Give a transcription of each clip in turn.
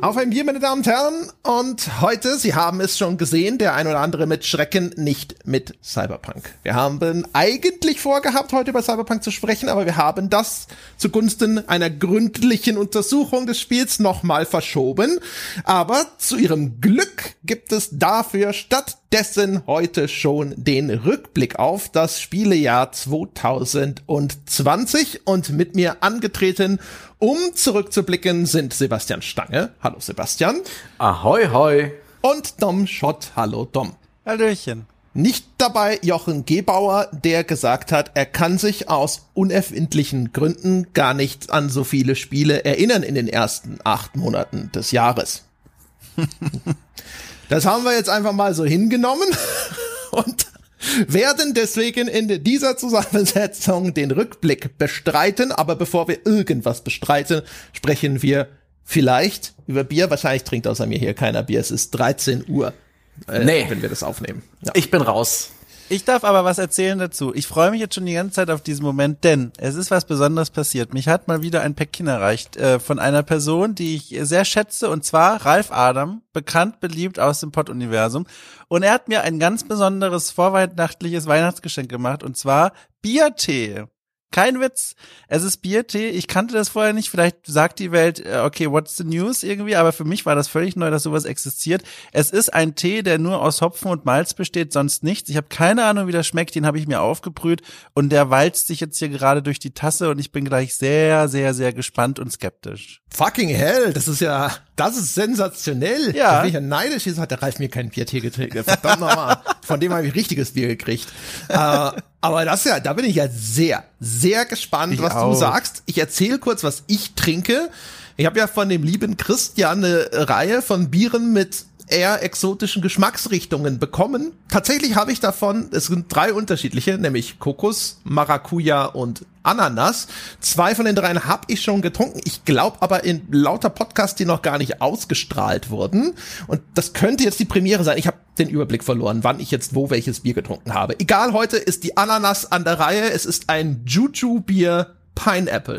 Auf ein Bier, meine Damen und Herren. Und heute, Sie haben es schon gesehen, der ein oder andere mit Schrecken, nicht mit Cyberpunk. Wir haben eigentlich vorgehabt, heute über Cyberpunk zu sprechen, aber wir haben das zugunsten einer gründlichen Untersuchung des Spiels nochmal verschoben. Aber zu Ihrem Glück gibt es dafür stattdessen heute schon den Rückblick auf das Spielejahr 2020. Und mit mir angetreten, um zurückzublicken, sind Sebastian Stange. Hallo Sebastian. Ahoi, hoi. Und Dom Schott. Hallo Dom. Hallöchen. Nicht dabei Jochen Gebauer, der gesagt hat, er kann sich aus unerfindlichen Gründen gar nicht an so viele Spiele erinnern in den ersten 8 Monaten des Jahres. Das haben wir jetzt einfach mal so hingenommen und werden deswegen in dieser Zusammensetzung den Rückblick bestreiten. Aber bevor wir irgendwas bestreiten, sprechen wir vielleicht über Bier. Wahrscheinlich trinkt außer mir hier keiner Bier. Es ist 13 Uhr, wenn wir das aufnehmen. Ja. Ich bin raus. Ich darf aber was erzählen dazu. Ich freue mich jetzt schon die ganze Zeit auf diesen Moment, denn es ist was Besonderes passiert. Mich hat mal wieder ein Päckchen erreicht von einer Person, die ich sehr schätze, und zwar Ralf Adam, bekannt, beliebt aus dem Pott-Universum. Und er hat mir ein ganz besonderes vorweihnachtliches Weihnachtsgeschenk gemacht, und zwar Biertee. Kein Witz, es ist Biertee. Ich kannte das vorher nicht. Vielleicht sagt die Welt, okay, what's the news irgendwie, aber für mich war das völlig neu, dass sowas existiert. Es ist ein Tee, der nur aus Hopfen und Malz besteht, sonst nichts. Ich habe keine Ahnung, wie das schmeckt, den habe ich mir aufgebrüht und der walzt sich jetzt hier gerade durch die Tasse und ich bin gleich sehr, sehr, sehr gespannt und skeptisch. Fucking hell, das ist sensationell. Ja. Da bin ich ja neidisch. Jetzt hat der Ralf mir keinen Biertee getrunken. Verdammt nochmal. Von dem habe ich richtiges Bier gekriegt. Aber da bin ich ja sehr, sehr gespannt, was du sagst. Ich erzähle kurz, was ich trinke. Ich habe ja von dem lieben Christian eine Reihe von Bieren mit eher exotischen Geschmacksrichtungen bekommen. Tatsächlich habe ich davon, es sind 3 unterschiedliche, nämlich Kokos, Maracuja und Ananas. 2 von den 3 habe ich schon getrunken. Ich glaube aber in lauter Podcasts, die noch gar nicht ausgestrahlt wurden. Und das könnte jetzt die Premiere sein. Ich habe den Überblick verloren, wann ich jetzt wo welches Bier getrunken habe. Egal, heute ist die Ananas an der Reihe. Es ist ein Juju-Bier Pineapple.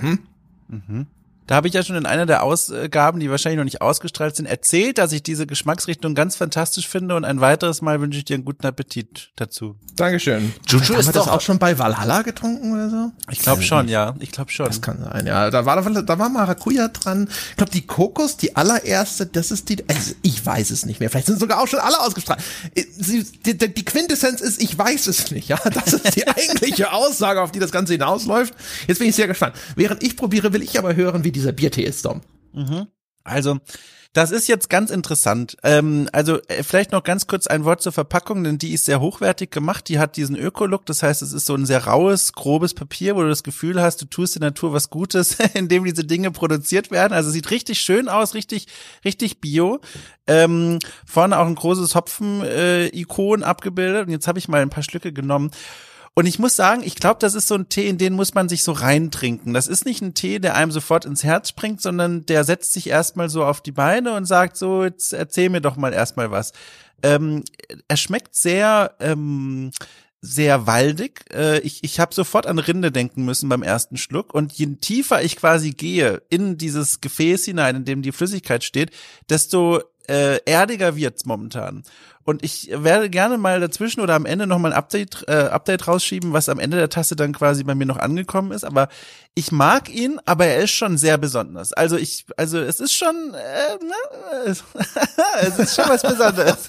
Da habe ich ja schon in einer der Ausgaben, die wahrscheinlich noch nicht ausgestrahlt sind, erzählt, dass ich diese Geschmacksrichtung ganz fantastisch finde, und ein weiteres Mal wünsche ich dir einen guten Appetit dazu. Dankeschön. Juju ist ist das doch auch schon bei Valhalla getrunken oder so? Ich glaube schon, ja. Ich glaube schon. Das kann sein, ja. Da war Maracuja dran. Ich glaube, die Kokos, die allererste, das ist ich weiß es nicht mehr. Vielleicht sind sogar auch schon alle ausgestrahlt. Die Quintessenz ist, ich weiß es nicht, ja. Das ist die eigentliche Aussage, auf die das Ganze hinausläuft. Jetzt bin ich sehr gespannt. Während ich probiere, will ich aber hören, wie dieser Biertee ist, Dom. Also, das ist jetzt ganz interessant. Vielleicht noch ganz kurz ein Wort zur Verpackung, denn die ist sehr hochwertig gemacht. Die hat diesen Öko-Look, das heißt, es ist so ein sehr raues, grobes Papier, wo du das Gefühl hast, du tust der Natur was Gutes, indem diese Dinge produziert werden. Also sieht richtig schön aus, richtig, richtig bio. Vorne auch ein großes Hopfen-Ikon abgebildet. Und jetzt habe ich mal ein paar Schlücke genommen. Und ich muss sagen, ich glaube, das ist so ein Tee, in den muss man sich so reintrinken. Das ist nicht ein Tee, der einem sofort ins Herz springt, sondern der setzt sich erstmal so auf die Beine und sagt so, jetzt erzähl mir doch mal erstmal was. Er schmeckt sehr, sehr waldig. Ich habe sofort an Rinde denken müssen beim ersten Schluck. Und je tiefer ich quasi gehe in dieses Gefäß hinein, in dem die Flüssigkeit steht, desto erdiger wird's momentan. Und ich werde gerne mal dazwischen oder am Ende noch mal ein Update rausschieben, was am Ende der Tasse dann quasi bei mir noch angekommen ist. Aber ich mag ihn, aber er ist schon sehr besonders. Also es ist schon, es ist schon was Besonderes.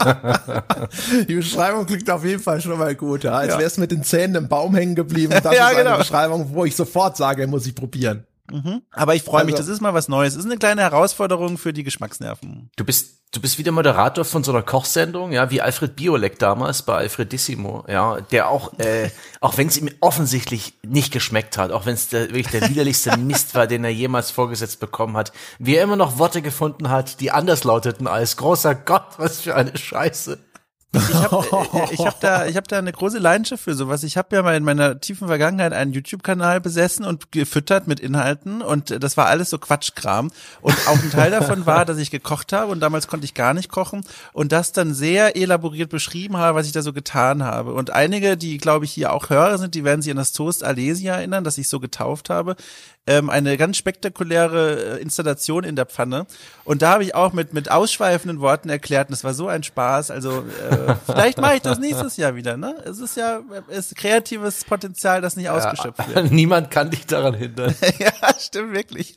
Die Beschreibung klingt auf jeden Fall schon mal gut, ja. Als wäre es mit den Zähnen im Baum hängen geblieben. Das Ja, ist genau. eine Beschreibung, wo ich sofort sage, muss ich probieren. Aber ich freue mich, Also- das ist mal was Neues. Das ist eine kleine Herausforderung für die Geschmacksnerven. Du bist wieder Moderator von so einer Kochsendung, ja, wie Alfred Biolek damals bei Alfredissimo, ja, der auch wenn es ihm offensichtlich nicht geschmeckt hat, auch wenn es wirklich der widerlichste Mist war, den er jemals vorgesetzt bekommen hat, wie er immer noch Worte gefunden hat, die anders lauteten als großer Gott, was für eine Scheiße. Ich hab da eine große Leidenschaft für sowas. Ich habe ja mal in meiner tiefen Vergangenheit einen YouTube-Kanal besessen und gefüttert mit Inhalten und das war alles so Quatschkram. Und auch ein Teil davon war, dass ich gekocht habe und damals konnte ich gar nicht kochen und das dann sehr elaboriert beschrieben habe, was ich da so getan habe. Und einige, die glaube ich hier auch Hörer sind, die werden sich an das Toast Alesia erinnern, das ich so getauft habe. Eine ganz spektakuläre Installation in der Pfanne. Und da habe ich auch mit ausschweifenden Worten erklärt, und es war so ein Spaß. Also vielleicht mache ich das nächstes Jahr wieder, ne? Es ist kreatives Potenzial, das nicht ausgeschöpft wird. Niemand kann dich daran hindern. Ja, stimmt wirklich.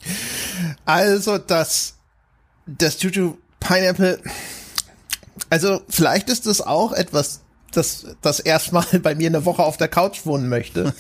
Also das Juju Pineapple, also vielleicht ist das auch etwas, das erstmal bei mir eine Woche auf der Couch wohnen möchte,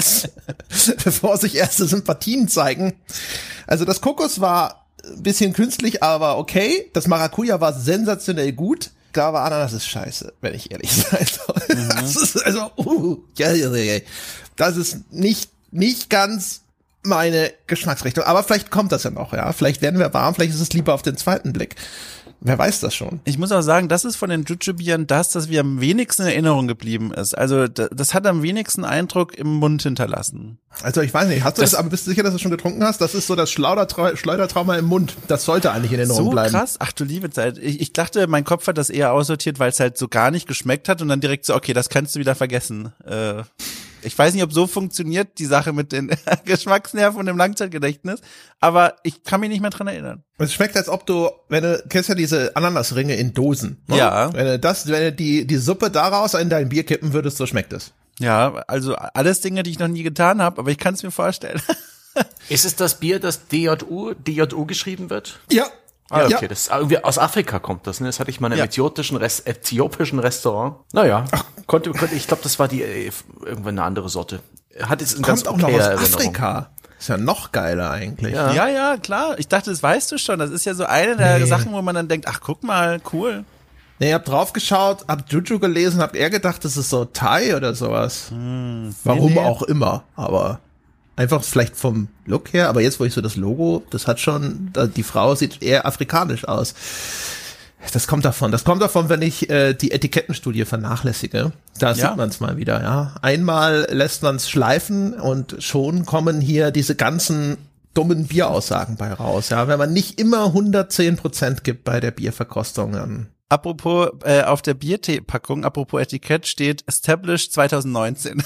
bevor sich erste Sympathien zeigen. Also das Kokos war ein bisschen künstlich, aber okay. Das Maracuja war sensationell gut. Da war Ananas ist scheiße, wenn ich ehrlich sein soll. Mhm. Das ist also, das ist nicht ganz meine Geschmacksrichtung. Aber vielleicht kommt das ja noch, ja. Vielleicht werden wir warm, vielleicht ist es lieber auf den zweiten Blick. Wer weiß das schon? Ich muss auch sagen, das ist von den Jujubieren das mir am wenigsten in Erinnerung geblieben ist. Also das hat am wenigsten Eindruck im Mund hinterlassen. Also ich weiß nicht, hast du das, aber bist du sicher, dass du schon getrunken hast? Das ist so das Schleudertrauma im Mund. Das sollte eigentlich in Erinnerung bleiben. So krass? Ach du liebe Zeit. Ich dachte, mein Kopf hat das eher aussortiert, weil es halt so gar nicht geschmeckt hat und dann direkt so, okay, das kannst du wieder vergessen. Ich weiß nicht, ob so funktioniert die Sache mit den Geschmacksnerven und dem Langzeitgedächtnis, aber ich kann mich nicht mehr dran erinnern. Es schmeckt, als ob kennst ja diese Ananasringe in Dosen. Ne? Ja. Wenn du die Suppe daraus in dein Bier kippen würdest, so schmeckt es. Ja, also alles Dinge, die ich noch nie getan habe, aber ich kann es mir vorstellen. Ist es das Bier, das DJU geschrieben wird? Ja. Ah, okay, ja. Das irgendwie aus Afrika kommt das, ne? Das hatte ich mal in einem äthiopischen Restaurant. Naja, ich glaube, das war irgendwann eine andere Sorte. Hat es kommt auch noch aus Afrika. Ist ja noch geiler eigentlich. Ja, klar. Ich dachte, das weißt du schon. Das ist ja so eine der Sachen, wo man dann denkt, ach, guck mal, cool. Nee, hab drauf geschaut, hab Juju gelesen, hab eher gedacht, das ist so Thai oder sowas. Warum auch immer, aber einfach vielleicht vom Look her, aber jetzt, wo ich so das Logo, das hat schon, die Frau sieht eher afrikanisch aus. Das kommt davon, wenn ich die Etikettenstudie vernachlässige. Da sieht man es mal wieder, ja. Einmal lässt man es schleifen und schon kommen hier diese ganzen dummen Bieraussagen bei raus, ja. Wenn man nicht immer 110% gibt bei der Bierverkostung, dann. Apropos, auf der Bierpackung, apropos Etikett steht Established 2019.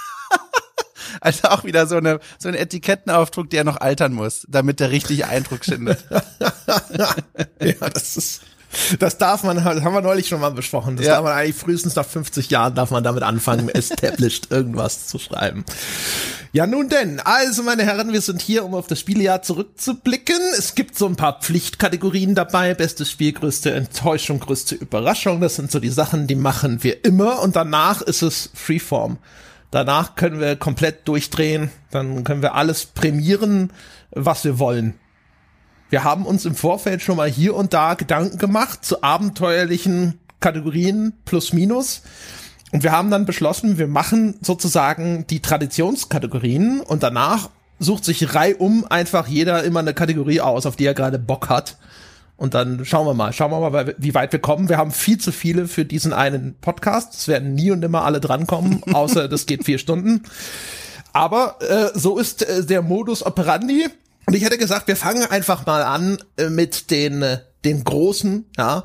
Also auch wieder so ein Etikettenaufdruck, der noch altern muss, damit der richtig Eindruck schindet. Ja, das darf man, das haben wir neulich schon mal besprochen. Das darf man eigentlich frühestens nach 50 Jahren darf man damit anfangen, established irgendwas zu schreiben. Ja, nun denn. Also, meine Herren, wir sind hier, um auf das Spielejahr zurückzublicken. Es gibt so ein paar Pflichtkategorien dabei. Bestes Spiel, größte Enttäuschung, größte Überraschung. Das sind so die Sachen, die machen wir immer. Und danach ist es Freeform. Danach können wir komplett durchdrehen. Dann können wir alles prämieren, was wir wollen. Wir haben uns im Vorfeld schon mal hier und da Gedanken gemacht zu abenteuerlichen Kategorien plus minus. Und wir haben dann beschlossen, wir machen sozusagen die Traditionskategorien und danach sucht sich reihum einfach jeder immer eine Kategorie aus, auf die er gerade Bock hat. Und dann schauen wir mal, wie weit wir kommen. Wir haben viel zu viele für diesen einen Podcast. Es werden nie und nimmer alle drankommen, außer das geht 4 Stunden. Aber so ist der Modus operandi. Und ich hätte gesagt, wir fangen einfach mal an mit den großen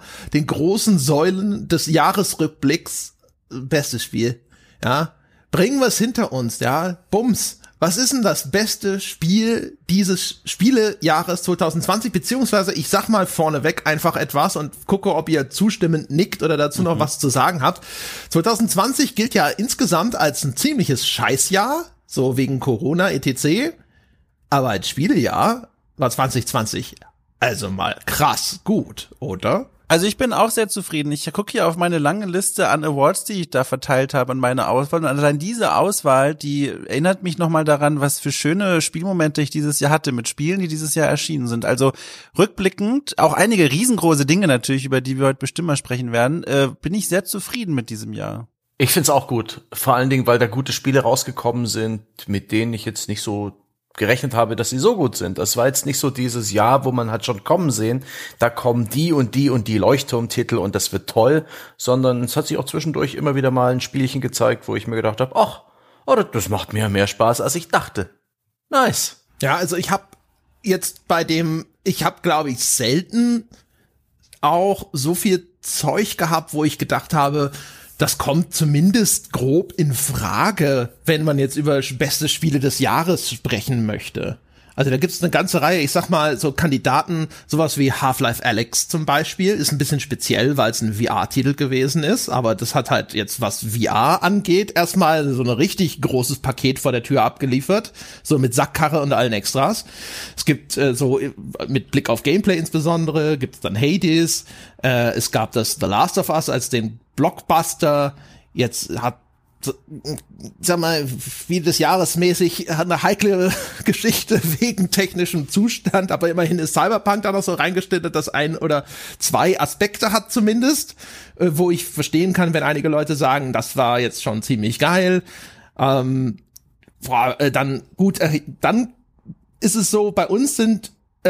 Säulen des Jahresrückblicks. Bestes Spiel, ja. Bringen wir es hinter uns, ja. Bums. Was ist denn das beste Spiel dieses Spielejahres 2020? Beziehungsweise, ich sag mal vorneweg einfach etwas und gucke, ob ihr zustimmend nickt oder dazu noch was zu sagen habt. 2020 gilt ja insgesamt als ein ziemliches Scheißjahr, so wegen Corona etc. Aber als Spielejahr war 2020 also mal krass gut, oder? Also ich bin auch sehr zufrieden. Ich gucke hier auf meine lange Liste an Awards, die ich da verteilt habe, an meine Auswahl. Und allein diese Auswahl, die erinnert mich nochmal daran, was für schöne Spielmomente ich dieses Jahr hatte mit Spielen, die dieses Jahr erschienen sind. Also rückblickend, auch einige riesengroße Dinge natürlich, über die wir heute bestimmt mal sprechen werden, bin ich sehr zufrieden mit diesem Jahr. Ich find's auch gut. Vor allen Dingen, weil da gute Spiele rausgekommen sind, mit denen ich jetzt nicht so gerechnet habe, dass sie so gut sind. Das war jetzt nicht so dieses Jahr, wo man hat schon kommen sehen, da kommen die und die und die Leuchtturmtitel und das wird toll, sondern es hat sich auch zwischendurch immer wieder mal ein Spielchen gezeigt, wo ich mir gedacht habe, ach, das macht mir mehr Spaß, als ich dachte. Nice. Ja, also ich habe glaube ich, selten auch so viel Zeug gehabt, wo ich gedacht habe, das kommt zumindest grob in Frage, wenn man jetzt über beste Spiele des Jahres sprechen möchte. Also da gibt's eine ganze Reihe, ich sag mal, so Kandidaten, sowas wie Half-Life Alyx zum Beispiel, ist ein bisschen speziell, weil es ein VR-Titel gewesen ist, aber das hat halt jetzt, was VR angeht, erstmal so ein richtig großes Paket vor der Tür abgeliefert, so mit Sackkarre und allen Extras. Es gibt so, mit Blick auf Gameplay insbesondere, gibt's dann Hades, es gab das The Last of Us als den Blockbuster, jetzt hat, sag mal, wie des Jahres mäßig eine heikle Geschichte wegen technischem Zustand, aber immerhin ist Cyberpunk da noch so reingestellt, dass ein oder zwei Aspekte hat zumindest, wo ich verstehen kann, wenn einige Leute sagen, das war jetzt schon ziemlich geil. Dann ist es so, bei uns sind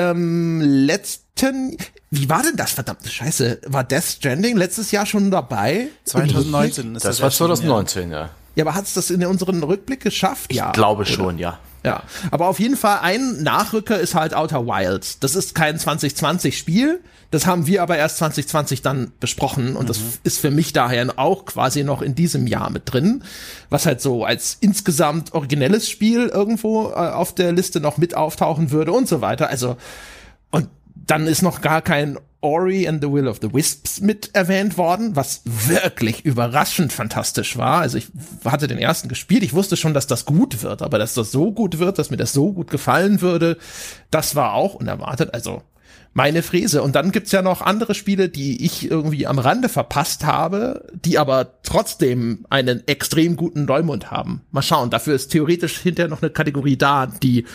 wie war denn das? Verdammte Scheiße. War Death Stranding letztes Jahr schon dabei? 2019 ist das war 2019, ja. Ja, aber hat es das in unseren Rückblick geschafft? Ich glaube schon, ja. Ja, aber auf jeden Fall ein Nachrücker ist halt Outer Wilds. Das ist kein 2020 Spiel. Das haben wir aber erst 2020 dann besprochen und das ist für mich daher auch quasi noch in diesem Jahr mit drin, was halt so als insgesamt originelles Spiel irgendwo auf der Liste noch mit auftauchen würde und so weiter. Also, und dann ist noch gar kein Ori and the Will of the Wisps mit erwähnt worden, was wirklich überraschend fantastisch war. Also ich hatte den ersten gespielt, ich wusste schon, dass das gut wird, aber dass das so gut wird, dass mir das so gut gefallen würde, das war auch unerwartet. Also meine Fräse. Und dann gibt's ja noch andere Spiele, die ich irgendwie am Rande verpasst habe, die aber trotzdem einen extrem guten Neumund haben. Mal schauen, dafür ist theoretisch hinterher noch eine Kategorie da, die,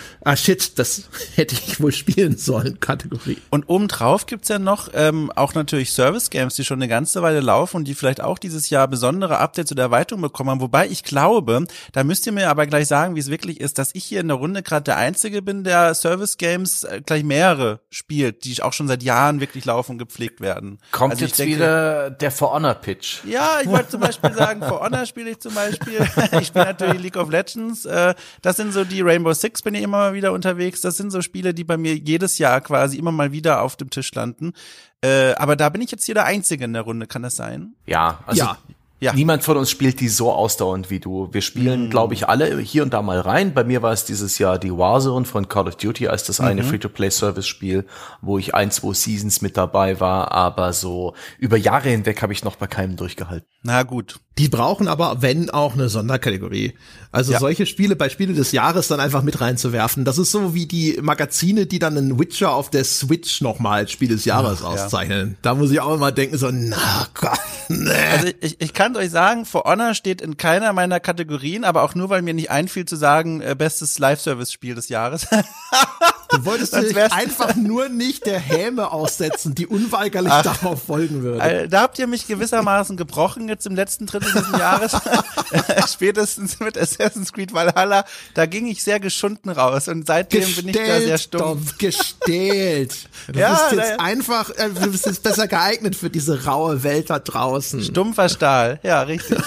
das hätte ich wohl spielen sollen, Kategorie. Und obendrauf gibt's ja noch auch natürlich Service-Games, die schon eine ganze Weile laufen und die vielleicht auch dieses Jahr besondere Updates oder Erweiterungen bekommen haben. Wobei ich glaube, da müsst ihr mir aber gleich sagen, wie es wirklich ist, dass ich hier in der Runde gerade der Einzige bin, der Service-Games gleich mehrere spielt, die auch schon seit Jahren wirklich laufen und gepflegt werden. Kommt also jetzt wieder der For Honor Pitch. Ja, ich wollte zum Beispiel sagen, For Honor spiele ich zum Beispiel. Ich spiele natürlich League of Legends. Das sind so die Rainbow Six, bin ich immer mal wieder unterwegs. Das sind so Spiele, die bei mir jedes Jahr quasi immer mal wieder auf dem Tisch landen. Aber da bin ich jetzt hier der Einzige in der Runde, kann das sein? Ja, also ja. Niemand von uns spielt die so ausdauernd wie du. Wir spielen, glaube ich, alle hier und da mal rein. Bei mir war es dieses Jahr die Warzone von Call of Duty als das eine Free-to-Play-Service-Spiel, wo ich 1-2 Seasons mit dabei war. Aber so über Jahre hinweg habe ich noch bei keinem durchgehalten. Na gut. Die brauchen aber, wenn, auch eine Sonderkategorie. Also solche Spiele bei Spiele des Jahres dann einfach mit reinzuwerfen. Das ist so wie die Magazine, die dann einen Witcher auf der Switch nochmal als Spiel des Jahres auszeichnen. Da muss ich auch immer denken, so, na Gott, nee. Also ich kann euch sagen, For Honor steht in keiner meiner Kategorien, aber auch nur, weil mir nicht einfiel zu sagen, bestes Live-Service-Spiel des Jahres. Du wolltest dich einfach nur nicht der Häme aussetzen, die unweigerlich darauf folgen würde. Da habt ihr mich gewissermaßen gebrochen jetzt im letzten Drittel dieses Jahres. Spätestens mit Assassin's Creed Valhalla, da ging ich sehr geschunden raus und seitdem bin ich da sehr stumm. Gestählt. Du bist jetzt besser geeignet für diese raue Welt da draußen. Stumpfer Stahl, ja, richtig.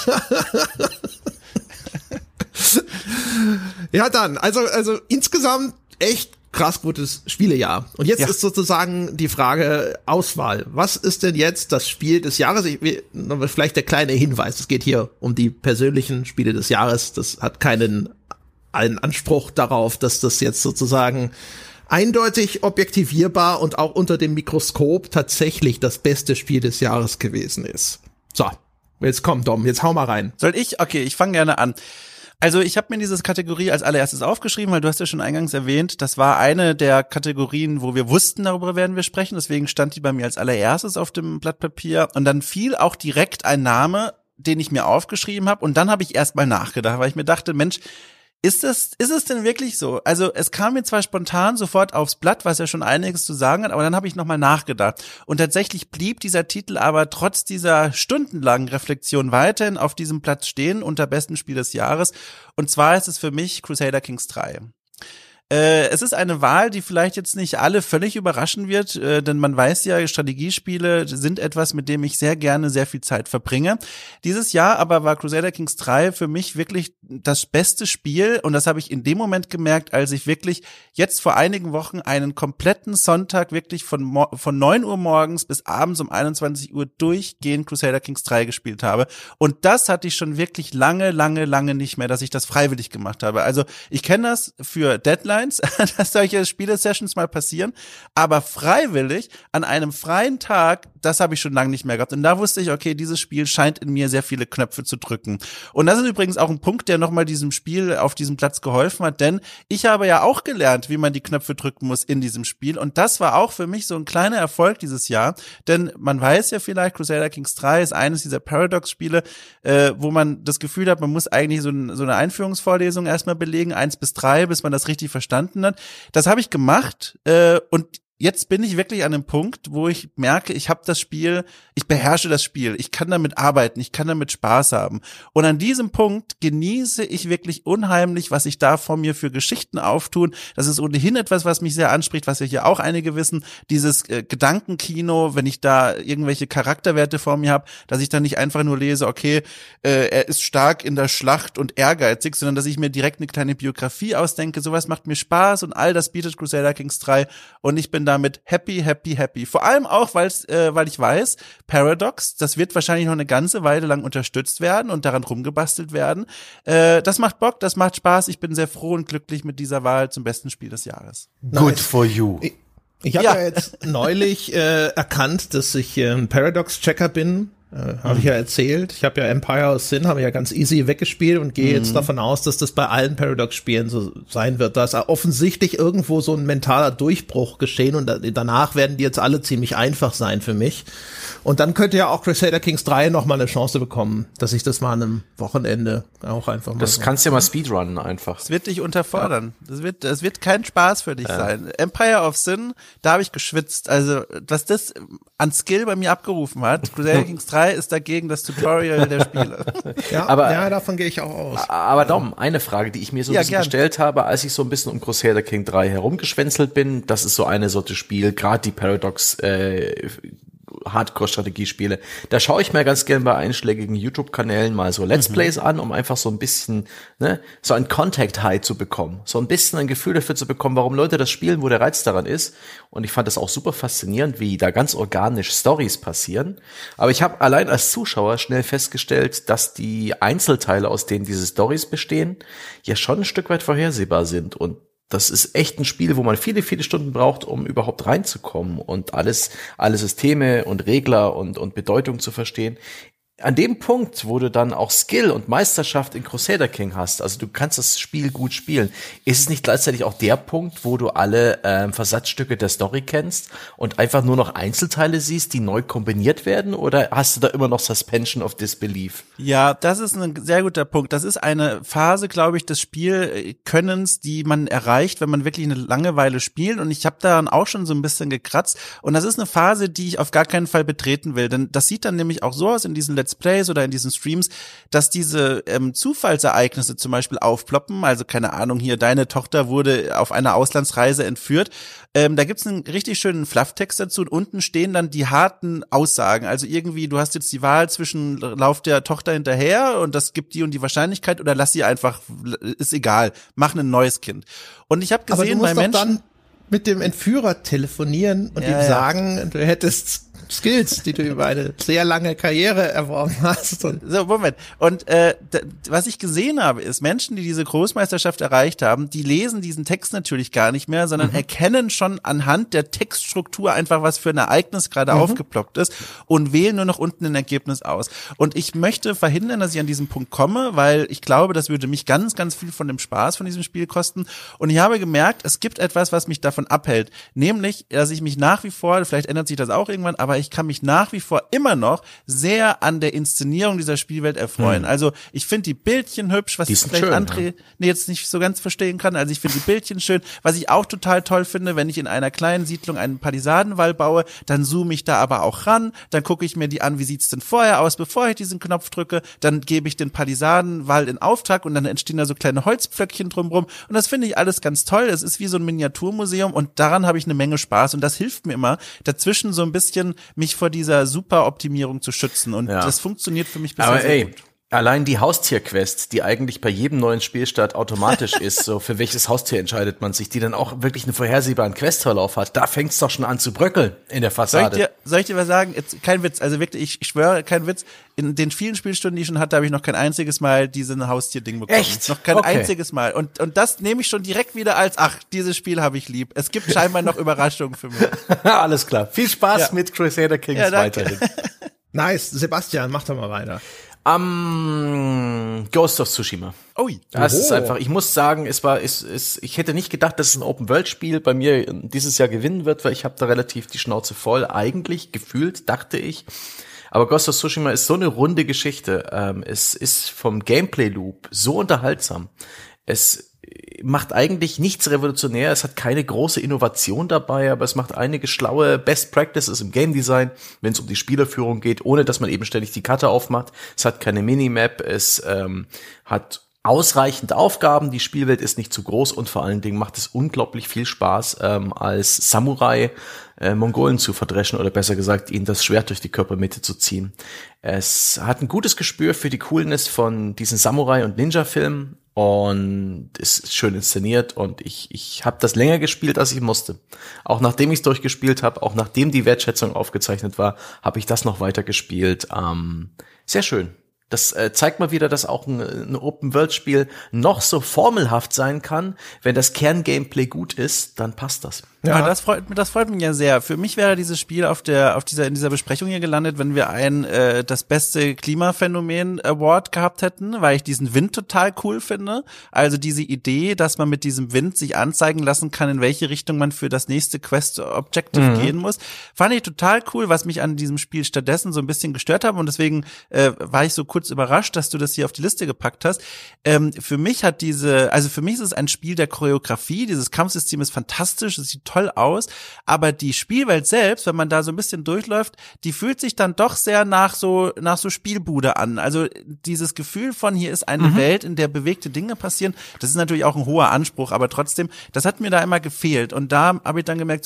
Ja, dann, also insgesamt echt krass gutes Spielejahr. Und jetzt ist sozusagen die Frage Auswahl. Was ist denn jetzt das Spiel des Jahres? Vielleicht der kleine Hinweis. Es geht hier um die persönlichen Spiele des Jahres. Das hat keinen Anspruch darauf, dass das jetzt sozusagen eindeutig objektivierbar und auch unter dem Mikroskop tatsächlich das beste Spiel des Jahres gewesen ist. So, jetzt komm, Dom, jetzt hau mal rein. Soll ich? Okay, ich fange gerne an. Also ich habe mir diese Kategorie als allererstes aufgeschrieben, weil du hast ja schon eingangs erwähnt, das war eine der Kategorien, wo wir wussten, darüber werden wir sprechen, deswegen stand die bei mir als allererstes auf dem Blatt Papier und dann fiel auch direkt ein Name, den ich mir aufgeschrieben habe und dann habe ich erst mal nachgedacht, weil ich mir dachte, Mensch, ist es denn wirklich so? Also es kam mir zwar spontan sofort aufs Blatt, was ja schon einiges zu sagen hat, aber dann habe ich nochmal nachgedacht. Und tatsächlich blieb dieser Titel aber trotz dieser stundenlangen Reflexion weiterhin auf diesem Platz stehen unter besten Spiel des Jahres. Und zwar ist es für mich Crusader Kings 3. Es ist eine Wahl, die vielleicht jetzt nicht alle völlig überraschen wird, denn man weiß ja, Strategiespiele sind etwas, mit dem ich sehr gerne sehr viel Zeit verbringe. Dieses Jahr aber war Crusader Kings 3 für mich wirklich das beste Spiel und das habe ich in dem Moment gemerkt, als ich wirklich jetzt vor einigen Wochen einen kompletten Sonntag wirklich von 9 Uhr morgens bis abends um 21 Uhr durchgehend Crusader Kings 3 gespielt habe. Und das hatte ich schon wirklich lange nicht mehr, dass ich das freiwillig gemacht habe. Also ich kenne das für Deadlines, dass solche Spiele-Sessions mal passieren, aber freiwillig an einem freien Tag, das habe ich schon lange nicht mehr gehabt. Und da wusste ich, okay, dieses Spiel scheint in mir sehr viele Knöpfe zu drücken. Und das ist übrigens auch ein Punkt, der nochmal diesem Spiel auf diesem Platz geholfen hat, denn ich habe ja auch gelernt, wie man die Knöpfe drücken muss in diesem Spiel. Und das war auch für mich so ein kleiner Erfolg dieses Jahr, denn man weiß ja vielleicht, Crusader Kings 3 ist eines dieser Paradox-Spiele, wo man das Gefühl hat, man muss eigentlich so eine Einführungsvorlesung erstmal belegen, 1 bis 3, bis man das richtig verstanden hat. Das habe ich gemacht und jetzt bin ich wirklich an einem Punkt, wo ich merke, ich beherrsche das Spiel, ich kann damit arbeiten, ich kann damit Spaß haben. Und an diesem Punkt genieße ich wirklich unheimlich, was sich da vor mir für Geschichten auftun. Das ist ohnehin etwas, was mich sehr anspricht, was ja hier auch einige wissen, dieses Gedankenkino, wenn ich da irgendwelche Charakterwerte vor mir habe, dass ich dann nicht einfach nur lese, okay, er ist stark in der Schlacht und ehrgeizig, sondern dass ich mir direkt eine kleine Biografie ausdenke. Sowas macht mir Spaß und all das bietet Crusader Kings 3 und ich bin damit happy. Vor allem auch, weil ich weiß, Paradox, das wird wahrscheinlich noch eine ganze Weile lang unterstützt werden und daran rumgebastelt werden. Das macht Bock, das macht Spaß. Ich bin sehr froh und glücklich mit dieser Wahl zum besten Spiel des Jahres. Good for you. Ich habe ja jetzt neulich erkannt, dass ich ein Paradox-Checker bin. Habe ich ja erzählt. Ich habe ja Empire of Sin, habe ich ja ganz easy weggespielt und gehe jetzt davon aus, dass das bei allen Paradox-Spielen so sein wird. Da ist offensichtlich irgendwo so ein mentaler Durchbruch geschehen und danach werden die jetzt alle ziemlich einfach sein für mich. Und dann könnte ja auch Crusader Kings 3 noch mal eine Chance bekommen, dass ich das mal an einem Wochenende auch einfach mal. Das kannst du ja mal speedrunnen einfach. Es wird dich unterfordern. Das wird kein Spaß für dich sein. Empire of Sin, da habe ich geschwitzt. Also, was das an Skill bei mir abgerufen hat, Crusader Kings 3 ist dagegen das Tutorial der Spiele. Ja, davon gehe ich auch aus. Aber Dom, eine Frage, die ich mir so ein bisschen gestellt habe, als ich so ein bisschen um Crusader King 3 herumgeschwänzelt bin, das ist so eine Sorte Spiel, gerade die Paradox Hardcore-Strategiespiele. Da schaue ich mir ganz gern bei einschlägigen YouTube-Kanälen mal so Let's Plays an, um einfach so ein bisschen, so ein Contact-High zu bekommen. So ein bisschen ein Gefühl dafür zu bekommen, warum Leute das spielen, wo der Reiz daran ist. Und ich fand das auch super faszinierend, wie da ganz organisch Stories passieren. Aber ich habe allein als Zuschauer schnell festgestellt, dass die Einzelteile, aus denen diese Stories bestehen, ja schon ein Stück weit vorhersehbar sind. Und das ist echt ein Spiel, wo man viele Stunden braucht, um überhaupt reinzukommen und alle Systeme und Regler und Bedeutung zu verstehen. An dem Punkt, wo du dann auch Skill und Meisterschaft in Crusader King hast, also du kannst das Spiel gut spielen, ist es nicht gleichzeitig auch der Punkt, wo du alle Versatzstücke der Story kennst und einfach nur noch Einzelteile siehst, die neu kombiniert werden, oder hast du da immer noch Suspension of Disbelief? Ja, das ist ein sehr guter Punkt. Das ist eine Phase, glaube ich, des Spielkönnens, die man erreicht, wenn man wirklich eine Langeweile spielt, und ich habe daran auch schon so ein bisschen gekratzt, und das ist eine Phase, die ich auf gar keinen Fall betreten will, denn das sieht dann nämlich auch so aus in diesen Let's Plays oder in diesen Streams, dass diese Zufallsereignisse zum Beispiel aufploppen, also keine Ahnung, hier deine Tochter wurde auf einer Auslandsreise entführt. Da gibt's einen richtig schönen Flufftext dazu und unten stehen dann die harten Aussagen, also irgendwie, du hast jetzt die Wahl zwischen lauf der Tochter hinterher und das gibt die und die Wahrscheinlichkeit, oder lass sie einfach, ist egal, mach ein neues Kind. Und ich habe gesehen, bei Menschen dann mit dem Entführer telefonieren und ihm sagen, du hättest Skills, die du über eine sehr lange Karriere erworben hast. So, Moment. Und was ich gesehen habe, ist, Menschen, die diese Großmeisterschaft erreicht haben, die lesen diesen Text natürlich gar nicht mehr, sondern erkennen schon anhand der Textstruktur einfach, was für ein Ereignis gerade aufgeploppt ist, und wählen nur noch unten ein Ergebnis aus. Und ich möchte verhindern, dass ich an diesen Punkt komme, weil ich glaube, das würde mich ganz, ganz viel von dem Spaß von diesem Spiel kosten. Und ich habe gemerkt, es gibt etwas, was mich davon abhält. Nämlich, dass ich mich nach wie vor, vielleicht ändert sich das auch irgendwann, aber ich kann mich nach wie vor immer noch sehr an der Inszenierung dieser Spielwelt erfreuen. Also ich finde die Bildchen hübsch, was vielleicht schön, André jetzt nicht so ganz verstehen kann. Also ich finde die Bildchen schön. Was ich auch total toll finde, wenn ich in einer kleinen Siedlung einen Palisadenwall baue, dann zoome ich da aber auch ran, dann gucke ich mir die an, wie sieht's denn vorher aus, bevor ich diesen Knopf drücke, dann gebe ich den Palisadenwall in Auftrag und dann entstehen da so kleine Holzpflöckchen drumrum und das finde ich alles ganz toll. Es ist wie so ein Miniaturmuseum und daran habe ich eine Menge Spaß und das hilft mir immer, dazwischen so ein bisschen mich vor dieser Superoptimierung zu schützen und das funktioniert für mich bisher sehr gut. Allein die Haustierquest, die eigentlich bei jedem neuen Spielstart automatisch ist, so für welches Haustier entscheidet man sich, die dann auch wirklich einen vorhersehbaren Questverlauf hat, da fängt's doch schon an zu bröckeln in der Fassade. Soll ich dir was sagen? Jetzt, kein Witz, also wirklich, ich schwöre, kein Witz, in den vielen Spielstunden, die ich schon hatte, habe ich noch kein einziges Mal diesen Haustier-Ding bekommen. Echt? Noch kein einziges Mal. Und das nehme ich schon direkt wieder als, dieses Spiel habe ich lieb. Es gibt scheinbar noch Überraschungen für mich. Alles klar. Viel Spaß mit Crusader Kings weiterhin. Nice. Sebastian, mach doch mal weiter. Ghost of Tsushima. Das ist einfach, ich muss sagen, ich hätte nicht gedacht, dass es ein Open-World-Spiel bei mir dieses Jahr gewinnen wird, weil ich habe da relativ die Schnauze voll, eigentlich gefühlt, dachte ich. Aber Ghost of Tsushima ist so eine runde Geschichte. Es ist vom Gameplay-Loop so unterhaltsam. Es macht eigentlich nichts revolutionär, es hat keine große Innovation dabei, aber es macht einige schlaue Best Practices im Game Design, wenn es um die Spielerführung geht, ohne dass man eben ständig die Karte aufmacht. Es hat keine Minimap, es hat ausreichend Aufgaben, die Spielwelt ist nicht zu groß und vor allen Dingen macht es unglaublich viel Spaß, als Samurai Mongolen zu verdreschen oder besser gesagt, ihnen das Schwert durch die Körpermitte zu ziehen. Es hat ein gutes Gespür für die Coolness von diesen Samurai- und Ninja-Filmen und es ist schön inszeniert und ich habe das länger gespielt, als ich musste. Auch nachdem ich es durchgespielt habe, auch nachdem die Wertschätzung aufgezeichnet war, habe ich das noch weiter gespielt. Sehr schön. Das zeigt mal wieder, dass auch ein Open-World-Spiel noch so formelhaft sein kann. Wenn das Kern-Gameplay gut ist, dann passt das. Ja, das freut mich ja sehr. Für mich wäre dieses Spiel in dieser Besprechung hier gelandet, wenn wir das beste Klimaphänomen Award gehabt hätten, weil ich diesen Wind total cool finde. Also diese Idee, dass man mit diesem Wind sich anzeigen lassen kann, in welche Richtung man für das nächste Quest Objective gehen muss, fand ich total cool, was mich an diesem Spiel stattdessen so ein bisschen gestört hat und deswegen war ich so kurz überrascht, dass du das hier auf die Liste gepackt hast. Für mich ist es ein Spiel der Choreografie, dieses Kampfsystem ist fantastisch, es sieht toll aus, aber die Spielwelt selbst, wenn man da so ein bisschen durchläuft, die fühlt sich dann doch sehr nach so Spielbude an. Also dieses Gefühl von, hier ist eine Welt, in der bewegte Dinge passieren, das ist natürlich auch ein hoher Anspruch, aber trotzdem, das hat mir da immer gefehlt und da habe ich dann gemerkt,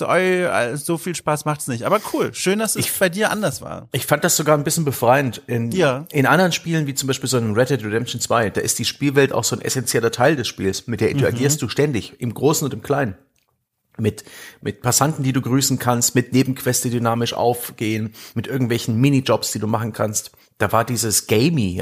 so viel Spaß macht's nicht. Aber cool, schön, dass es bei dir anders war. Ich fand das sogar ein bisschen befreiend. In anderen Spielen, wie zum Beispiel so in Red Dead Redemption 2, da ist die Spielwelt auch so ein essentieller Teil des Spiels, mit der interagierst du ständig, im Großen und im Kleinen. Mit Passanten, die du grüßen kannst, mit Nebenquests, die dynamisch aufgehen, mit irgendwelchen Minijobs, die du machen kannst. Da war dieses Gamey,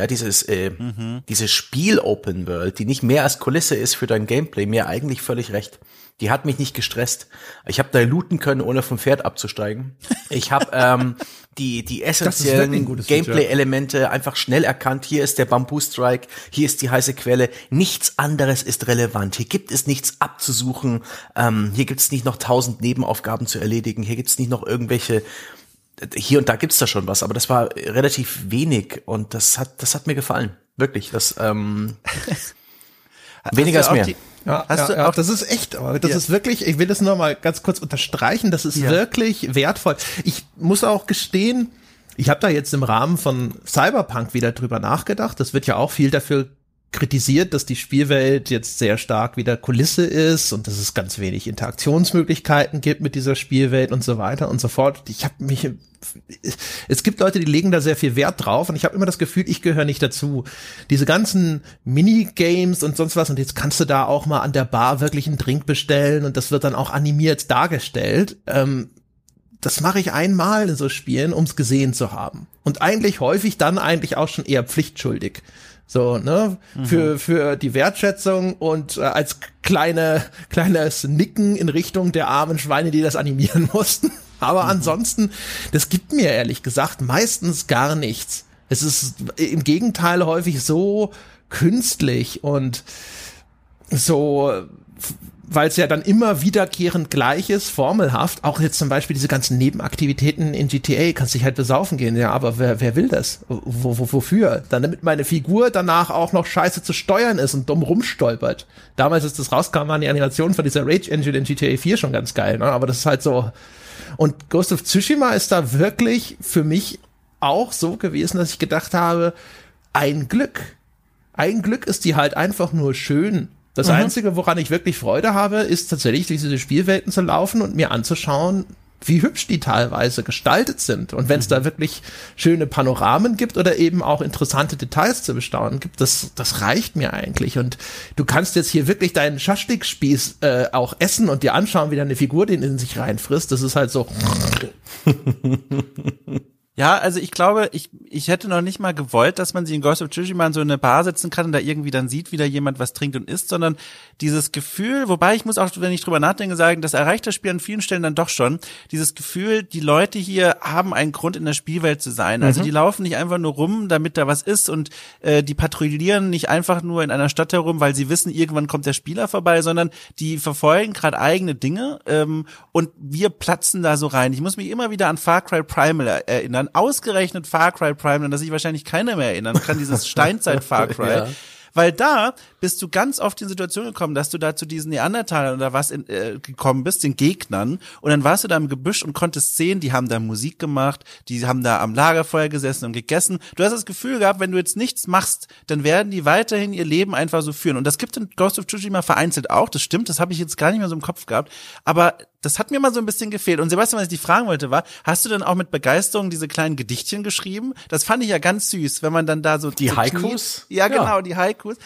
dieses Spiel Open World, die nicht mehr als Kulisse ist für dein Gameplay, mir eigentlich völlig recht. Die hat mich nicht gestresst. Ich habe da looten können, ohne vom Pferd abzusteigen. Ich habe die essentiellen Gameplay-Elemente einfach schnell erkannt. Hier ist der Bamboo-Strike, hier ist die heiße Quelle. Nichts anderes ist relevant. Hier gibt es nichts abzusuchen. Hier gibt es nicht noch 1000 Nebenaufgaben zu erledigen. Hier gibt es nicht noch irgendwelche. Hier und da gibt's da schon was, aber das war relativ wenig und das hat mir gefallen. Wirklich. Das weniger ist mehr. Das ist echt, aber das ist wirklich, ich will das nur mal ganz kurz unterstreichen, das ist wirklich wertvoll. Ich muss auch gestehen, ich habe da jetzt im Rahmen von Cyberpunk wieder drüber nachgedacht, das wird ja auch viel dafür kritisiert, dass die Spielwelt jetzt sehr stark wieder Kulisse ist und dass es ganz wenig Interaktionsmöglichkeiten gibt mit dieser Spielwelt und so weiter und so fort. Es gibt Leute, die legen da sehr viel Wert drauf und ich habe immer das Gefühl, ich gehöre nicht dazu. Diese ganzen Minigames und sonst was und jetzt kannst du da auch mal an der Bar wirklich einen Drink bestellen und das wird dann auch animiert dargestellt. Das mache ich einmal in so Spielen, um es gesehen zu haben. Und eigentlich häufig dann eigentlich auch schon eher pflichtschuldig. So, ne, für die Wertschätzung und als kleines Nicken in Richtung der armen Schweine, die das animieren mussten. Aber ansonsten, das gibt mir ehrlich gesagt meistens gar nichts. Es ist im Gegenteil häufig so künstlich und so weil es ja dann immer wiederkehrend gleich ist, formelhaft. Auch jetzt zum Beispiel diese ganzen Nebenaktivitäten in GTA, kannst dich halt besaufen gehen. Ja, aber wer will das? Wofür? Dann damit meine Figur danach auch noch scheiße zu steuern ist und dumm rumstolpert. Damals, als das rauskam, waren die Animationen von dieser Rage Engine in GTA 4 schon ganz geil, ne? Aber das ist halt so. Und Ghost of Tsushima ist da wirklich für mich auch so gewesen, dass ich gedacht habe, ein Glück ist die halt einfach nur schön. Das Einzige, woran ich wirklich Freude habe, ist tatsächlich durch diese Spielwelten zu laufen und mir anzuschauen, wie hübsch die teilweise gestaltet sind. Und wenn es da wirklich schöne Panoramen gibt oder eben auch interessante Details zu bestaunen gibt, das reicht mir eigentlich. Und du kannst jetzt hier wirklich deinen Schaschlikspieß auch essen und dir anschauen, wie deine Figur den in sich reinfrisst. Das ist halt so. Ja, also ich glaube, ich hätte noch nicht mal gewollt, dass man sich in Ghost of Tsushima in so eine Bar sitzen kann und da irgendwie dann sieht, wie da jemand was trinkt und isst, sondern dieses Gefühl, wobei ich muss auch, wenn ich drüber nachdenke, sagen, das erreicht das Spiel an vielen Stellen dann doch schon, dieses Gefühl, die Leute hier haben einen Grund in der Spielwelt zu sein. Also die laufen nicht einfach nur rum, damit da was ist und die patrouillieren nicht einfach nur in einer Stadt herum, weil sie wissen, irgendwann kommt der Spieler vorbei, sondern die verfolgen gerade eigene Dinge und wir platzen da so rein. Ich muss mich immer wieder an Far Cry Primal erinnern, ausgerechnet Far Cry Primal, an das sich wahrscheinlich keiner mehr erinnern kann, dieses Steinzeit-Far Cry. Ja. Weil da bist du ganz oft in Situation gekommen, dass du da zu diesen Neandertalern oder was gekommen bist, den Gegnern, und dann warst du da im Gebüsch und konntest sehen, die haben da Musik gemacht, die haben da am Lagerfeuer gesessen und gegessen. Du hast das Gefühl gehabt, wenn du jetzt nichts machst, dann werden die weiterhin ihr Leben einfach so führen. Und das gibt in Ghost of Tsushima vereinzelt auch, das stimmt, das habe ich jetzt gar nicht mehr so im Kopf gehabt, aber das hat mir mal so ein bisschen gefehlt. Und Sebastian, was ich dich fragen wollte, war, hast du denn auch mit Begeisterung diese kleinen Gedichtchen geschrieben? Das fand ich ja ganz süß, wenn man dann da so die so Haikus? Ja, genau, die Haikus.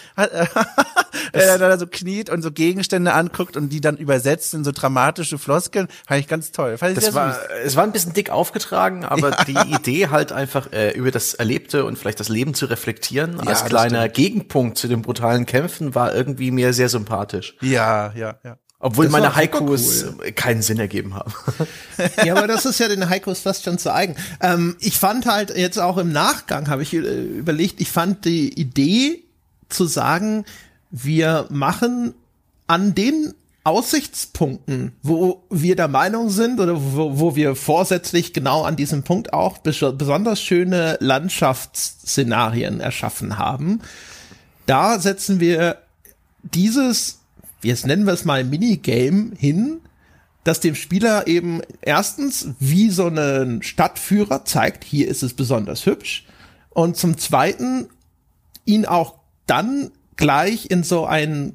Er da so kniet und so Gegenstände anguckt und die dann übersetzt in so dramatische Floskeln. Fand ich ganz toll. Fand ich es war ein bisschen dick aufgetragen, aber die Idee halt einfach über das Erlebte und vielleicht das Leben zu reflektieren als kleiner Gegenpunkt zu den brutalen Kämpfen war irgendwie mir sehr sympathisch. Ja. Obwohl das meine Haikus keinen Sinn ergeben haben. Ja, aber das ist ja den Haikus fast schon zu eigen. Ich fand halt jetzt auch im Nachgang, habe ich überlegt, ich fand die Idee zu sagen, wir machen an den Aussichtspunkten, wo wir der Meinung sind oder wo wir vorsätzlich genau an diesem Punkt auch besonders schöne Landschaftsszenarien erschaffen haben, da setzen wir jetzt nennen wir es mal Minigame hin, das dem Spieler eben erstens wie so einen Stadtführer zeigt, hier ist es besonders hübsch, und zum Zweiten ihn auch dann gleich in so eine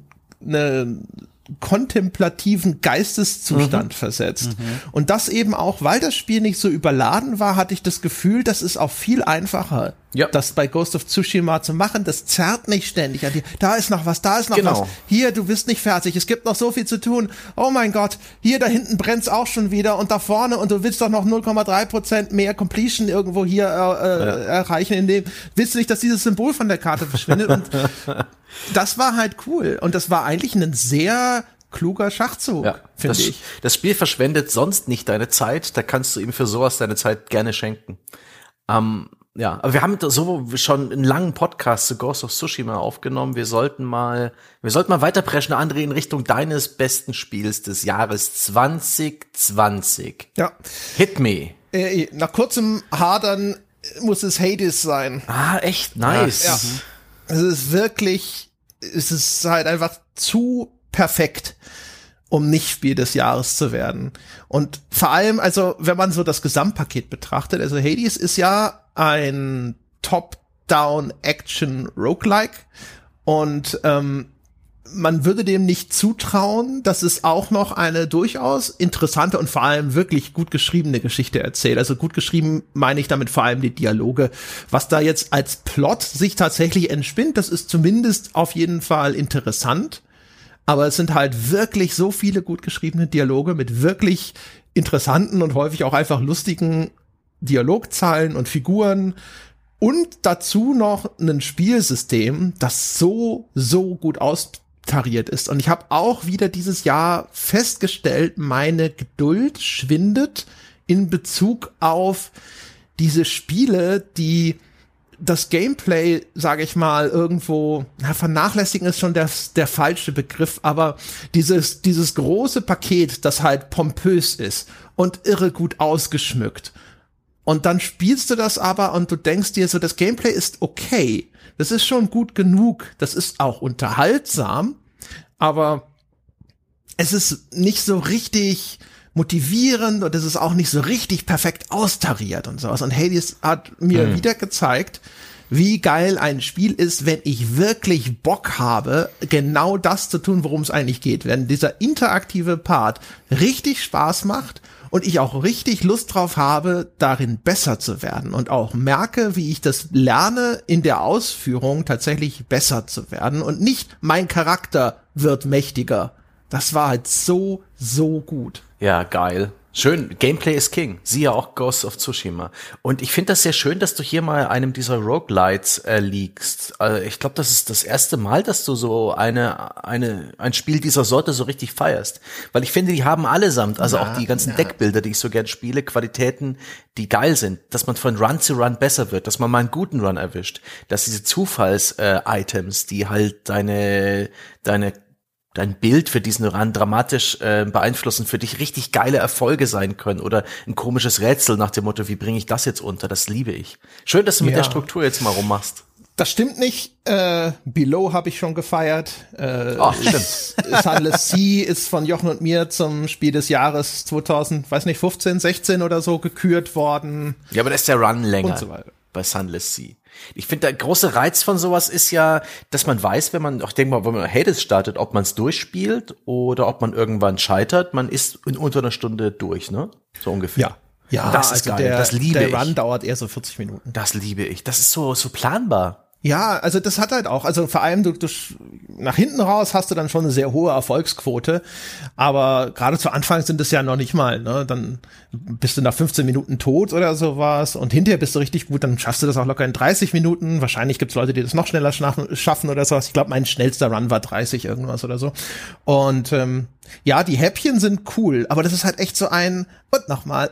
kontemplativen Geisteszustand versetzt. Und das eben auch, weil das Spiel nicht so überladen war, hatte ich das Gefühl, das ist auch viel einfacher, das bei Ghost of Tsushima zu machen. Das zerrt nicht ständig an dir. Da ist noch was, da ist noch was. Hier, du bist nicht fertig. Es gibt noch so viel zu tun. Oh mein Gott, hier da hinten brennt's auch schon wieder und da vorne und du willst doch noch 0,3% mehr Completion irgendwo hier erreichen. Willst du nicht, dass dieses Symbol von der Karte verschwindet? Und das war halt cool. Und das war eigentlich ein sehr kluger Schachzug, finde ich. Das Spiel verschwendet sonst nicht deine Zeit. Da kannst du ihm für sowas deine Zeit gerne schenken. Aber wir haben so schon einen langen Podcast zu Ghost of Tsushima aufgenommen. Wir sollten mal weiterpreschen, André, in Richtung deines besten Spiels des Jahres 2020. Ja. Hit me. Nach kurzem Hadern muss es Hades sein. Ah, echt? Nice. Ja. Es ist halt einfach zu perfekt, um nicht Spiel des Jahres zu werden. Und vor allem, also wenn man so das Gesamtpaket betrachtet, also Hades ist ja ein Top-Down-Action-Roguelike und man würde dem nicht zutrauen, dass es auch noch eine durchaus interessante und vor allem wirklich gut geschriebene Geschichte erzählt. Also gut geschrieben meine ich damit vor allem die Dialoge. Was da jetzt als Plot sich tatsächlich entspinnt, das ist zumindest auf jeden Fall interessant. Aber es sind halt wirklich so viele gut geschriebene Dialoge mit wirklich interessanten und häufig auch einfach lustigen Dialogzeilen und Figuren. Und dazu noch ein Spielsystem, das so gut austariert ist. Und ich habe auch wieder dieses Jahr festgestellt, meine Geduld schwindet in Bezug auf diese Spiele, die das Gameplay, sage ich mal, irgendwo, vernachlässigen ist schon der falsche Begriff, aber dieses große Paket, das halt pompös ist und irre gut ausgeschmückt. Und dann spielst du das aber und du denkst dir so, das Gameplay ist okay. Das ist schon gut genug. Das ist auch unterhaltsam, aber es ist nicht so richtig motivierend und es ist auch nicht so richtig perfekt austariert und sowas. Und Hades hat mir wieder gezeigt, wie geil ein Spiel ist, wenn ich wirklich Bock habe, genau das zu tun, worum es eigentlich geht. Wenn dieser interaktive Part richtig Spaß macht und ich auch richtig Lust drauf habe, darin besser zu werden und auch merke, wie ich das lerne, in der Ausführung tatsächlich besser zu werden und nicht mein Charakter wird mächtiger. Das war halt so gut. Ja, geil. Schön. Gameplay is King. Siehe auch Ghost of Tsushima. Und ich finde das sehr schön, dass du hier mal einem dieser Roguelites liegst. Also ich glaube, das ist das erste Mal, dass du so ein Spiel dieser Sorte so richtig feierst. Weil ich finde, die haben allesamt, also auch die ganzen Deckbilder, die ich so gern spiele, Qualitäten, die geil sind. Dass man von Run zu Run besser wird, dass man mal einen guten Run erwischt. Dass diese Zufalls-Items, die halt dein Bild für diesen Run dramatisch beeinflussen, für dich richtig geile Erfolge sein können oder ein komisches Rätsel nach dem Motto, wie bringe ich das jetzt unter? Das liebe ich. Schön, dass du mit der Struktur jetzt mal rummachst. Das stimmt nicht. Below habe ich schon gefeiert. Stimmt. Sunless Sea ist von Jochen und mir zum Spiel des Jahres 2015, 16 oder so gekürt worden. Ja, aber da ist der Run länger und so weiter. Bei Sunless Sea. Ich finde, der große Reiz von sowas ist ja, dass man weiß, wenn man Hades startet, ob man es durchspielt oder ob man irgendwann scheitert. Man ist in unter einer Stunde durch, ne? So ungefähr. Ja, das ist geil. Das liebe ich. Der Run dauert eher so 40 Minuten. Das liebe ich. Das ist so planbar. Ja, also das hat halt auch, also vor allem du nach hinten raus hast du dann schon eine sehr hohe Erfolgsquote, aber gerade zu Anfang sind es ja noch nicht mal, ne, dann bist du nach 15 Minuten tot oder sowas und hinterher bist du richtig gut, dann schaffst du das auch locker in 30 Minuten, wahrscheinlich gibt's Leute, die das noch schneller schaffen oder sowas, ich glaube mein schnellster Run war 30 irgendwas oder so und ja, die Häppchen sind cool, aber das ist halt echt so ein und nochmal,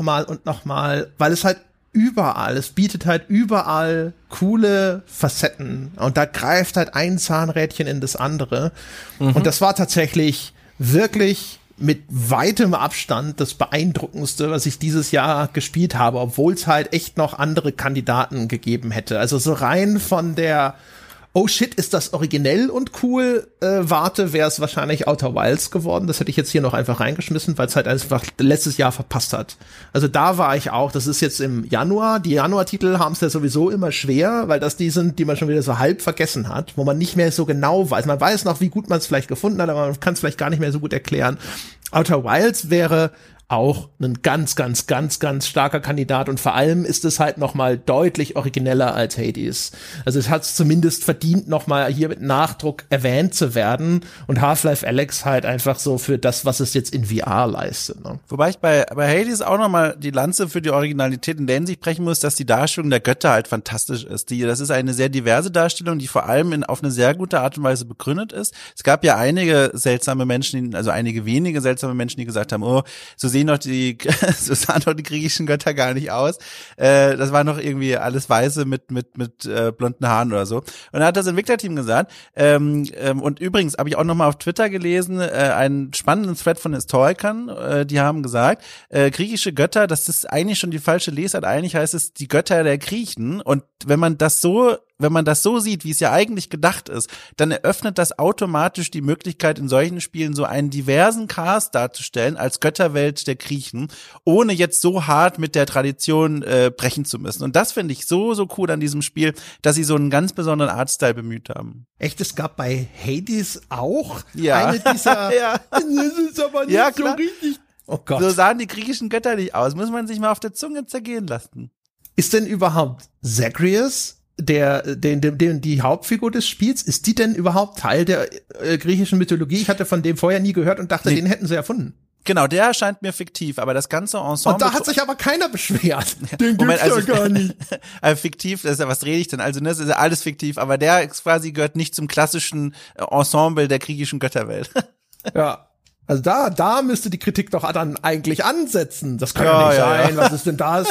weil es halt es bietet halt überall coole Facetten und da greift halt ein Zahnrädchen in das andere und das war tatsächlich wirklich mit weitem Abstand das Beeindruckendste, was ich dieses Jahr gespielt habe, obwohl es halt echt noch andere Kandidaten gegeben hätte. Also so rein von der oh shit, ist das originell und cool, warte, wäre es wahrscheinlich Outer Wilds geworden. Das hätte ich jetzt hier noch einfach reingeschmissen, weil es halt einfach letztes Jahr verpasst hat. Also da war ich auch, das ist jetzt im Januar, die Januar-Titel haben es ja sowieso immer schwer, weil das die sind, die man schon wieder so halb vergessen hat, wo man nicht mehr so genau weiß. Man weiß noch, wie gut man es vielleicht gefunden hat, aber man kann es vielleicht gar nicht mehr so gut erklären. Outer Wilds wäre auch ein ganz starker Kandidat und vor allem ist es halt noch mal deutlich origineller als Hades. Also es hat es zumindest verdient, noch mal hier mit Nachdruck erwähnt zu werden und Half-Life Alyx halt einfach so für das, was es jetzt in VR leistet. Ne? Wobei ich bei Hades auch noch mal die Lanze für die Originalität in der Hinsicht brechen muss, dass die Darstellung der Götter halt fantastisch ist. Das ist eine sehr diverse Darstellung, die vor allem auf eine sehr gute Art und Weise begründet ist. Es gab ja einige seltsame Menschen, also einige wenige seltsame Menschen, die gesagt haben, oh, so sahen doch die griechischen Götter gar nicht aus. Das war noch irgendwie alles Weiße mit blonden Haaren oder so. Und da hat das Entwicklerteam gesagt, und übrigens habe ich auch nochmal auf Twitter gelesen, einen spannenden Thread von Historikern, die haben gesagt, griechische Götter, das ist eigentlich schon die falsche Lesart, eigentlich heißt es die Götter der Griechen und wenn man das so sieht, wie es ja eigentlich gedacht ist, dann eröffnet das automatisch die Möglichkeit, in solchen Spielen so einen diversen Cast darzustellen als Götterwelt der Griechen, ohne jetzt so hart mit der Tradition brechen zu müssen. Und das finde ich so cool an diesem Spiel, dass sie so einen ganz besonderen Artstyle bemüht haben. Echt, es gab bei Hades auch eine dieser ja. Das ist aber nicht so richtig. Oh Gott. So sahen die griechischen Götter nicht aus. Muss man sich mal auf der Zunge zergehen lassen. Ist denn überhaupt Zagreus, die Hauptfigur des Spiels, ist die denn überhaupt Teil der griechischen Mythologie? Ich hatte von dem vorher nie gehört und dachte, den hätten sie erfunden. Genau, der erscheint mir fiktiv, aber das ganze Ensemble... Und da hat sich aber keiner beschwert. Den gibt's ja gar nicht. Fiktiv, das ist ja, was rede ich denn? Also, das ist ja alles fiktiv, aber der quasi gehört nicht zum klassischen Ensemble der griechischen Götterwelt. Ja. Also da müsste die Kritik doch dann eigentlich ansetzen. Das kann ja nicht sein. Was ist denn das?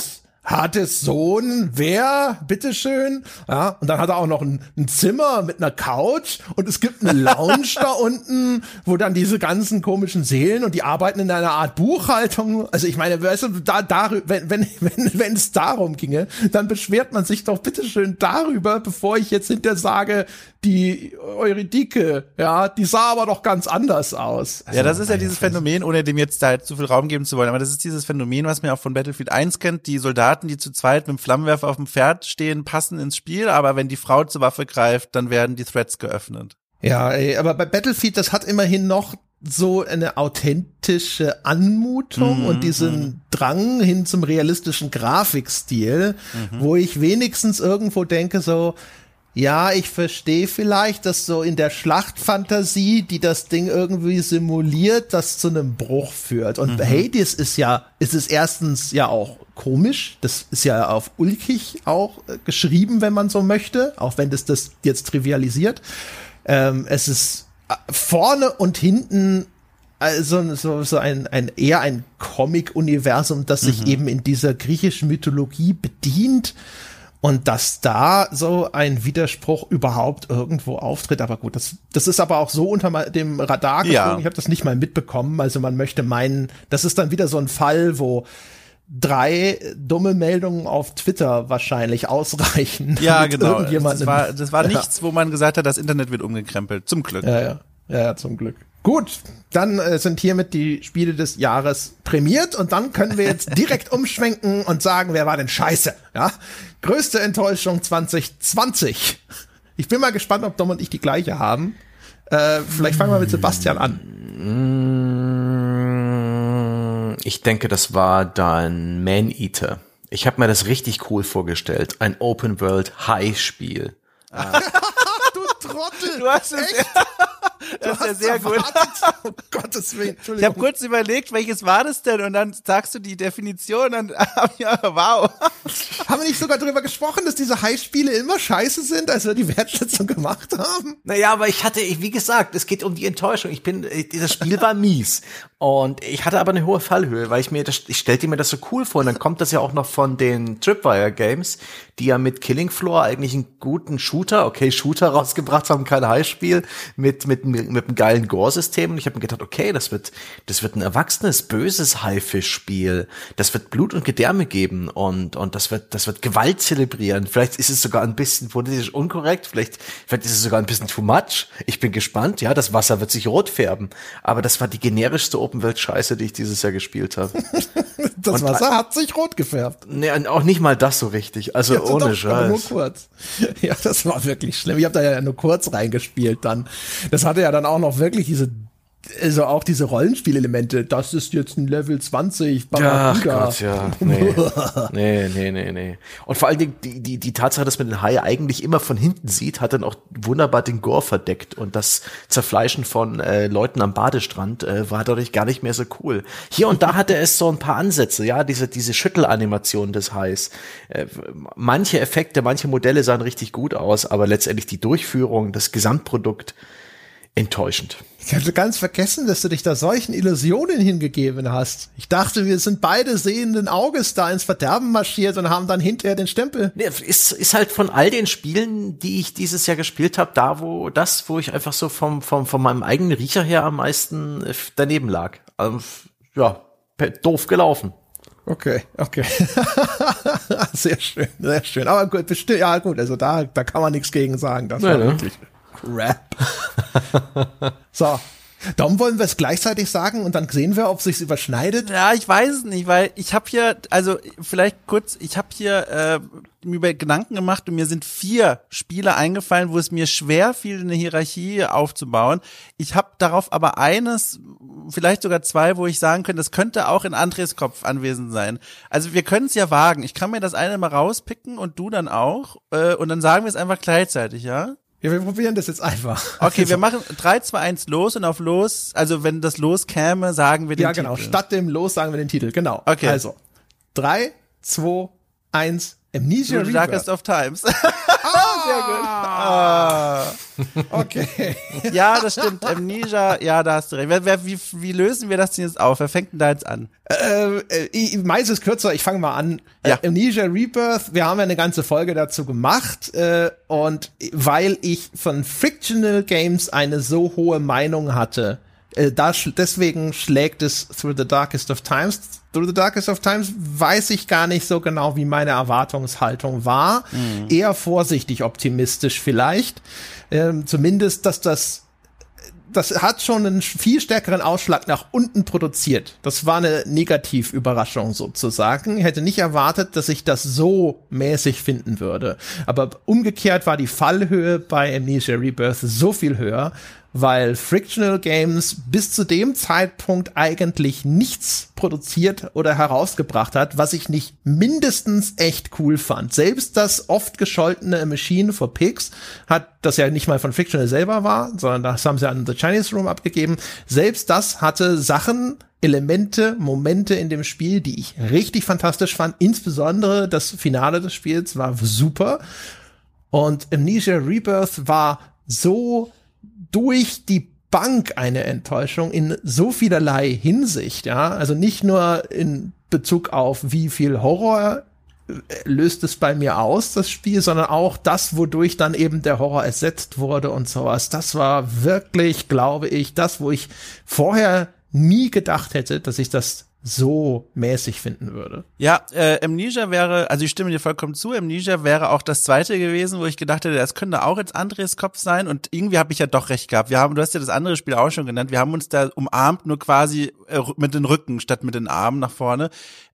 Hartes Sohn, wer? Bitteschön. Ja, und dann hat er auch noch ein Zimmer mit einer Couch und es gibt eine Lounge da unten, wo dann diese ganzen komischen Seelen und die arbeiten in einer Art Buchhaltung. Also ich meine, weißt du, wenn es darum ginge, dann beschwert man sich doch bitteschön darüber, bevor ich jetzt hinterher sage, die Eurydike, ja, die sah aber doch ganz anders aus. Also, ja, das ist ja dieses Phänomen, ohne dem jetzt da halt zu viel Raum geben zu wollen, aber das ist dieses Phänomen, was man auch von Battlefield 1 kennt, die Soldaten, die zu zweit mit dem Flammenwerfer auf dem Pferd stehen, passen ins Spiel, aber wenn die Frau zur Waffe greift, dann werden die Threads geöffnet. Ja, aber bei Battlefield, das hat immerhin noch so eine authentische Anmutung und diesen Drang hin zum realistischen Grafikstil, wo ich wenigstens irgendwo denke so, ja, ich verstehe vielleicht, dass so in der Schlachtfantasie, die das Ding irgendwie simuliert, das zu einem Bruch führt. Und Hades ist es erstens ja auch komisch, das ist ja auf ulkig auch geschrieben, wenn man so möchte, auch wenn das jetzt trivialisiert. Es ist vorne und hinten also so ein eher ein Comic-Universum, das sich eben in dieser griechischen Mythologie bedient. Und dass da so ein Widerspruch überhaupt irgendwo auftritt, aber gut, das ist aber auch so unter dem Radar geflogen, ja. Ich habe das nicht mal mitbekommen, also man möchte meinen, das ist dann wieder so ein Fall, wo 3 dumme Meldungen auf Twitter wahrscheinlich ausreichen. Ja, genau, das war nichts, wo man gesagt hat, das Internet wird umgekrempelt, zum Glück. Ja, zum Glück. Gut, dann sind hiermit die Spiele des Jahres prämiert und dann können wir jetzt direkt umschwenken und sagen, wer war denn scheiße? Ja, größte Enttäuschung 2020. Ich bin mal gespannt, ob Dom und ich die gleiche haben. Vielleicht fangen wir mit Sebastian an. Ich denke, das war dann Man-Eater. Ich habe mir das richtig cool vorgestellt. Ein Open-World-High-Spiel. Du Trottel! Du hast es echt? Das ist ja sehr gut. Oh Gottes Willen. Ich habe kurz überlegt, welches war das denn? Und dann sagst du die Definition und ja, wow. Haben wir nicht sogar darüber gesprochen, dass diese High-Spiele immer scheiße sind, als wir die Wertschätzung gemacht haben? Naja, aber wie gesagt, es geht um die Enttäuschung. Das Spiel war mies. Und ich hatte aber eine hohe Fallhöhe, weil ich stellte mir das so cool vor. Und dann kommt das ja auch noch von den Tripwire Games, die ja mit Killing Floor eigentlich einen guten Shooter rausgebracht haben, kein High-Spiel, mit einem geilen Gore-System. Und ich habe mir gedacht, okay, das wird ein erwachsenes, böses Haifisch-Spiel. Das wird Blut und Gedärme geben und das wird Gewalt zelebrieren. Vielleicht ist es sogar ein bisschen politisch unkorrekt, vielleicht ist es sogar ein bisschen too much. Ich bin gespannt, ja, das Wasser wird sich rot färben. Aber das war die generischste Open-World-Scheiße, die ich dieses Jahr gespielt habe. Das Wasser hat sich rot gefärbt. Nee, auch nicht mal das so richtig. Also ja, ohne Scheiß. Aber nur kurz. Ja, das war wirklich schlimm. Ich habe da ja nur kurz reingespielt dann. Das hatte ja dann auch noch wirklich diese Rollenspielelemente. Das ist jetzt ein Level 20 Barracuda. Ach Gott, ja. Nee. Und vor allen Dingen die Tatsache, dass man den Hai eigentlich immer von hinten sieht, hat dann auch wunderbar den Gore verdeckt. Und das Zerfleischen von Leuten am Badestrand war dadurch gar nicht mehr so cool. Hier und da hatte es so ein paar Ansätze, ja, diese Schüttelanimation des Hais. Manche Effekte, manche Modelle sahen richtig gut aus, aber letztendlich die Durchführung, das Gesamtprodukt, enttäuschend. Ich hatte ganz vergessen, dass du dich da solchen Illusionen hingegeben hast. Ich dachte, wir sind beide sehenden Auges da ins Verderben marschiert und haben dann hinterher den Stempel. Nee, ist halt von all den Spielen, die ich dieses Jahr gespielt habe, wo ich einfach so von meinem eigenen Riecher her am meisten daneben lag. Ja, doof gelaufen. Okay. Sehr schön. Aber gut, bestimmt, ja gut, also da kann man nichts gegen sagen. Das war wirklich Crap. So, Dom, wollen wir es gleichzeitig sagen und dann sehen wir, ob es sich überschneidet? Ja, ich weiß es nicht, weil ich habe hier, also vielleicht kurz, ich habe hier mir Gedanken gemacht und mir sind 4 Spiele eingefallen, wo es mir schwer fiel, eine Hierarchie aufzubauen. Ich habe darauf aber eines, vielleicht sogar 2, wo ich sagen könnte, das könnte auch in Andres Kopf anwesend sein. Also wir können es ja wagen. Ich kann mir das eine mal rauspicken und du dann auch und dann sagen wir es einfach gleichzeitig, ja? Ja, wir probieren das jetzt einfach. Okay, wir machen 3, 2, 1 los und auf los, also wenn das Los käme, sagen wir den Titel. Ja, genau, statt dem Los sagen wir den Titel, genau. Okay. Also, 3, 2, 1, Amnesia Rebirth. Darkest of Times. Oh, Okay. Ja, das stimmt. Amnesia, ja, da hast du recht. Wie lösen wir das denn jetzt auf? Wer fängt denn da jetzt an? Meins ist kürzer, ich fange mal an. Ja. Amnesia Rebirth, wir haben ja eine ganze Folge dazu gemacht und weil ich von Frictional Games eine so hohe Meinung hatte, deswegen schlägt es Through the Darkest of Times. Through the Darkest of Times weiß ich gar nicht so genau, wie meine Erwartungshaltung war. Eher vorsichtig optimistisch vielleicht. Zumindest, dass das hat schon einen viel stärkeren Ausschlag nach unten produziert. Das war eine Negativüberraschung sozusagen. Ich hätte nicht erwartet, dass ich das so mäßig finden würde. Aber umgekehrt war die Fallhöhe bei Amnesia Rebirth so viel höher, weil Frictional Games bis zu dem Zeitpunkt eigentlich nichts produziert oder herausgebracht hat, was ich nicht mindestens echt cool fand. Selbst das oft gescholtene A Machine for Pigs das ja nicht mal von Frictional selber war, sondern das haben sie an The Chinese Room abgegeben. Selbst das hatte Sachen, Elemente, Momente in dem Spiel, die ich richtig fantastisch fand. Insbesondere das Finale des Spiels war super. Und Amnesia Rebirth war so durch die Bank eine Enttäuschung in so vielerlei Hinsicht, ja. Also nicht nur in Bezug auf, wie viel Horror löst es bei mir aus, das Spiel, sondern auch das, wodurch dann eben der Horror ersetzt wurde und sowas. Das war wirklich, glaube ich, das, wo ich vorher nie gedacht hätte, dass ich das so mäßig finden würde. Ja, Amnesia wäre, also ich stimme dir vollkommen zu, Amnesia wäre auch das zweite gewesen, wo ich gedacht hätte, das könnte auch jetzt Andres Kopf sein und irgendwie habe ich ja doch recht gehabt. Du hast ja das andere Spiel auch schon genannt, wir haben uns da umarmt, nur quasi mit den Rücken statt mit den Armen nach vorne.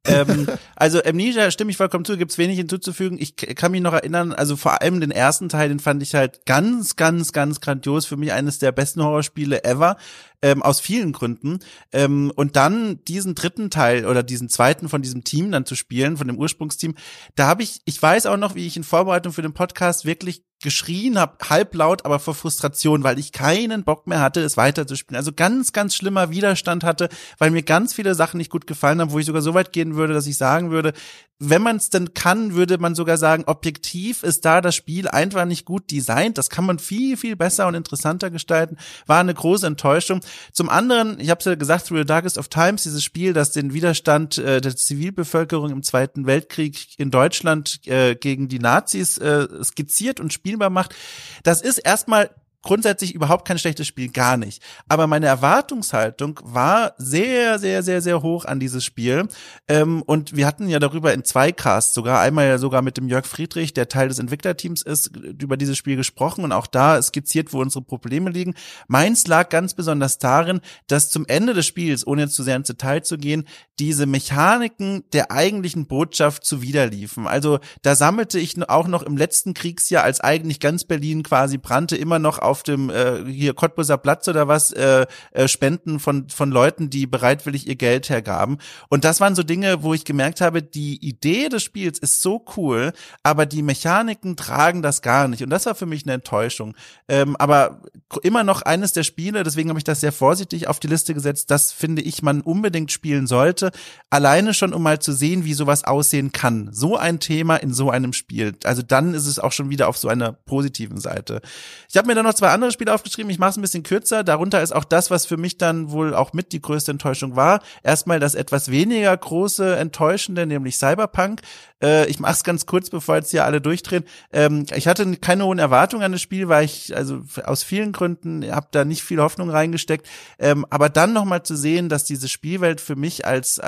Also Amnesia, stimme ich vollkommen zu, gibt's wenig hinzuzufügen. Ich kann mich noch erinnern, also vor allem den ersten Teil, den fand ich halt ganz, ganz, ganz grandios. Für mich eines der besten Horrorspiele ever, aus vielen Gründen. Und dann diesen dritten Teil oder diesen zweiten von diesem Team dann zu spielen, von dem Ursprungsteam, da habe ich weiß auch noch, wie ich in Vorbereitung für den Podcast wirklich geschrien habe, halblaut, aber vor Frustration, weil ich keinen Bock mehr hatte, es weiterzuspielen. Also ganz, ganz schlimmer Widerstand hatte, weil mir ganz viele Sachen nicht gut gefallen haben, wo ich sogar so weit gehen würde, dass ich sagen würde, wenn man es denn kann, würde man sogar sagen, objektiv ist da das Spiel einfach nicht gut designt. Das kann man viel, viel besser und interessanter gestalten. War eine große Enttäuschung. Zum anderen, ich habe es ja gesagt, Through the Darkest of Times, dieses Spiel, das den Widerstand der Zivilbevölkerung im Zweiten Weltkrieg in Deutschland gegen die Nazis skizziert und spielbar macht. Das ist erstmal grundsätzlich überhaupt kein schlechtes Spiel, gar nicht. Aber meine Erwartungshaltung war sehr, sehr, sehr, sehr hoch an dieses Spiel. Und wir hatten ja darüber in 2 Casts einmal ja sogar mit dem Jörg Friedrich, der Teil des Entwicklerteams ist, über dieses Spiel gesprochen und auch da skizziert, wo unsere Probleme liegen. Meins lag ganz besonders darin, dass zum Ende des Spiels, ohne jetzt zu sehr ins Detail zu gehen, diese Mechaniken der eigentlichen Botschaft zuwiderliefen. Also da sammelte ich auch noch im letzten Kriegsjahr, als eigentlich ganz Berlin quasi brannte, immer noch auf dem hier Cottbuser Platz oder was Spenden von Leuten, die bereitwillig ihr Geld hergaben. Und das waren so Dinge, wo ich gemerkt habe, die Idee des Spiels ist so cool, aber die Mechaniken tragen das gar nicht. Und das war für mich eine Enttäuschung. Aber immer noch eines der Spiele, deswegen habe ich das sehr vorsichtig auf die Liste gesetzt, das finde ich, man unbedingt spielen sollte. Alleine schon, um mal zu sehen, wie sowas aussehen kann. So ein Thema in so einem Spiel. Also dann ist es auch schon wieder auf so einer positiven Seite. Ich habe mir dann noch 2 andere Spiele aufgeschrieben, ich mache es ein bisschen kürzer. Darunter ist auch das, was für mich dann wohl auch mit die größte Enttäuschung war. Erstmal das etwas weniger große Enttäuschende, nämlich Cyberpunk. Ich mache es ganz kurz, bevor jetzt hier alle durchdrehen. Ich hatte keine hohen Erwartungen an das Spiel, weil ich also aus vielen Gründen habe da nicht viel Hoffnung reingesteckt. Aber dann nochmal zu sehen, dass diese Spielwelt für mich als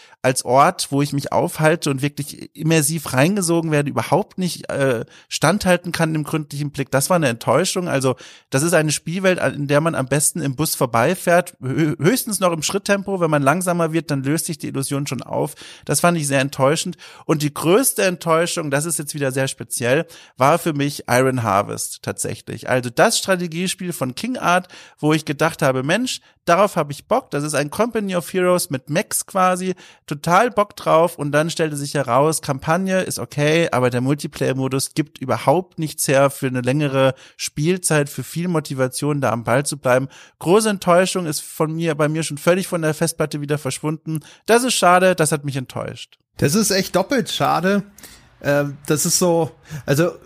Ort, wo ich mich aufhalte und wirklich immersiv reingesogen werde, überhaupt nicht standhalten kann im gründlichen Blick. Das war eine Enttäuschung. Also das ist eine Spielwelt, in der man am besten im Bus vorbeifährt, höchstens noch im Schritttempo. Wenn man langsamer wird, dann löst sich die Illusion schon auf. Das fand ich sehr enttäuschend. Und die größte Enttäuschung, das ist jetzt wieder sehr speziell, war für mich Iron Harvest tatsächlich. Also das Strategiespiel von King Art, wo ich gedacht habe, Mensch, darauf habe ich Bock. Das ist ein Company of Heroes mit Mechs quasi, total Bock drauf. Und dann stellte sich heraus, Kampagne ist okay, aber der Multiplayer-Modus gibt überhaupt nichts her für eine längere Spielzeit, für viel Motivation, da am Ball zu bleiben. Große Enttäuschung ist bei mir schon völlig von der Festplatte wieder verschwunden. Das ist schade, das hat mich enttäuscht. Das ist echt doppelt schade. Das ist so, also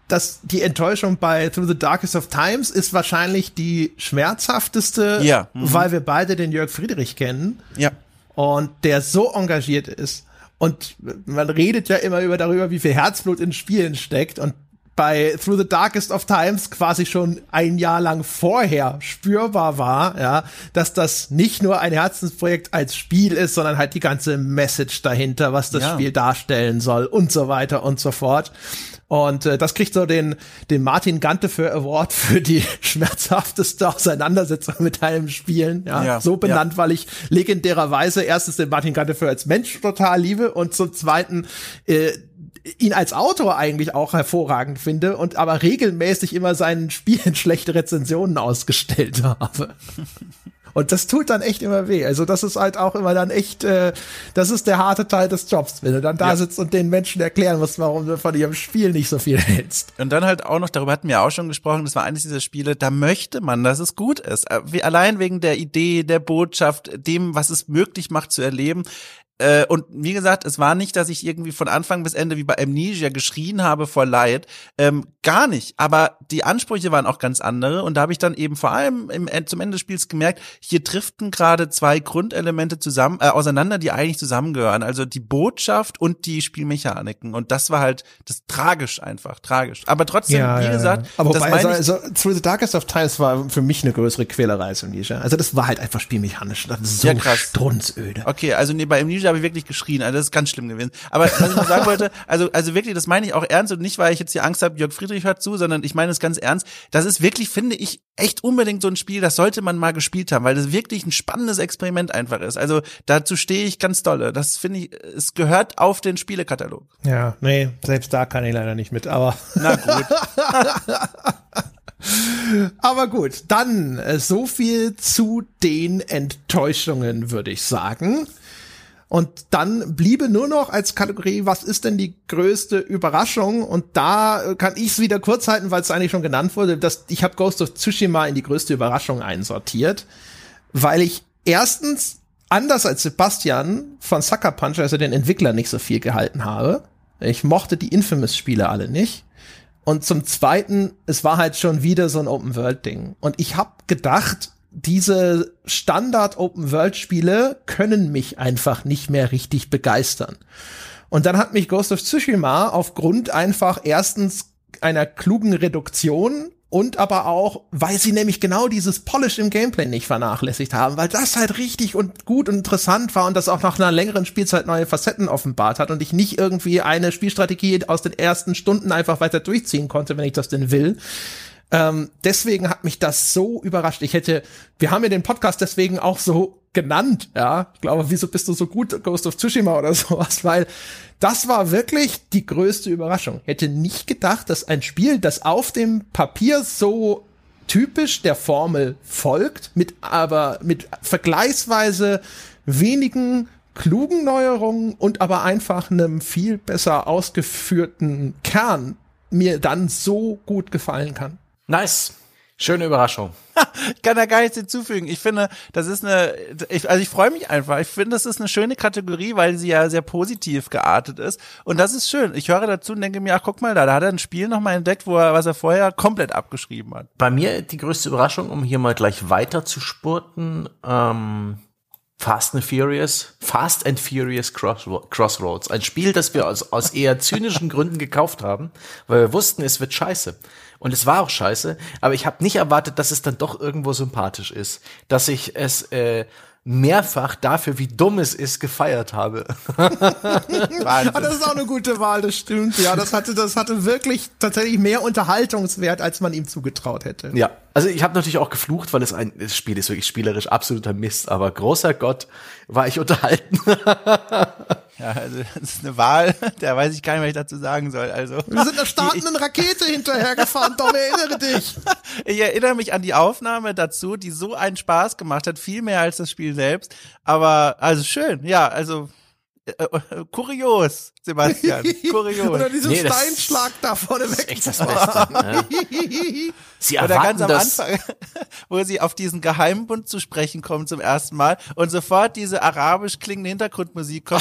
die Enttäuschung bei Through the Darkest of Times ist wahrscheinlich die schmerzhafteste, weil wir beide den Jörg Friedrich kennen. Ja. Und der so engagiert ist. Und man redet ja immer darüber, wie viel Herzblut in Spielen steckt. Und bei Through the Darkest of Times quasi schon ein Jahr lang vorher spürbar war, ja, dass das nicht nur ein Herzensprojekt als Spiel ist, sondern halt die ganze Message dahinter, was das Spiel darstellen soll und so weiter und so fort. Und das kriegt so den Martin Ganteföhr Award für die schmerzhafteste Auseinandersetzung mit einem Spielen, so benannt, weil ich legendärerweise erstens den Martin Ganteföhr als Mensch total liebe und zum Zweiten ihn als Autor eigentlich auch hervorragend finde und aber regelmäßig immer seinen Spielen schlechte Rezensionen ausgestellt habe. Und das tut dann echt immer weh. Also das ist halt auch immer dann echt, das ist der harte Teil des Jobs, wenn du dann da sitzt und den Menschen erklären musst, warum du von ihrem Spiel nicht so viel hältst. Und dann halt auch noch, darüber hatten wir auch schon gesprochen, das war eines dieser Spiele, da möchte man, dass es gut ist. Allein wegen der Idee, der Botschaft, dem, was es möglich macht zu erleben. Und wie gesagt, es war nicht, dass ich irgendwie von Anfang bis Ende wie bei Amnesia geschrien habe vor Leid. Gar nicht. Aber die Ansprüche waren auch ganz andere. Und da habe ich dann eben vor allem zum Ende des Spiels gemerkt, hier driften gerade zwei Grundelemente zusammen, auseinander, die eigentlich zusammengehören. Also die Botschaft und die Spielmechaniken. Und das war halt das tragisch einfach. Tragisch. Aber trotzdem, wie gesagt. Aber wobei, also Through the Darkest of Times war für mich eine größere Quälerei als Amnesia. Also das war halt einfach spielmechanisch. Das ist so strunzöde. Okay, also nee, bei Amnesia habe ich wirklich geschrien, also das ist ganz schlimm gewesen. Aber was ich noch sagen wollte, also wirklich, das meine ich auch ernst und nicht, weil ich jetzt hier Angst habe, Jörg Friedrich hört zu, sondern ich meine es ganz ernst. Das ist wirklich, finde ich, echt unbedingt so ein Spiel, das sollte man mal gespielt haben, weil das wirklich ein spannendes Experiment einfach ist. Also dazu stehe ich ganz dolle. Das finde ich, es gehört auf den Spielekatalog. Ja, nee, selbst da kann ich leider nicht mit, aber. Na gut. Aber gut, dann so viel zu den Enttäuschungen, würde ich sagen. Und dann bliebe nur noch als Kategorie, was ist denn die größte Überraschung? Und da kann ich es wieder kurz halten, weil es eigentlich schon genannt wurde, ich habe Ghost of Tsushima in die größte Überraschung einsortiert, weil ich erstens, anders als Sebastian, von Sucker Punch, also den Entwickler, nicht so viel gehalten habe. Ich mochte die Infamous-Spiele alle nicht. Und zum Zweiten, es war halt schon wieder so ein Open-World-Ding. Und ich habe gedacht, diese Standard-Open-World-Spiele können mich einfach nicht mehr richtig begeistern. Und dann hat mich Ghost of Tsushima aufgrund einfach erstens einer klugen Reduktion und aber auch, weil sie nämlich genau dieses Polish im Gameplay nicht vernachlässigt haben, weil das halt richtig und gut und interessant war und das auch nach einer längeren Spielzeit neue Facetten offenbart hat und ich nicht irgendwie eine Spielstrategie aus den ersten Stunden einfach weiter durchziehen konnte, wenn ich das denn will. Deswegen hat mich das so überrascht. Wir haben ja den Podcast deswegen auch so genannt, ja. Ich glaube, wieso bist du so gut, Ghost of Tsushima oder sowas, weil das war wirklich die größte Überraschung. Ich hätte nicht gedacht, dass ein Spiel, das auf dem Papier so typisch der Formel folgt, aber mit vergleichsweise wenigen klugen Neuerungen und aber einfach einem viel besser ausgeführten Kern mir dann so gut gefallen kann. Nice. Schöne Überraschung. Ich kann da gar nichts hinzufügen. Ich finde, das ist ich freue mich einfach. Ich finde, das ist eine schöne Kategorie, weil sie ja sehr positiv geartet ist. Und das ist schön. Ich höre dazu und denke mir, ach, guck mal, da hat er ein Spiel nochmal entdeckt, was er vorher komplett abgeschrieben hat. Bei mir die größte Überraschung, um hier mal gleich weiter zu spurten, Fast and Furious Crossroads. Ein Spiel, das wir aus eher zynischen Gründen gekauft haben, weil wir wussten, es wird scheiße. Und es war auch scheiße, aber ich habe nicht erwartet, dass es dann doch irgendwo sympathisch ist. Dass ich es mehrfach dafür, wie dumm es ist, gefeiert habe. Das ist auch eine gute Wahl, das stimmt. Ja, das hatte wirklich tatsächlich mehr Unterhaltungswert, als man ihm zugetraut hätte. Ja, also ich habe natürlich auch geflucht, weil das Spiel ist wirklich spielerisch absoluter Mist, aber großer Gott, war ich unterhalten. Ja, also das ist eine Wahl, da weiß ich gar nicht, was ich dazu sagen soll. Also wir sind einer startenden Rakete hinterhergefahren, Tom, erinnere dich. Ich erinnere mich an die Aufnahme dazu, die so einen Spaß gemacht hat, viel mehr als das Spiel selbst. Aber also schön, ja, also kurios, Sebastian. Kurios. Oder diesen Steinschlag da vorne weg. Echt das Beste. Ne? Sie erwarten oder ganz am Anfang, wo sie auf diesen Geheimbund zu sprechen kommen zum ersten Mal und sofort diese arabisch klingende Hintergrundmusik kommt.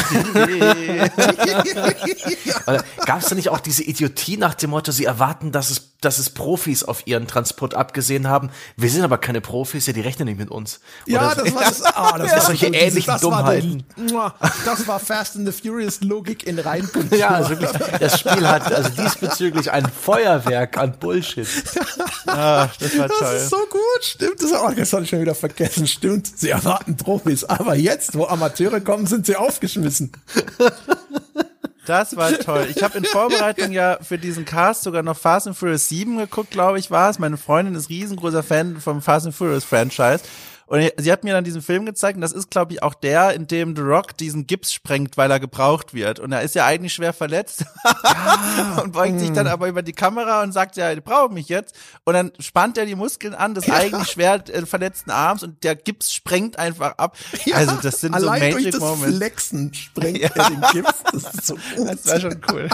Gab es da nicht auch diese Idiotie nach dem Motto, sie erwarten, dass es Profis auf ihren Transport abgesehen haben? Wir sind aber keine Profis, ja, die rechnen nicht mit uns. Ja, das war solche ähnlichen Dummheiten. Das war Fast and the Furious Logik in Reinkultur. Ja, also wirklich, das Spiel hat also diesbezüglich ein Feuerwerk an Bullshit. Ah, das war toll. Das ist so gut, stimmt. Das habe ich schon wieder vergessen. Stimmt, sie erwarten Profis. Aber jetzt, wo Amateure kommen, sind sie aufgeschmissen. Das war toll. Ich habe in Vorbereitung ja für diesen Cast sogar noch Fast and Furious 7 geguckt, glaube ich, war es. Meine Freundin ist riesengroßer Fan vom Fast and Furious Franchise. Und sie hat mir dann diesen Film gezeigt und das ist, glaube ich, auch der, in dem The Rock diesen Gips sprengt, weil er gebraucht wird. Und er ist ja eigentlich schwer verletzt und beugt sich dann aber über die Kamera und sagt, ja, ich brauche mich jetzt. Und dann spannt er die Muskeln an des eigentlich schwer verletzten Arms und der Gips sprengt einfach ab. Ja, also das sind so Magic durch Moments. Das Flexen sprengt er den Gips. Das ist so gut. Das war schon cool.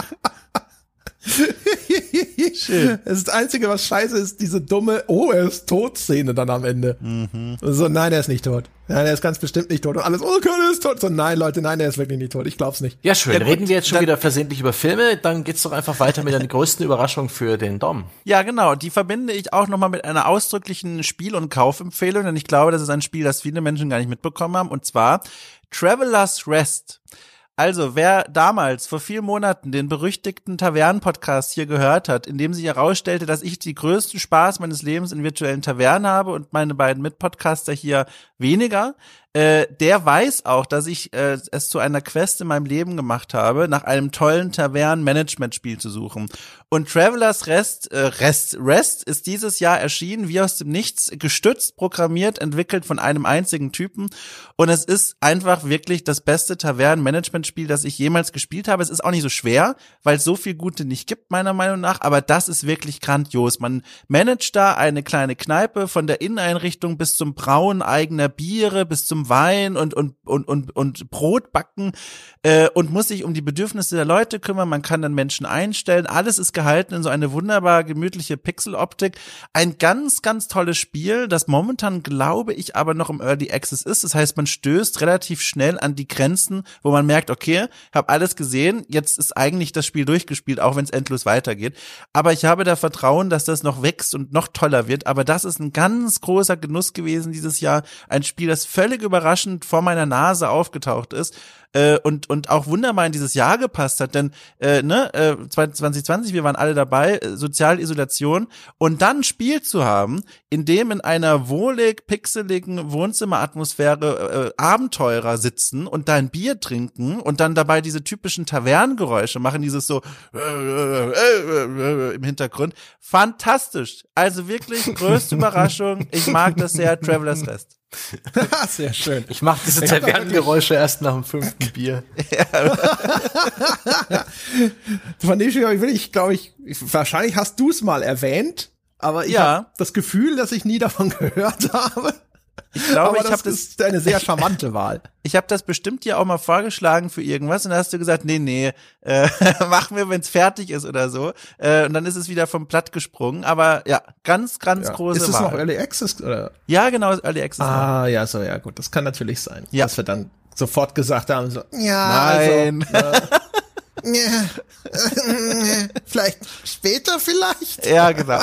Schön. Das Einzige, was scheiße ist, diese dumme, er ist tot Szene dann am Ende. So, nein, er ist nicht tot. Nein, er ist ganz bestimmt nicht tot. Und alles, er ist tot. So, nein, Leute, nein, er ist wirklich nicht tot. Ich glaub's nicht. Ja, schön. Reden wir jetzt schon wieder versehentlich über Filme, dann geht's doch einfach weiter mit der größten Überraschung für den Dom. Ja, genau. Die verbinde ich auch nochmal mit einer ausdrücklichen Spiel- und Kaufempfehlung, denn ich glaube, das ist ein Spiel, das viele Menschen gar nicht mitbekommen haben, und zwar Traveler's Rest. Also, wer damals vor vielen Monaten den berüchtigten Tavernen-Podcast hier gehört hat, in dem sich herausstellte, dass ich die größten Spaß meines Lebens in virtuellen Tavernen habe und meine beiden Mitpodcaster hier weniger, der weiß auch, dass ich es zu einer Quest in meinem Leben gemacht habe, nach einem tollen Tavernen-Management-Spiel zu suchen. Und Traveler's Rest ist dieses Jahr erschienen, wie aus dem Nichts, gestützt, programmiert, entwickelt von einem einzigen Typen. Und es ist einfach wirklich das beste Tavernen-Management-Spiel, das ich jemals gespielt habe. Es ist auch nicht so schwer, weil es so viel Gute nicht gibt, meiner Meinung nach. Aber das ist wirklich grandios. Man managt da eine kleine Kneipe von der Inneneinrichtung bis zum Brauen eigener Biere, bis zum Wein und Brot backen und muss sich um die Bedürfnisse der Leute kümmern. Man kann dann Menschen einstellen. Alles ist gehalten in so eine wunderbar gemütliche Pixeloptik. Ein ganz, ganz tolles Spiel, das momentan, glaube ich, aber noch im Early Access ist. Das heißt, man stößt relativ schnell an die Grenzen, wo man merkt, okay, ich habe alles gesehen, jetzt ist eigentlich das Spiel durchgespielt, auch wenn es endlos weitergeht. Aber ich habe da Vertrauen, dass das noch wächst und noch toller wird. Aber das ist ein ganz großer Genuss gewesen dieses Jahr. Ein Spiel, das völlig überraschend vor meiner Nase aufgetaucht ist. Und auch wunderbar in dieses Jahr gepasst hat, denn 2020, wir waren alle dabei, Sozialisolation, und dann ein Spiel zu haben, in dem in einer wohlig pixeligen Wohnzimmeratmosphäre Abenteurer sitzen und da ein Bier trinken und dann dabei diese typischen Tavernengeräusche machen, dieses so im Hintergrund. Fantastisch. Also wirklich größte Überraschung. Ich mag das sehr, Traveler's Rest. Sehr schön. Ich mache diese Tavernengeräusche erst nach dem 5. Bier. Von dem Spiel will ich, glaube ich, wahrscheinlich hast du es mal erwähnt, aber ich habe das Gefühl, dass ich nie davon gehört habe. Ich glaube, das ist eine sehr charmante Wahl. Ich habe das bestimmt dir auch mal vorgeschlagen für irgendwas und dann hast du gesagt, nee, machen wir, wenn es fertig ist oder so. Und dann ist es wieder vom Blatt gesprungen. Aber ja, ganz große Wahl. Ist es noch Early Access? Oder? Ja, genau, Early Access. Ja, so, ja, gut. Das kann natürlich sein. Ja. Dass wir dann sofort gesagt haben, so, nein. Vielleicht später vielleicht? Ja, genau.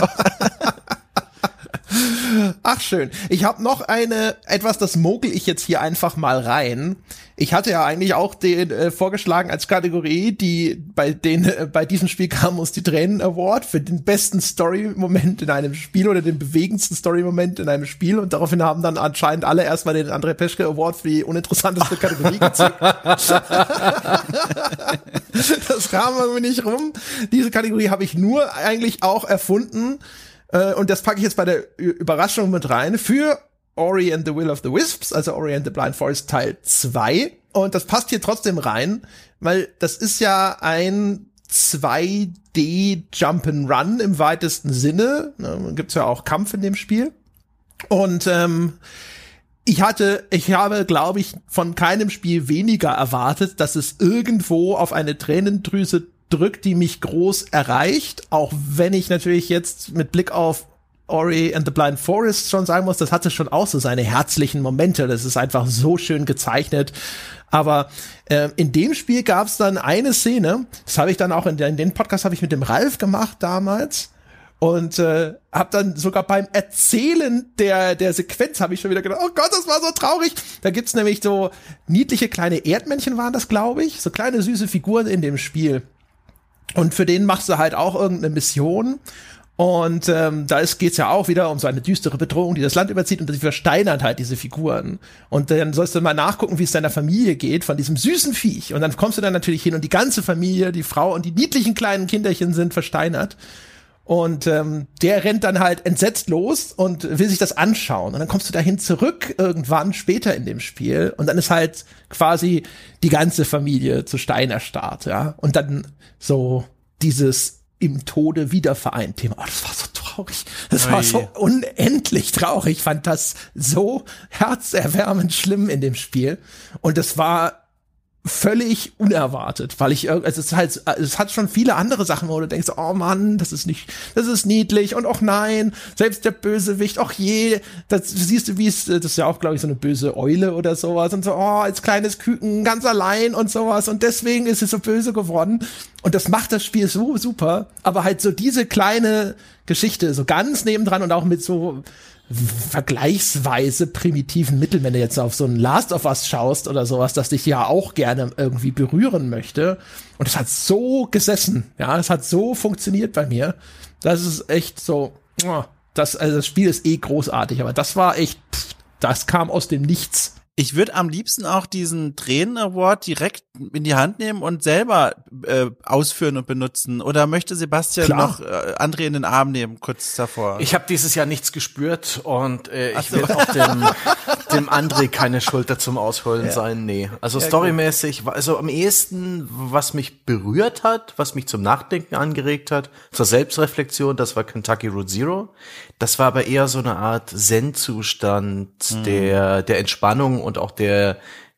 Ach, schön. Ich habe noch etwas, das mogel ich jetzt hier einfach mal rein. Ich hatte ja eigentlich auch den vorgeschlagen als Kategorie, bei diesem Spiel kam uns die Tränen Award für den besten Story-Moment in einem Spiel oder den bewegendsten Story-Moment in einem Spiel, und daraufhin haben dann anscheinend alle erstmal den André Peschke Award für die uninteressanteste Kategorie gezogen. Das kam irgendwie nicht rum. Diese Kategorie habe ich nur eigentlich auch erfunden. Und das packe ich jetzt bei der Überraschung mit rein für Ori and the Will of the Wisps, also Ori and the Blind Forest Teil 2. Und das passt hier trotzdem rein, weil das ist ja ein 2D Jump'n'Run im weitesten Sinne. Gibt's ja auch Kampf in dem Spiel. Und ich habe, glaube ich, von keinem Spiel weniger erwartet, dass es irgendwo auf eine Tränendrüse drückt, die mich groß erreicht, auch wenn ich natürlich jetzt mit Blick auf Ori and the Blind Forest schon sagen muss, das hatte schon auch so seine herzlichen Momente, das ist einfach so schön gezeichnet, aber in dem Spiel gab es dann eine Szene, das habe ich dann auch in den Podcast habe ich mit dem Ralf gemacht damals, und habe dann sogar beim Erzählen der Sequenz habe ich schon wieder gedacht, oh Gott, das war so traurig. Da gibt's nämlich so niedliche kleine Erdmännchen waren das, glaube ich, so kleine süße Figuren in dem Spiel. Und für den machst du halt auch irgendeine Mission. Und geht's ja auch wieder um so eine düstere Bedrohung, die das Land überzieht, und die versteinert halt diese Figuren. Und dann sollst du mal nachgucken, wie es deiner Familie geht, von diesem süßen Viech. Und dann kommst du dann natürlich hin und die ganze Familie, die Frau und die niedlichen kleinen Kinderchen sind versteinert. Und der rennt dann halt entsetzt los und will sich das anschauen. Und dann kommst du dahin zurück irgendwann später in dem Spiel. Und dann ist halt quasi die ganze Familie zu Stein erstarrt, ja. Und dann so dieses im Tode wiedervereint Thema. Oh, das war so traurig. Das war so unendlich traurig. Ich fand das so herzerwärmend schlimm in dem Spiel. Und das war völlig unerwartet, weil es hat schon viele andere Sachen, wo du denkst, oh Mann, das ist niedlich und auch nein, selbst der Bösewicht, auch das siehst du, das ist ja auch, glaube ich, so eine böse Eule oder sowas und so, oh, als kleines Küken, ganz allein und sowas und deswegen ist es so böse geworden und das macht das Spiel so super, aber halt so diese kleine Geschichte, so ganz nebendran und auch mit so vergleichsweise primitiven Mitteln, wenn du jetzt auf so ein Last of Us schaust oder sowas, das dich ja auch gerne irgendwie berühren möchte. Und es hat so gesessen, ja, es hat so funktioniert bei mir. Das ist echt so, das Spiel ist großartig, aber das war echt, das kam aus dem Nichts. Ich würde am liebsten auch diesen Tränen-Award direkt in die Hand nehmen und selber ausführen und benutzen. Oder möchte Sebastian noch André in den Arm nehmen, kurz davor? Ich habe dieses Jahr nichts gespürt und ich will auch dem André keine Schulter zum Ausholen sein. Nee, also storymäßig, also am ehesten, was mich berührt hat, was mich zum Nachdenken angeregt hat, zur Selbstreflexion, das war Kentucky Route Zero. Das war aber eher so eine Art Zen-Zustand der Entspannung und auch der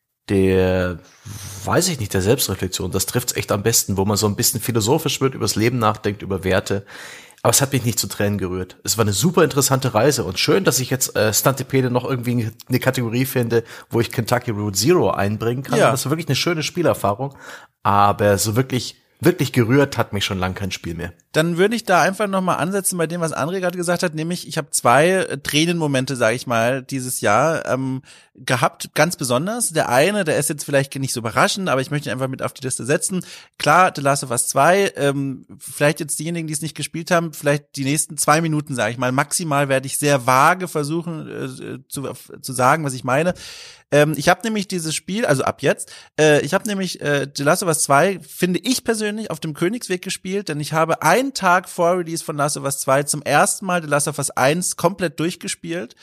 weiß ich nicht, der Selbstreflexion. Das trifft's echt am besten, wo man so ein bisschen philosophisch wird, übers Leben nachdenkt, über Werte. Aber es hat mich nicht zu Tränen gerührt. Es war eine super interessante Reise und schön, dass ich jetzt Stuntepede noch irgendwie eine Kategorie finde, wo ich Kentucky Route Zero einbringen kann. Ja. Das war wirklich eine schöne Spielerfahrung. Aber so wirklich gerührt hat mich schon lange kein Spiel mehr. Dann würde ich da einfach nochmal ansetzen bei dem, was André gerade gesagt hat, nämlich ich habe 2 Tränenmomente, sage ich mal, dieses Jahr gehabt, ganz besonders. Der eine, der ist jetzt vielleicht nicht so überraschend, aber ich möchte ihn einfach mit auf die Liste setzen. Klar, The Last of Us 2, vielleicht jetzt diejenigen, die es nicht gespielt haben, vielleicht die nächsten 2 Minuten, sage ich mal. Maximal werde ich sehr vage versuchen zu sagen, was ich meine. Ich habe nämlich dieses Spiel, also ab jetzt, ich habe nämlich The Last of Us 2, finde ich persönlich, auf dem Königsweg gespielt, denn ich habe einen Tag vor Release von Last of Us 2 zum ersten Mal The Last of Us 1 komplett durchgespielt,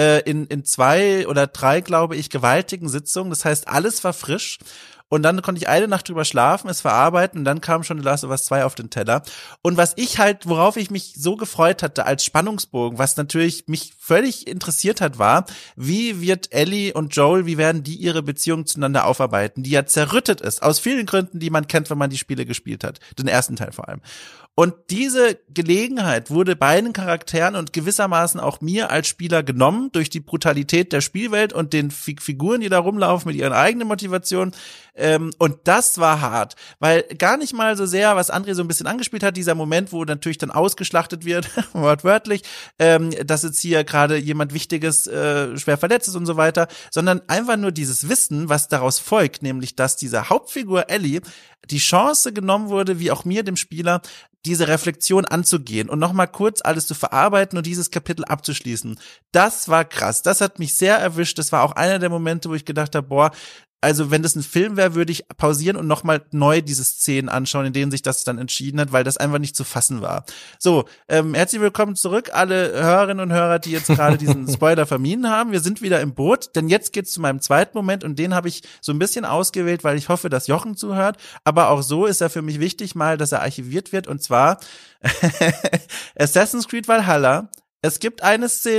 in 2 oder 3, glaube ich, gewaltigen Sitzungen. Das heißt, alles war frisch. Und dann konnte ich eine Nacht drüber schlafen, es verarbeiten und dann kam schon The Last of Us 2 auf den Teller. Und worauf ich mich so gefreut hatte als Spannungsbogen, was natürlich mich völlig interessiert hat, war, wie wird Ellie und Joel, wie werden die ihre Beziehung zueinander aufarbeiten, die ja zerrüttet ist, aus vielen Gründen, die man kennt, wenn man die Spiele gespielt hat, den ersten Teil vor allem. Und diese Gelegenheit wurde beiden Charakteren und gewissermaßen auch mir als Spieler genommen durch die Brutalität der Spielwelt und den Figuren, die da rumlaufen mit ihren eigenen Motivationen. Und das war hart, weil gar nicht mal so sehr, was André so ein bisschen angespielt hat, dieser Moment, wo natürlich dann ausgeschlachtet wird, wortwörtlich, dass jetzt hier gerade jemand Wichtiges schwer verletzt ist und so weiter, sondern einfach nur dieses Wissen, was daraus folgt, nämlich, dass dieser Hauptfigur Ellie die Chance genommen wurde, wie auch mir, dem Spieler, diese Reflexion anzugehen und nochmal kurz alles zu verarbeiten und dieses Kapitel abzuschließen. Das war krass. Das hat mich sehr erwischt. Das war auch einer der Momente, wo ich gedacht habe, boah, also wenn das ein Film wäre, würde ich pausieren und nochmal neu diese Szenen anschauen, in denen sich das dann entschieden hat, weil das einfach nicht zu fassen war. So, herzlich willkommen zurück, alle Hörerinnen und Hörer, die jetzt gerade diesen Spoiler vermieden haben. Wir sind wieder im Boot, denn jetzt geht's zu meinem zweiten Moment und den habe ich so ein bisschen ausgewählt, weil ich hoffe, dass Jochen zuhört. Aber auch so ist er für mich wichtig mal, dass er archiviert wird, und zwar Assassin's Creed Valhalla. Es gibt eine Szene,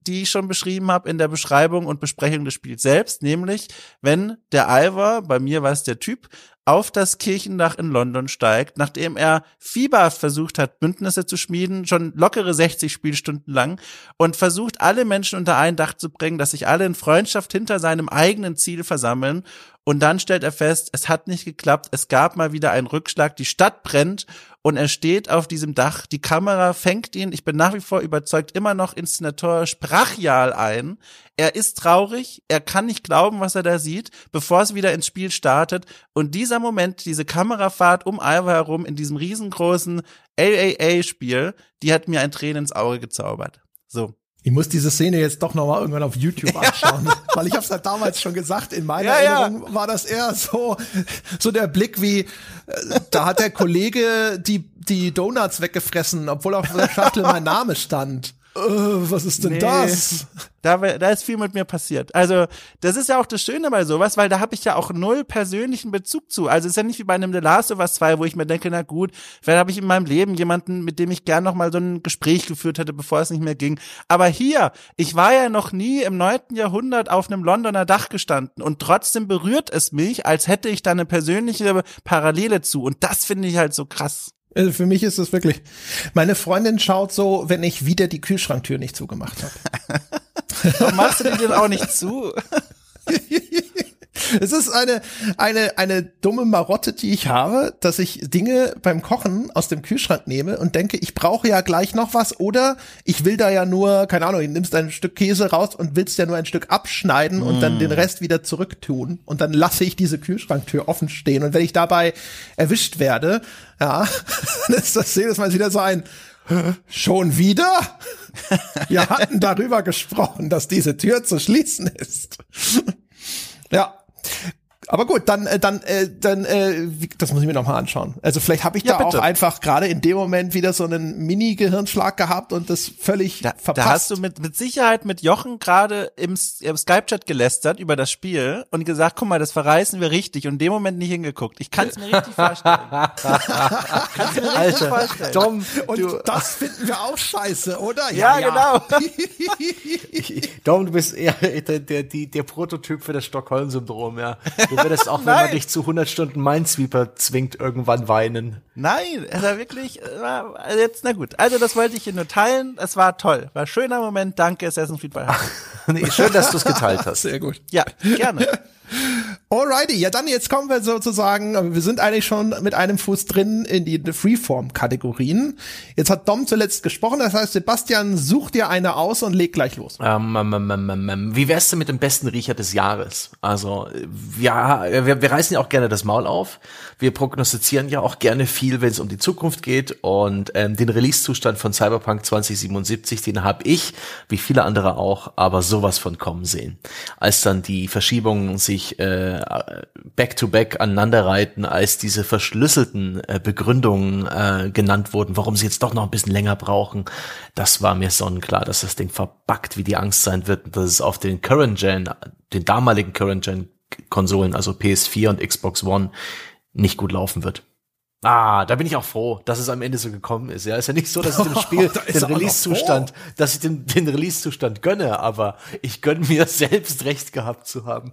die ich schon beschrieben habe in der Beschreibung und Besprechung des Spiels selbst, nämlich wenn der Ivor, bei mir war es der Typ, auf das Kirchendach in London steigt, nachdem er fieberhaft versucht hat, Bündnisse zu schmieden, schon lockere 60 Spielstunden lang, und versucht, alle Menschen unter ein Dach zu bringen, dass sich alle in Freundschaft hinter seinem eigenen Ziel versammeln. Und dann stellt er fest, es hat nicht geklappt, es gab mal wieder einen Rückschlag, die Stadt brennt und er steht auf diesem Dach, die Kamera fängt ihn, ich bin nach wie vor überzeugt, immer noch inszenatorisch brachial ein. Er ist traurig, er kann nicht glauben, was er da sieht, bevor es wieder ins Spiel startet. Und dieser Moment, diese Kamerafahrt um Ivor herum in diesem riesengroßen AAA-Spiel, die hat mir ein Tränen ins Auge gezaubert. So. Ich muss diese Szene jetzt doch noch mal irgendwann auf YouTube anschauen, weil ich hab's ja damals schon gesagt, in meiner Erinnerung war das eher so der Blick wie, da hat der Kollege die Donuts weggefressen, obwohl auf der Schachtel mein Name stand. Was ist denn das? Da ist viel mit mir passiert. Also, das ist ja auch das Schöne bei sowas, weil da habe ich ja auch null persönlichen Bezug zu. Also, es ist ja nicht wie bei einem The Last of Us 2, wo ich mir denke, na gut, vielleicht habe ich in meinem Leben jemanden, mit dem ich gern noch mal so ein Gespräch geführt hätte, bevor es nicht mehr ging. Aber hier, ich war ja noch nie im 9. Jahrhundert auf einem Londoner Dach gestanden und trotzdem berührt es mich, als hätte ich da eine persönliche Parallele zu. Und das finde ich halt so krass. Also für mich ist es wirklich, meine Freundin schaut so, wenn ich wieder die Kühlschranktür nicht zugemacht habe. Warum machst du die denn auch nicht zu? Es ist eine dumme Marotte, die ich habe, dass ich Dinge beim Kochen aus dem Kühlschrank nehme und denke, ich brauche ja gleich noch was, oder ich will da ja nur, keine Ahnung, du nimmst ein Stück Käse raus und willst ja nur ein Stück abschneiden und dann den Rest wieder zurücktun, und dann lasse ich diese Kühlschranktür offen stehen, und wenn ich dabei erwischt werde, ja, dann ist das jedes Mal wieder so ein schon wieder? Wir hatten darüber gesprochen, dass diese Tür zu schließen ist. Ja. Aber gut, dann, das muss ich mir nochmal anschauen. Also vielleicht habe ich da auch einfach gerade in dem Moment wieder so einen Mini-Gehirnschlag gehabt und das völlig verpasst. Da hast du mit Sicherheit mit Jochen gerade im Skype-Chat gelästert über das Spiel und gesagt, guck mal, das verreißen wir richtig, und in dem Moment nicht hingeguckt. Ich kann es mir richtig vorstellen. Tom, und das finden wir auch scheiße, oder? Ja, genau. Tom, du bist eher der Prototyp für das Stockholm-Syndrom, ja. Du würdest auch, wenn man dich zu 100 Stunden Minesweeper zwingt, irgendwann weinen. Nein, es war wirklich, jetzt, na gut. Also das wollte ich hier nur teilen. Es war toll. War ein schöner Moment. Danke, Assassin's Creed Valhalla. Nee, schön, dass du es geteilt hast. Sehr gut. Ja, gerne. Alrighty, ja dann jetzt kommen wir sozusagen, wir sind eigentlich schon mit einem Fuß drin in die Freeform-Kategorien. Jetzt hat Dom zuletzt gesprochen, das heißt, Sebastian, such dir eine aus und leg gleich los. Wie wär's denn mit dem besten Riecher des Jahres? Also, ja, wir reißen ja auch gerne das Maul auf. Wir prognostizieren ja auch gerne viel, wenn es um die Zukunft geht, und den Release-Zustand von Cyberpunk 2077, den habe ich, wie viele andere auch, aber sowas von kommen sehen. Als dann die Verschiebungen sich back-to-back aneinanderreiten, als diese verschlüsselten Begründungen genannt wurden, warum sie jetzt doch noch ein bisschen länger brauchen, das war mir sonnenklar, dass das Ding verbuggt wie die Angst sein wird, und dass es auf den den damaligen Current-Gen-Konsolen, also PS4 und Xbox One, nicht gut laufen wird. Da bin ich auch froh, dass es am Ende so gekommen ist. Ja, ist ja nicht so, dass ich dem Spiel den Release-Zustand gönne, aber ich gönne mir selbst recht gehabt zu haben.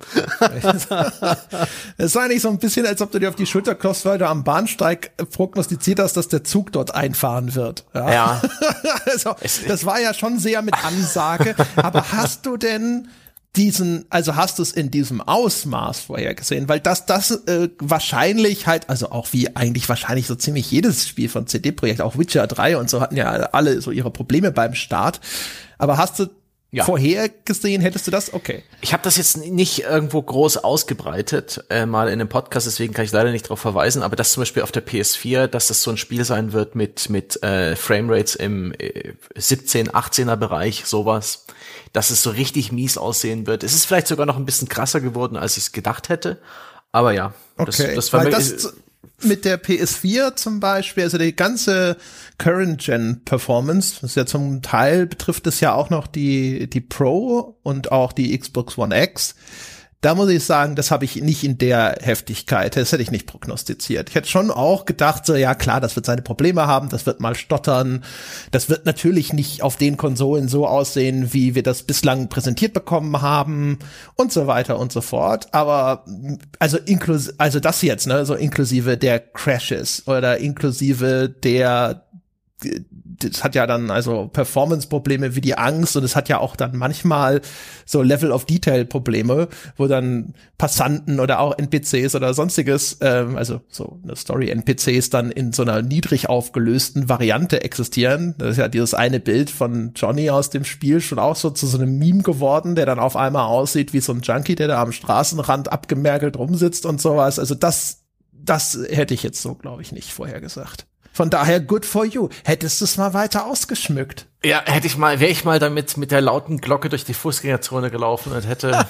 Es war eigentlich so ein bisschen, als ob du dir auf die Schulter klopfst, weil du am Bahnsteig prognostiziert hast, dass der Zug dort einfahren wird. Ja. Also, das war ja schon sehr mit Ansage. Aber hast du denn hast du es in diesem Ausmaß vorher gesehen? Weil das wahrscheinlich halt, also auch wie eigentlich wahrscheinlich so ziemlich jedes Spiel von CD Projekt, auch Witcher 3 und so, hatten ja alle so ihre Probleme beim Start. Aber hast du vorher gesehen, hättest du das? Okay. Ich habe das jetzt nicht irgendwo groß ausgebreitet, mal in einem Podcast, deswegen kann ich leider nicht darauf verweisen, aber das zum Beispiel auf der PS4, dass das so ein Spiel sein wird mit Framerates im 17, 18er Bereich, sowas, dass es so richtig mies aussehen wird. Es ist vielleicht sogar noch ein bisschen krasser geworden, als ich es gedacht hätte, aber ja. Okay, das war mit der PS4 zum Beispiel, also die ganze Current-Gen-Performance, das ist ja zum Teil betrifft es ja auch noch die Pro und auch die Xbox One X, Da muss ich sagen, das habe ich nicht in der Heftigkeit, das hätte ich nicht prognostiziert. Ich hätte schon auch gedacht, so ja klar, das wird seine Probleme haben, das wird mal stottern, das wird natürlich nicht auf den Konsolen so aussehen, wie wir das bislang präsentiert bekommen haben und so weiter und so fort. Aber also das jetzt, ne, so inklusive der Crashes oder inklusive das hat ja dann also Performance-Probleme wie die Angst und es hat ja auch dann manchmal so Level-of-Detail-Probleme, wo dann Passanten oder auch NPCs oder sonstiges, also so eine Story-NPCs dann in so einer niedrig aufgelösten Variante existieren. Das ist ja dieses eine Bild von Johnny aus dem Spiel schon auch so zu so einem Meme geworden, der dann auf einmal aussieht wie so ein Junkie, der da am Straßenrand abgemergelt rumsitzt und sowas. Also das hätte ich jetzt so, glaube ich, nicht vorher gesagt. Von daher, good for you. Hättest du es mal weiter ausgeschmückt? Ja, wäre ich mal damit mit der lauten Glocke durch die Fußgängerzone gelaufen und hätte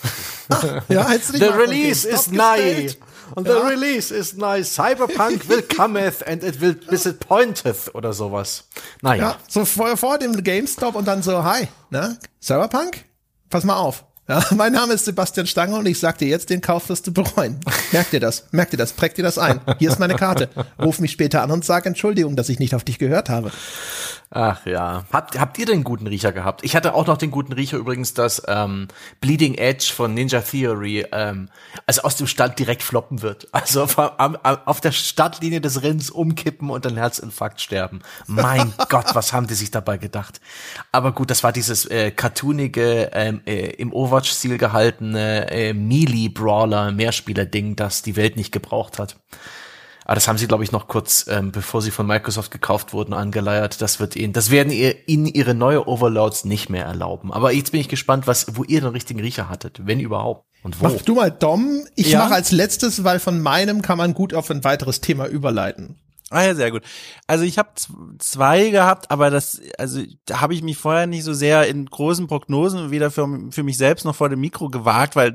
ja, hättest du nicht The release is nigh. And the release is nigh. Cyberpunk will cometh and it will disappointeth oder sowas. Naja. Ja, so vor dem GameStop und dann so, hi, ne? Cyberpunk? Pass mal auf. Ja, mein Name ist Sebastian Stange und ich sag dir jetzt, den Kauf wirst du bereuen. Merk dir das, präg dir das ein. Hier ist meine Karte. Ruf mich später an und sag Entschuldigung, dass ich nicht auf dich gehört habe. Ach ja. Habt ihr den guten Riecher gehabt? Ich hatte auch noch den guten Riecher übrigens, dass Bleeding Edge von Ninja Theory also aus dem Stand direkt floppen wird. Also auf der Startlinie des Rennens umkippen und dann Herzinfarkt sterben. Mein Gott, was haben die sich dabei gedacht? Aber gut, das war dieses cartoonige, im Overwatch-Stil gehaltene Melee-Brawler-Mehrspieler-Ding, das die Welt nicht gebraucht hat. Aber das haben sie, glaube ich, noch kurz, bevor sie von Microsoft gekauft wurden, angeleiert. Das werden ihnen ihre neue Overlords nicht mehr erlauben. Aber jetzt bin ich gespannt, wo ihr den richtigen Riecher hattet, wenn überhaupt. Und wo? Mach du mal, Dom. Ich mache als letztes, weil von meinem kann man gut auf ein weiteres Thema überleiten. Ah ja, sehr gut. Also ich habe zwei gehabt, aber da habe ich mich vorher nicht so sehr in großen Prognosen weder für mich selbst noch vor dem Mikro gewagt, weil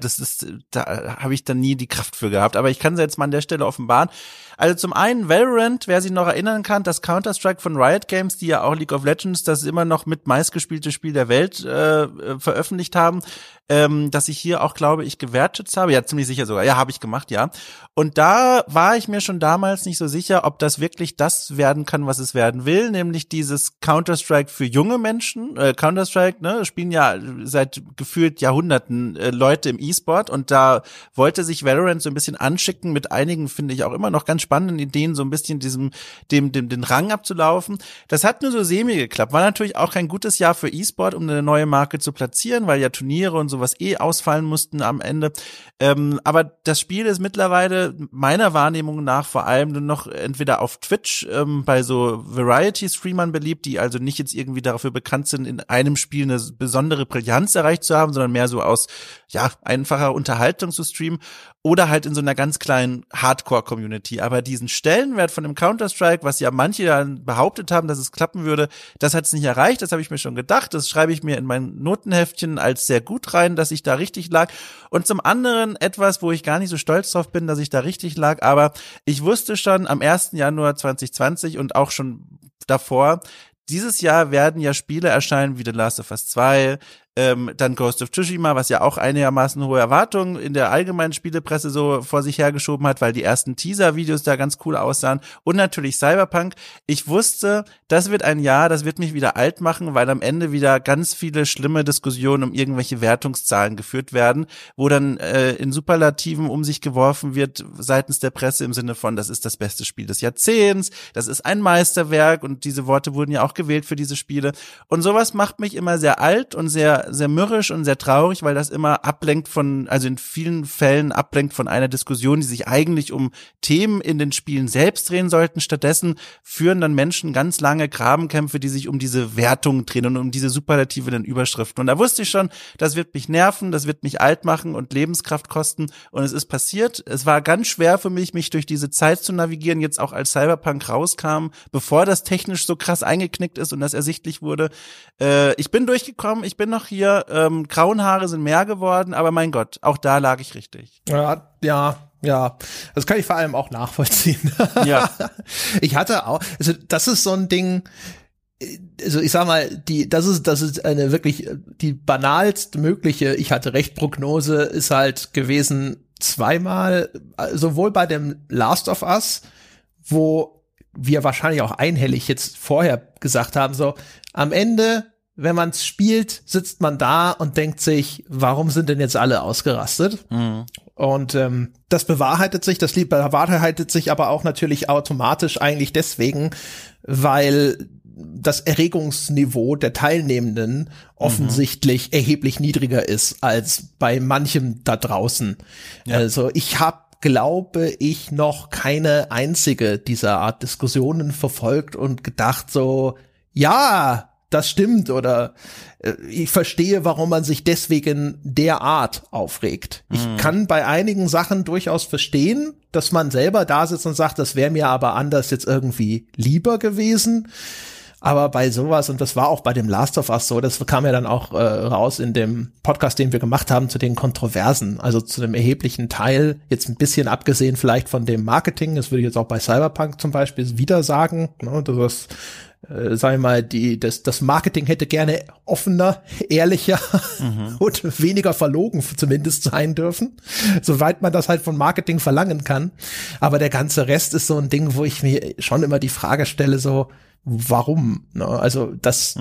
da habe ich dann nie die Kraft für gehabt. Aber ich kann sie jetzt mal an der Stelle offenbaren. Also zum einen Valorant, wer sich noch erinnern kann, das Counter-Strike von Riot Games, die ja auch League of Legends, das immer noch mit meistgespielte Spiel der Welt veröffentlicht haben, dass ich hier auch, glaube ich, gewertschätzt habe. Ja, ziemlich sicher sogar. Ja, habe ich gemacht, ja. Und da war ich mir schon damals nicht so sicher, ob das wirklich das werden kann, was es werden will, nämlich dieses Counter-Strike für junge Menschen. Counter-Strike, ne, spielen ja seit gefühlt Jahrhunderten Leute im E-Sport und da wollte sich Valorant so ein bisschen anschicken mit einigen, finde ich, auch immer noch ganz spannenden Ideen, so ein bisschen den Rang abzulaufen. Das hat nur so semi geklappt. War natürlich auch kein gutes Jahr für E-Sport, um eine neue Marke zu platzieren, weil ja Turniere und sowas ausfallen mussten am Ende. Aber das Spiel ist mittlerweile meiner Wahrnehmung nach vor allem nur noch entweder auf Twitch bei so Variety-Streamern beliebt, die also nicht jetzt irgendwie dafür bekannt sind, in einem Spiel eine besondere Brillanz erreicht zu haben, sondern mehr so aus einfacher Unterhaltung zu streamen oder halt in so einer ganz kleinen Hardcore-Community. Aber diesen Stellenwert von dem Counter-Strike, was ja manche dann behauptet haben, dass es klappen würde, das hat es nicht erreicht. Das habe ich mir schon gedacht. Das schreibe ich mir in mein Notenheftchen als sehr gut rein, dass ich da richtig lag. Und zum anderen etwas, wo ich gar nicht so stolz drauf bin, dass ich da richtig lag. Aber ich wusste schon am 1. Januar 2020 und auch schon davor, dieses Jahr werden ja Spiele erscheinen wie The Last of Us 2, dann Ghost of Tsushima, was ja auch einigermaßen hohe Erwartungen in der allgemeinen Spielepresse so vor sich hergeschoben hat, weil die ersten Teaser-Videos da ganz cool aussahen und natürlich Cyberpunk. Ich wusste, das wird ein Jahr, das wird mich wieder alt machen, weil am Ende wieder ganz viele schlimme Diskussionen um irgendwelche Wertungszahlen geführt werden, wo dann in Superlativen um sich geworfen wird seitens der Presse im Sinne von, das ist das beste Spiel des Jahrzehnts, das ist ein Meisterwerk und diese Worte wurden ja auch gewählt für diese Spiele und sowas macht mich immer sehr alt und sehr mürrisch und sehr traurig, weil das immer ablenkt also in vielen Fällen ablenkt von einer Diskussion, die sich eigentlich um Themen in den Spielen selbst drehen sollten. Stattdessen führen dann Menschen ganz lange Grabenkämpfe, die sich um diese Wertungen drehen und um diese Superlative in den Überschriften. Und da wusste ich schon, das wird mich nerven, das wird mich alt machen und Lebenskraft kosten. Und es ist passiert. Es war ganz schwer für mich durch diese Zeit zu navigieren, jetzt auch als Cyberpunk rauskam, bevor das technisch so krass eingeknickt ist und das ersichtlich wurde. Ich bin durchgekommen, ich bin noch hier, grauen Haare sind mehr geworden, aber mein Gott, auch da lag ich richtig. Ja, das kann ich vor allem auch nachvollziehen. Ja. Ich hatte auch, also das ist so ein Ding, also ich sag mal, das ist eine wirklich die banalst mögliche, ich hatte recht Prognose ist halt gewesen zweimal, sowohl bei dem Last of Us, wo wir wahrscheinlich auch einhellig jetzt vorher gesagt haben, so am Ende, wenn man es spielt, sitzt man da und denkt sich, warum sind denn jetzt alle ausgerastet? Mhm. Und das bewahrheitet sich aber auch natürlich automatisch eigentlich deswegen, weil das Erregungsniveau der Teilnehmenden offensichtlich erheblich niedriger ist als bei manchem da draußen. Ja. Also ich habe, glaube ich, noch keine einzige dieser Art Diskussionen verfolgt und gedacht so, ja, das stimmt oder ich verstehe, warum man sich deswegen derart aufregt. Ich kann bei einigen Sachen durchaus verstehen, dass man selber da sitzt und sagt, das wäre mir aber anders jetzt irgendwie lieber gewesen. Aber bei sowas, und das war auch bei dem Last of Us so, das kam ja dann auch raus in dem Podcast, den wir gemacht haben, zu den Kontroversen, also zu dem erheblichen Teil, jetzt ein bisschen abgesehen vielleicht von dem Marketing, das würde ich jetzt auch bei Cyberpunk zum Beispiel wieder sagen, ne, das sagen wir mal, das Marketing hätte gerne offener, ehrlicher und weniger verlogen zumindest sein dürfen, soweit man das halt von Marketing verlangen kann. Aber der ganze Rest ist so ein Ding, wo ich mir schon immer die Frage stelle, so, warum? Ne? Also das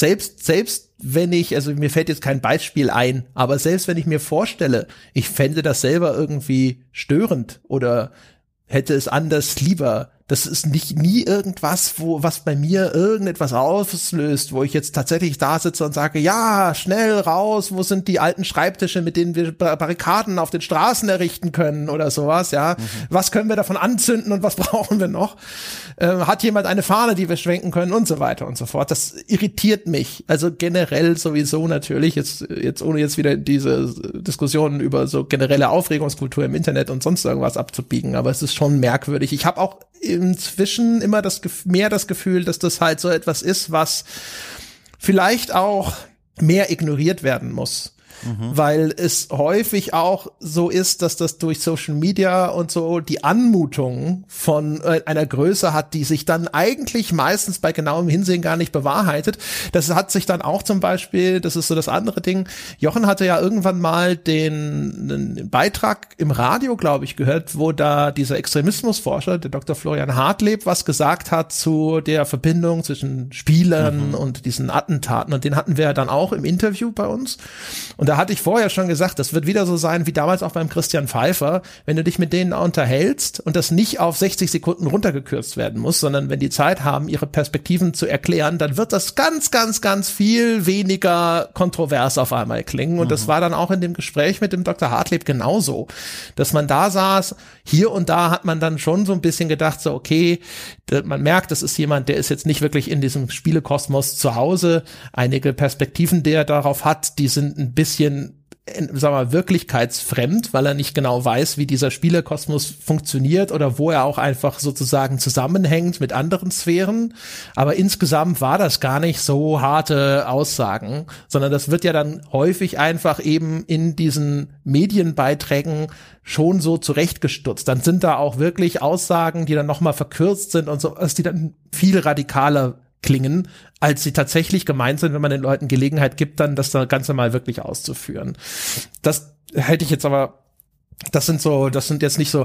selbst wenn ich, also mir fällt jetzt kein Beispiel ein, aber selbst wenn ich mir vorstelle, ich fände das selber irgendwie störend oder hätte es anders lieber. Das ist nie irgendwas, was bei mir irgendetwas auslöst, wo ich jetzt tatsächlich da sitze und sage, ja, schnell raus, wo sind die alten Schreibtische, mit denen wir Barrikaden auf den Straßen errichten können oder sowas, ja. Was können wir davon anzünden und was brauchen wir noch? Hat jemand eine Fahne, die wir schwenken können und so weiter und so fort. Das irritiert mich. Also generell sowieso natürlich, jetzt ohne jetzt wieder diese Diskussionen über so generelle Aufregungskultur im Internet und sonst irgendwas abzubiegen, aber es ist schon merkwürdig. Ich habe auch inzwischen immer das Gefühl, dass das halt so etwas ist, was vielleicht auch mehr ignoriert werden muss. Weil es häufig auch so ist, dass das durch Social Media und so die Anmutung von einer Größe hat, die sich dann eigentlich meistens bei genauem Hinsehen gar nicht bewahrheitet. Das hat sich dann auch zum Beispiel, das ist so das andere Ding, Jochen hatte ja irgendwann mal den Beitrag im Radio, glaube ich, gehört, wo da dieser Extremismusforscher, der Dr. Florian Hartleb, was gesagt hat zu der Verbindung zwischen Spielern und diesen Attentaten. Und den hatten wir dann auch im Interview bei uns. Und da hatte ich vorher schon gesagt, das wird wieder so sein wie damals auch beim Christian Pfeiffer, wenn du dich mit denen unterhältst und das nicht auf 60 Sekunden runtergekürzt werden muss, sondern wenn die Zeit haben, ihre Perspektiven zu erklären, dann wird das ganz, ganz, ganz viel weniger kontrovers auf einmal klingen. Und das war dann auch in dem Gespräch mit dem Dr. Hartleb genauso, dass man da saß, hier und da hat man dann schon so ein bisschen gedacht, so okay, man merkt, das ist jemand, der ist jetzt nicht wirklich in diesem Spielekosmos zu Hause. Einige Perspektiven, die er darauf hat, die sind ein bisschen, sagen wir mal, wirklichkeitsfremd, weil er nicht genau weiß, wie dieser Spielekosmos funktioniert oder wo er auch einfach sozusagen zusammenhängt mit anderen Sphären. Aber insgesamt war das gar nicht so harte Aussagen, sondern das wird ja dann häufig einfach eben in diesen Medienbeiträgen schon so zurechtgestutzt. Dann sind da auch wirklich Aussagen, die dann nochmal verkürzt sind und so, also die dann viel radikaler klingen, als sie tatsächlich gemeint sind, wenn man den Leuten Gelegenheit gibt, dann das Ganze mal wirklich auszuführen. Das hätte ich jetzt aber, das sind jetzt nicht so,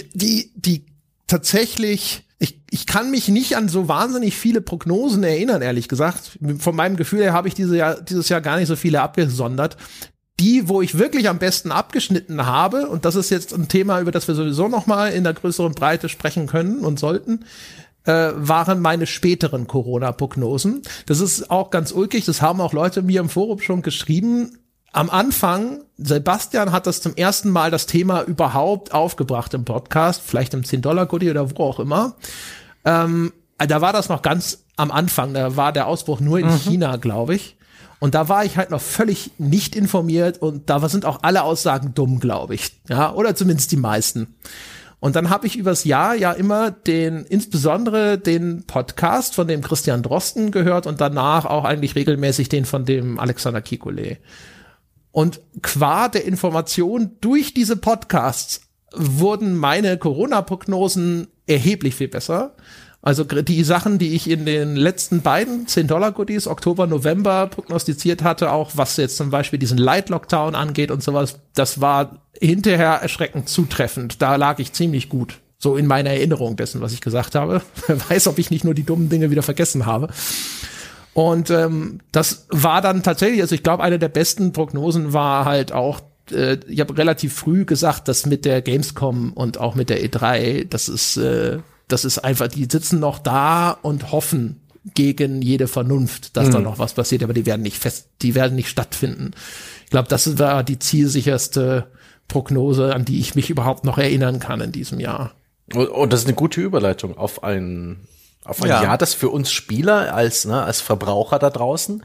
ich kann mich nicht an so wahnsinnig viele Prognosen erinnern, ehrlich gesagt. Von meinem Gefühl her habe ich dieses Jahr gar nicht so viele abgesondert. Die, wo ich wirklich am besten abgeschnitten habe, und das ist jetzt ein Thema, über das wir sowieso noch mal in der größeren Breite sprechen können und sollten, waren meine späteren Corona-Prognosen. Das ist auch ganz ulkig, das haben auch Leute mir im Forum schon geschrieben. Am Anfang, Sebastian hat das zum ersten Mal das Thema überhaupt aufgebracht im Podcast, vielleicht im $10-Goodie oder wo auch immer. Da war das noch ganz am Anfang, da war der Ausbruch nur in China, glaube ich. Und da war ich halt noch völlig nicht informiert und da sind auch alle Aussagen dumm, glaube ich. Ja, oder zumindest die meisten. Und dann habe ich übers Jahr ja immer insbesondere den Podcast von dem Christian Drosten gehört und danach auch eigentlich regelmäßig den von dem Alexander Kekulé. Und qua der Information durch diese Podcasts wurden meine Corona-Prognosen erheblich viel besser. Also die Sachen, die ich in den letzten beiden $10-Goodies, Oktober, November prognostiziert hatte, auch was jetzt zum Beispiel diesen Light Lockdown angeht und sowas, das war hinterher erschreckend zutreffend. Da lag ich ziemlich gut. So in meiner Erinnerung dessen, was ich gesagt habe. Wer weiß, ob ich nicht nur die dummen Dinge wieder vergessen habe. Und das war dann tatsächlich, also ich glaube, eine der besten Prognosen war halt auch, ich habe relativ früh gesagt, dass mit der Gamescom und auch mit der E3, das ist einfach, die sitzen noch da und hoffen gegen jede Vernunft, dass da noch was passiert, aber die werden nicht stattfinden. Ich glaube, das war die zielsicherste Prognose, an die ich mich überhaupt noch erinnern kann in diesem Jahr. Und das ist eine gute Überleitung auf ein Jahr, das für uns Spieler als Verbraucher da draußen,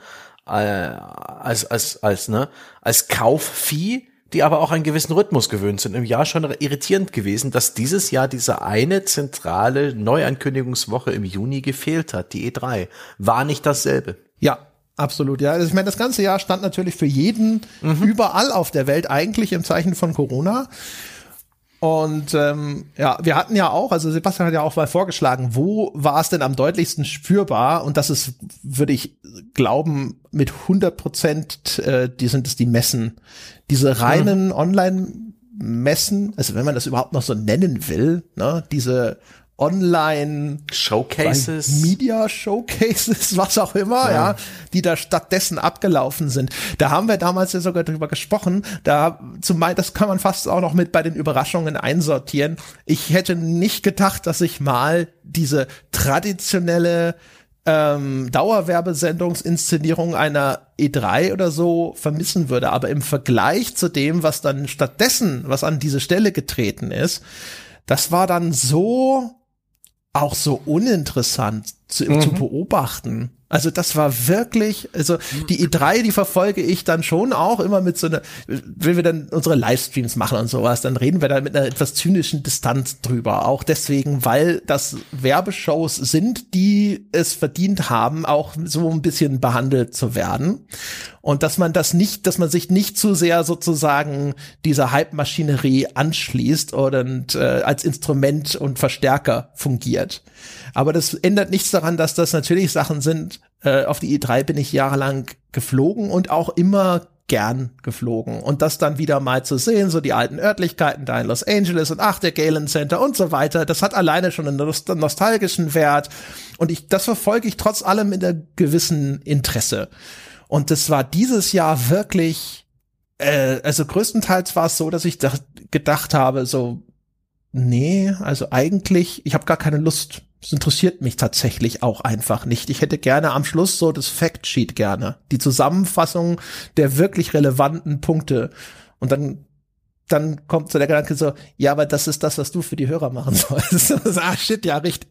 als Kaufvieh, die aber auch einen gewissen Rhythmus gewöhnt sind, im Jahr schon irritierend gewesen, dass dieses Jahr diese eine zentrale Neuankündigungswoche im Juni gefehlt hat, die E3. War nicht dasselbe. Ja, absolut. Ja, also ich meine, das ganze Jahr stand natürlich für jeden überall auf der Welt eigentlich im Zeichen von Corona. Und wir hatten ja auch, also Sebastian hat ja auch mal vorgeschlagen, wo war es denn am deutlichsten spürbar? Und das ist, würde ich glauben, mit 100%, sind es die Messen. Diese reinen Online-Messen, also wenn man das überhaupt noch so nennen will, ne, diese Online-Showcases, Media-Showcases, was auch immer, ja, die da stattdessen abgelaufen sind. Da haben wir damals ja sogar drüber gesprochen. Das kann man fast auch noch mit bei den Überraschungen einsortieren. Ich hätte nicht gedacht, dass ich mal diese traditionelle Dauerwerbesendungsinszenierung einer E3 oder so vermissen würde. Aber im Vergleich zu dem, was dann stattdessen, was an diese Stelle getreten ist, das war dann auch so uninteressant zu beobachten. Also das war wirklich, also die E3, die verfolge ich dann schon auch immer mit so einer, wenn wir dann unsere Livestreams machen und sowas, dann reden wir da mit einer etwas zynischen Distanz drüber. Auch deswegen, weil das Werbeshows sind, die es verdient haben, auch so ein bisschen behandelt zu werden. Und dass man sich nicht zu sehr sozusagen dieser Hype-Maschinerie anschließt und als Instrument und Verstärker fungiert. Aber das ändert nichts daran, dass das natürlich Sachen sind. Auf die E3 bin ich jahrelang geflogen und auch immer gern geflogen. Und das dann wieder mal zu sehen, so die alten Örtlichkeiten da in Los Angeles und der Galen Center und so weiter, das hat alleine schon einen nostalgischen Wert. Und das verfolge ich trotz allem mit einem gewissen Interesse. Und das war dieses Jahr wirklich, also größtenteils war es so, dass ich gedacht habe, so, nee, also eigentlich, ich habe gar keine Lust. Das interessiert mich tatsächlich auch einfach nicht. Ich hätte gerne am Schluss so das Factsheet gerne. Die Zusammenfassung der wirklich relevanten Punkte. Und dann kommt so der Gedanke so, ja, aber das ist das, was du für die Hörer machen sollst. Shit, ja, richtig.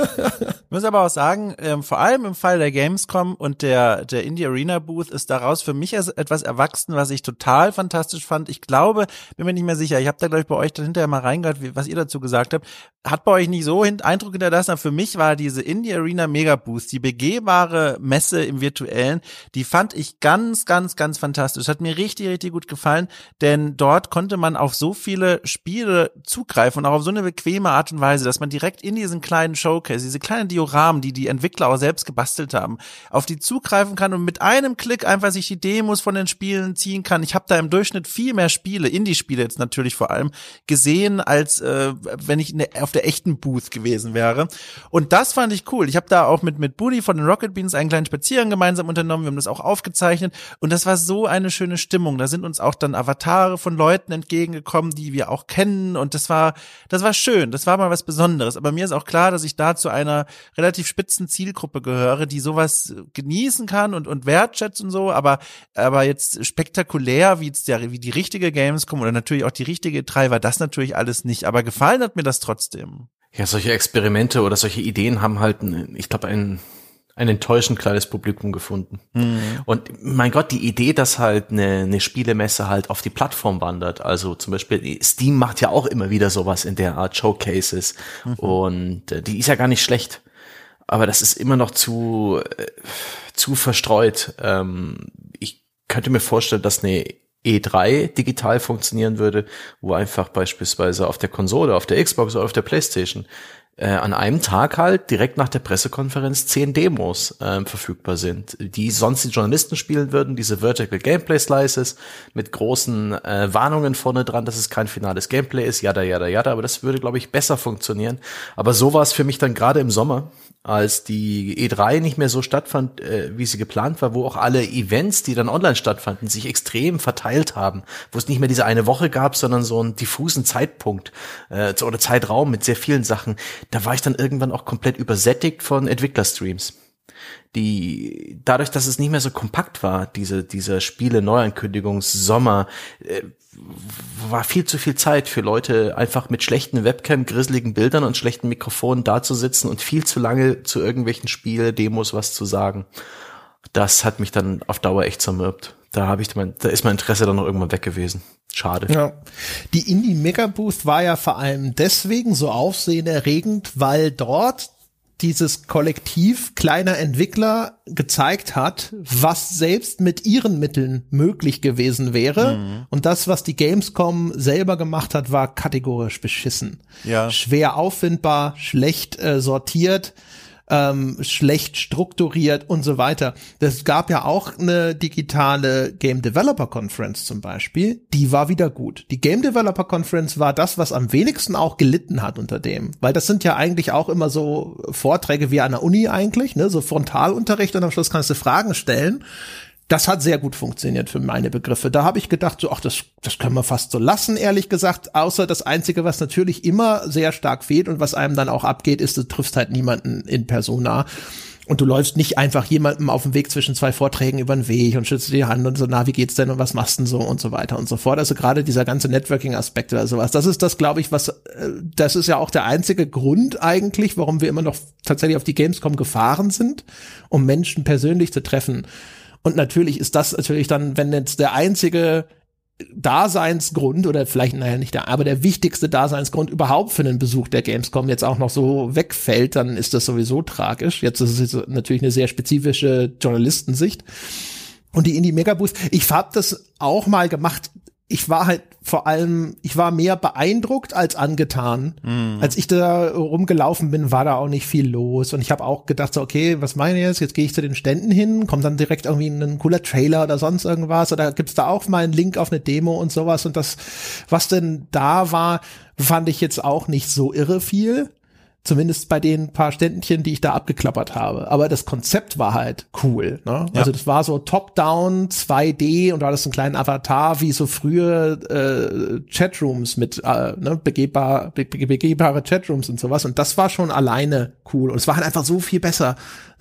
Ich muss aber auch sagen, vor allem im Fall der Gamescom und der Indie Arena Booth ist daraus für mich etwas erwachsen, was ich total fantastisch fand. Ich glaube, bin mir nicht mehr sicher, ich habe da, glaube ich, bei euch dann hinterher mal reingehört, was ihr dazu gesagt habt. Hat bei euch nicht so Eindruck hinterlassen, aber für mich war diese Indie Arena Mega Booth, die begehbare Messe im Virtuellen, die fand ich ganz, ganz, ganz fantastisch. Hat mir richtig, richtig gut gefallen, denn dort konnte man auf so viele Spiele zugreifen und auch auf so eine bequeme Art und Weise, dass man direkt in diesen kleinen Showcase, diese kleinen Dioramen, die Entwickler auch selbst gebastelt haben, auf die zugreifen kann und mit einem Klick einfach sich die Demos von den Spielen ziehen kann. Ich habe da im Durchschnitt viel mehr Spiele, Indie-Spiele jetzt natürlich vor allem, gesehen, als wenn ich auf der echten Booth gewesen wäre. Und das fand ich cool. Ich habe da auch mit Buddy von den Rocket Beans einen kleinen Spaziergang gemeinsam unternommen. Wir haben das auch aufgezeichnet und das war so eine schöne Stimmung. Da sind uns auch dann Avatare von Leuten entgegengekommen, die wir auch kennen und das war schön. Das war mal was Besonderes. Aber mir ist auch klar, dass ich da zu einer relativ spitzen Zielgruppe gehöre, die sowas genießen kann und wertschätzt und so. Aber jetzt spektakulär wie die richtige Gamescom oder natürlich auch die richtige E3 war das natürlich alles nicht. Aber gefallen hat mir das trotzdem. Ja, solche Experimente oder solche Ideen haben halt, ich glaube, ein enttäuschend kleines Publikum gefunden. Und mein Gott, die Idee, dass halt eine Spielemesse halt auf die Plattform wandert, also zum Beispiel Steam macht ja auch immer wieder sowas in der Art Showcases und die ist ja gar nicht schlecht, aber das ist immer noch zu verstreut. Ich könnte mir vorstellen, dass eine E3 digital funktionieren würde, wo einfach beispielsweise auf der Konsole, auf der Xbox oder auf der PlayStation an einem Tag halt direkt nach der Pressekonferenz 10 Demos verfügbar sind, die sonst die Journalisten spielen würden, diese Vertical Gameplay Slices mit großen Warnungen vorne dran, dass es kein finales Gameplay ist, yada, aber das würde, glaube ich, besser funktionieren. Aber so war es für mich dann gerade im Sommer, als die E3 nicht mehr so stattfand, wie sie geplant war, wo auch alle Events, die dann online stattfanden, sich extrem verteilt haben, wo es nicht mehr diese eine Woche gab, sondern so einen diffusen Zeitpunkt oder Zeitraum mit sehr vielen Sachen. Da war ich dann irgendwann auch komplett übersättigt von Entwicklerstreams. Dadurch, dass es nicht mehr so kompakt war, dieser Spiele-Neuankündigungssommer, war viel zu viel Zeit für Leute, einfach mit schlechten Webcam, grisseligen Bildern und schlechten Mikrofonen dazusitzen und viel zu lange zu irgendwelchen Spiele-Demos was zu sagen. Das hat mich dann auf Dauer echt zermürbt. Da ist mein Interesse dann noch irgendwann weg gewesen. Schade. Ja. Die Indie Mega Booth war ja vor allem deswegen so aufsehenerregend, weil dort dieses Kollektiv kleiner Entwickler gezeigt hat, was selbst mit ihren Mitteln möglich gewesen wäre. Mhm. Und das, was die Gamescom selber gemacht hat, war kategorisch beschissen. Ja. Schwer auffindbar, schlecht sortiert, schlecht strukturiert und so weiter. Es gab ja auch eine digitale Game Developer Conference zum Beispiel, die war wieder gut. Die Game Developer Conference war das, was am wenigsten auch gelitten hat unter dem, weil das sind ja eigentlich auch immer so Vorträge wie an der Uni eigentlich, ne, so Frontalunterricht und am Schluss kannst du Fragen stellen. Das hat sehr gut funktioniert für meine Begriffe. Da habe ich gedacht, so, ach, das können wir fast so lassen, ehrlich gesagt. Außer das Einzige, was natürlich immer sehr stark fehlt und was einem dann auch abgeht, ist, du triffst halt niemanden in Persona. Und du läufst nicht einfach jemandem auf dem Weg zwischen zwei Vorträgen über den Weg und schützt die Hand und so, na, wie geht's denn und was machst du denn so und so weiter und so fort. Also gerade dieser ganze Networking-Aspekt oder sowas, das ist das, glaube ich, das ist ja auch der einzige Grund eigentlich, warum wir immer noch tatsächlich auf die Gamescom gefahren sind, um Menschen persönlich zu treffen. Und natürlich ist das natürlich dann, wenn jetzt der einzige Daseinsgrund oder vielleicht, naja, nicht aber der wichtigste Daseinsgrund überhaupt für einen Besuch der Gamescom jetzt auch noch so wegfällt, dann ist das sowieso tragisch. Jetzt ist es natürlich eine sehr spezifische Journalistensicht. Und die Indie Mega Booth, ich habe das auch mal gemacht. Ich war mehr beeindruckt als angetan. Als ich da rumgelaufen bin, war da auch nicht viel los. Und ich habe auch gedacht, so, okay, was meine ich jetzt? Jetzt gehe ich zu den Ständen hin, kommt dann direkt irgendwie ein cooler Trailer oder sonst irgendwas. Oder gibt's da auch mal einen Link auf eine Demo und sowas. Und das, was denn da war, fand ich jetzt auch nicht so irre viel. Zumindest bei den paar Ständchen, die ich da abgeklappert habe. Aber das Konzept war halt cool, ne? Ja. Also das war so Top-Down, 2D und da hattest einen kleinen Avatar, wie so frühe Chatrooms mit begehbare Chatrooms und sowas. Und das war schon alleine cool. Und es war halt einfach so viel besser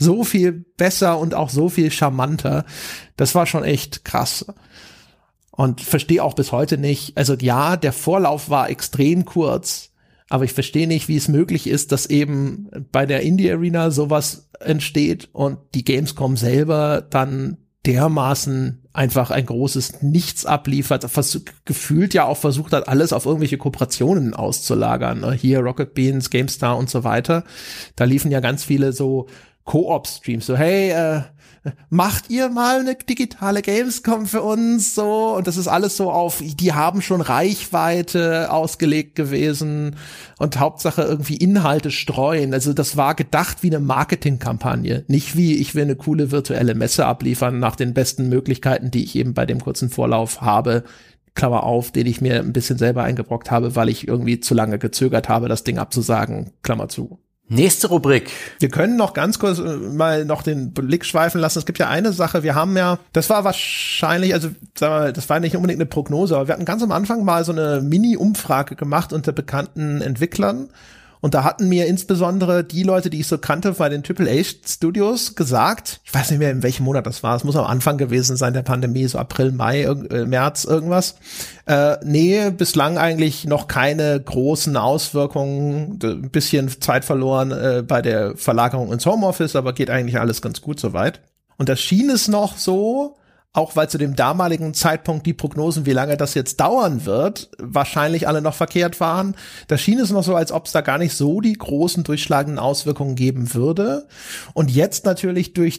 und auch so viel charmanter. Das war schon echt krass. Und verstehe auch bis heute nicht, also ja, der Vorlauf war extrem kurz, aber ich verstehe nicht, wie es möglich ist, dass eben bei der Indie Arena sowas entsteht und die Gamescom selber dann dermaßen einfach ein großes Nichts abliefert, gefühlt ja auch versucht hat, alles auf irgendwelche Kooperationen auszulagern, ne? Hier Rocket Beans, GameStar und so weiter. Da liefen ja ganz viele so Co-op-Streams, so hey, macht ihr mal eine digitale Gamescom für uns, so, und das ist alles so auf, die haben schon Reichweite ausgelegt gewesen und Hauptsache irgendwie Inhalte streuen, also das war gedacht wie eine Marketingkampagne, nicht wie ich will eine coole virtuelle Messe abliefern nach den besten Möglichkeiten, die ich eben bei dem kurzen Vorlauf habe, Klammer auf, den ich mir ein bisschen selber eingebrockt habe, weil ich irgendwie zu lange gezögert habe, das Ding abzusagen, Klammer zu. Nächste Rubrik. Wir können noch ganz kurz mal noch den Blick schweifen lassen. Es gibt ja eine Sache, wir haben ja, das war wahrscheinlich, also sagen wir mal, das war nicht unbedingt eine Prognose, aber wir hatten ganz am Anfang mal so eine Mini-Umfrage gemacht unter bekannten Entwicklern. Und da hatten mir insbesondere die Leute, die ich so kannte bei den AAA-Studios gesagt, ich weiß nicht mehr, in welchem Monat das war, es muss am Anfang gewesen sein der Pandemie, so April, Mai, März, irgendwas. Nee, bislang eigentlich noch keine großen Auswirkungen, ein bisschen Zeit verloren bei der Verlagerung ins Homeoffice, aber geht eigentlich alles ganz gut soweit. Und das schien es noch so, auch weil zu dem damaligen Zeitpunkt die Prognosen, wie lange das jetzt dauern wird, wahrscheinlich alle noch verkehrt waren. Da schien es noch so, als ob es da gar nicht so die großen durchschlagenden Auswirkungen geben würde. Und jetzt natürlich durch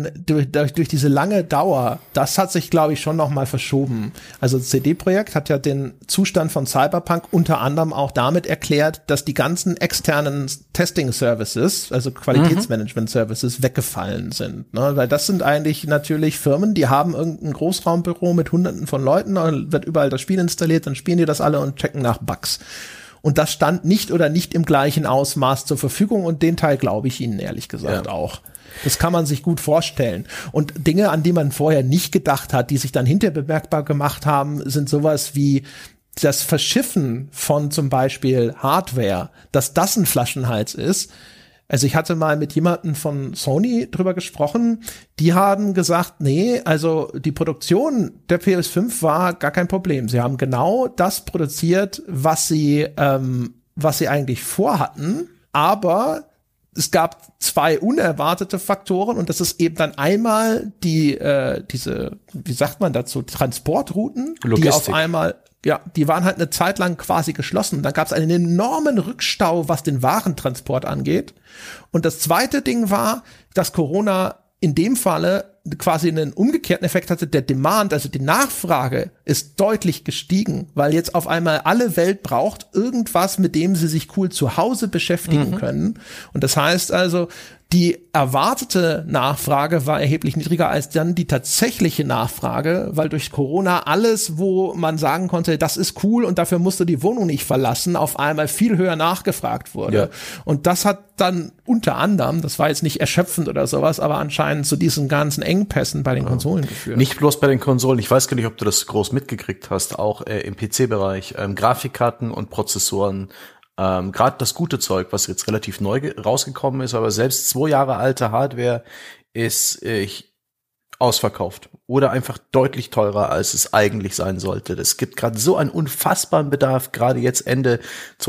diese lange Dauer, das hat sich, glaube ich, schon noch mal verschoben. Also CD Projekt hat ja den Zustand von Cyberpunk unter anderem auch damit erklärt, dass die ganzen externen Testing-Services, also Qualitätsmanagement-Services, weggefallen sind. Ne? Weil das sind eigentlich natürlich Firmen, die haben ein Großraumbüro mit Hunderten von Leuten, dann wird überall das Spiel installiert, dann spielen die das alle und checken nach Bugs. Und das stand nicht im gleichen Ausmaß zur Verfügung und den Teil glaube ich Ihnen ehrlich gesagt auch. Das kann man sich gut vorstellen. Und Dinge, an die man vorher nicht gedacht hat, die sich dann hinterher bemerkbar gemacht haben, sind sowas wie das Verschiffen von zum Beispiel Hardware, dass das ein Flaschenhals ist. Also ich hatte mal mit jemandem von Sony drüber gesprochen, die haben gesagt, nee, also die Produktion der PS5 war gar kein Problem. Sie haben genau das produziert, was sie eigentlich vorhatten, aber es gab zwei unerwartete Faktoren und das ist eben dann einmal diese, wie sagt man dazu, Transportrouten, Logistik. Die auf einmal die waren halt eine Zeit lang quasi geschlossen. Dann gab es einen enormen Rückstau, was den Warentransport angeht. Und das zweite Ding war, dass Corona in dem Falle quasi einen umgekehrten Effekt hatte. Der Demand, also die Nachfrage, ist deutlich gestiegen, weil jetzt auf einmal alle Welt braucht irgendwas, mit dem sie sich cool zu Hause beschäftigen können. Und das heißt also, die erwartete Nachfrage war erheblich niedriger als dann die tatsächliche Nachfrage, weil durch Corona alles, wo man sagen konnte, das ist cool und dafür musst du die Wohnung nicht verlassen, auf einmal viel höher nachgefragt wurde. Ja. Und das hat dann unter anderem, das war jetzt nicht erschöpfend oder sowas, aber anscheinend zu diesen ganzen Engpässen bei den Konsolen geführt. Nicht bloß bei den Konsolen, ich weiß gar nicht, ob du das groß mitgekriegt hast, auch im PC-Bereich, Grafikkarten und Prozessoren. Gerade das gute Zeug, was jetzt relativ neu rausgekommen ist, aber selbst 2 Jahre alte Hardware ist ausverkauft oder einfach deutlich teurer, als es eigentlich sein sollte. Es gibt gerade so einen unfassbaren Bedarf, gerade jetzt Ende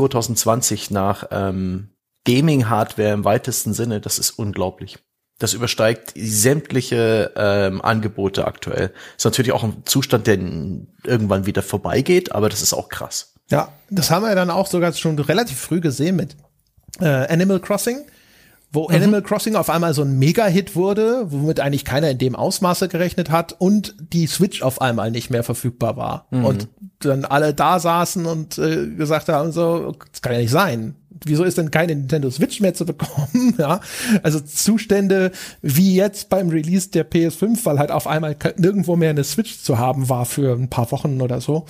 2020 nach Gaming-Hardware im weitesten Sinne. Das ist unglaublich. Das übersteigt sämtliche Angebote aktuell. Ist natürlich auch ein Zustand, der irgendwann wieder vorbeigeht, aber das ist auch krass. Ja, das haben wir dann auch sogar schon relativ früh gesehen mit Animal Crossing, wo Animal Crossing auf einmal so ein Mega-Hit wurde, womit eigentlich keiner in dem Ausmaße gerechnet hat und die Switch auf einmal nicht mehr verfügbar war. Und dann alle da saßen und gesagt haben, so, das kann ja nicht sein. Wieso ist denn keine Nintendo Switch mehr zu bekommen? Ja, also Zustände wie jetzt beim Release der PS5, weil halt auf einmal nirgendwo mehr eine Switch zu haben war für ein paar Wochen oder so.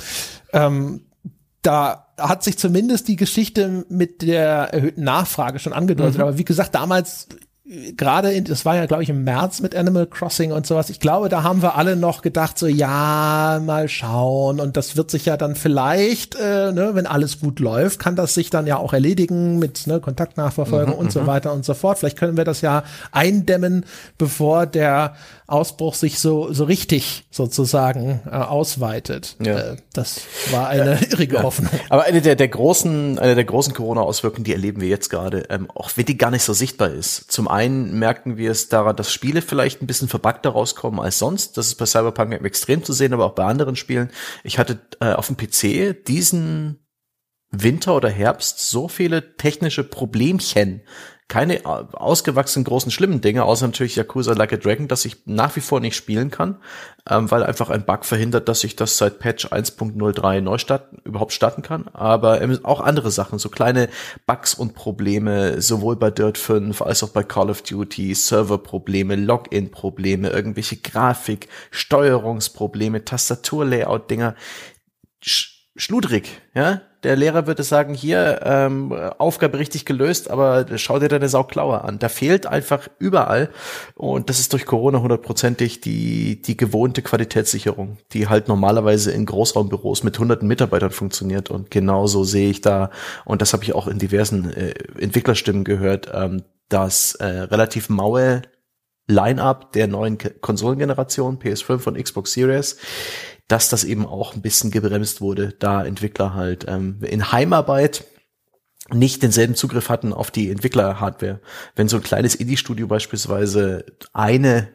Da hat sich zumindest die Geschichte mit der erhöhten Nachfrage schon angedeutet. Aber wie gesagt, damals gerade, das war ja, glaube ich, im März mit Animal Crossing und sowas. Ich glaube, da haben wir alle noch gedacht, so, ja, mal schauen. Und das wird sich ja dann vielleicht, wenn alles gut läuft, kann das sich dann ja auch erledigen mit Kontaktnachverfolgung und so weiter und so fort. Vielleicht können wir das ja eindämmen, bevor der Ausbruch sich so richtig sozusagen ausweitet. Ja. Das war eine irrige Hoffnung. Aber eine der großen Corona-Auswirkungen, die erleben wir jetzt gerade, auch wenn die gar nicht so sichtbar ist. Zum einen merken wir es daran, dass Spiele vielleicht ein bisschen verbuggter rauskommen als sonst. Das ist bei Cyberpunk extrem zu sehen, aber auch bei anderen Spielen. Ich hatte auf dem PC diesen Winter oder Herbst so viele technische Problemchen, keine ausgewachsenen großen schlimmen Dinge, außer natürlich Yakuza Like a Dragon, dass ich nach wie vor nicht spielen kann, weil einfach ein Bug verhindert, dass ich das seit Patch 1.03 überhaupt starten kann. Aber auch andere Sachen, so kleine Bugs und Probleme, sowohl bei Dirt 5 als auch bei Call of Duty, Serverprobleme, Login-Probleme, irgendwelche Grafik, Steuerungsprobleme, Tastatur-Layout-Dinger. Schludrig, ja? Der Lehrer würde sagen, hier, Aufgabe richtig gelöst, aber schau dir deine Sauklaue an. Da fehlt einfach überall. Und das ist durch Corona 100%ig die gewohnte Qualitätssicherung, die halt normalerweise in Großraumbüros mit hunderten Mitarbeitern funktioniert. Und genauso sehe ich da, und das habe ich auch in diversen Entwicklerstimmen gehört, das relativ maue Line-up der neuen Konsolengeneration, PS5 und Xbox Series, dass das eben auch ein bisschen gebremst wurde, da Entwickler halt in Heimarbeit nicht denselben Zugriff hatten auf die Entwickler-Hardware. Wenn so ein kleines Indie-Studio beispielsweise eine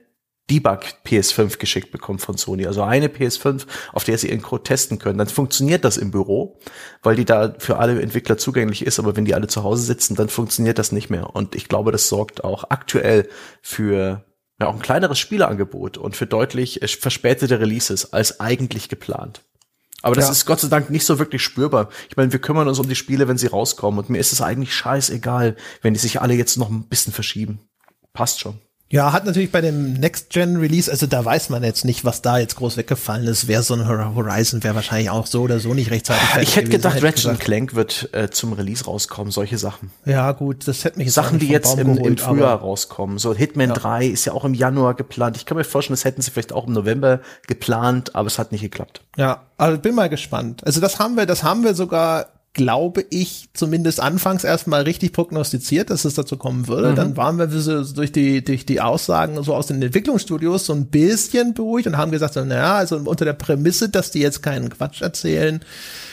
Debug PS5 geschickt bekommt von Sony. Also eine PS5, auf der sie ihren Code testen können. Dann funktioniert das im Büro, weil die da für alle Entwickler zugänglich ist. Aber wenn die alle zu Hause sitzen, dann funktioniert das nicht mehr. Und ich glaube, das sorgt auch aktuell für auch ein kleineres Spieleangebot und für deutlich verspätete Releases als eigentlich geplant. Aber das ist Gott sei Dank nicht so wirklich spürbar. Ich meine, wir kümmern uns um die Spiele, wenn sie rauskommen. Und mir ist es eigentlich scheißegal, wenn die sich alle jetzt noch ein bisschen verschieben. Passt schon. Ja, hat natürlich bei dem Next-Gen-Release, also da weiß man jetzt nicht, was da jetzt groß weggefallen ist. Wäre so ein Horizon, wäre wahrscheinlich auch so oder so nicht rechtzeitig fertig Ich hätte gewesen, gedacht, Ratchet & Clank wird zum Release rauskommen, solche Sachen. Ja gut, das hätte mich jetzt Sachen, die jetzt im Frühjahr aber rauskommen. So Hitman 3 ist ja auch im Januar geplant. Ich kann mir vorstellen, das hätten sie vielleicht auch im November geplant, aber es hat nicht geklappt. Ja, also bin mal gespannt. Also das haben wir sogar, glaube ich, zumindest anfangs erstmal richtig prognostiziert, dass es dazu kommen würde. Dann waren wir so durch die Aussagen so aus den Entwicklungsstudios so ein bisschen beruhigt und haben gesagt, so, naja, also unter der Prämisse, dass die jetzt keinen Quatsch erzählen,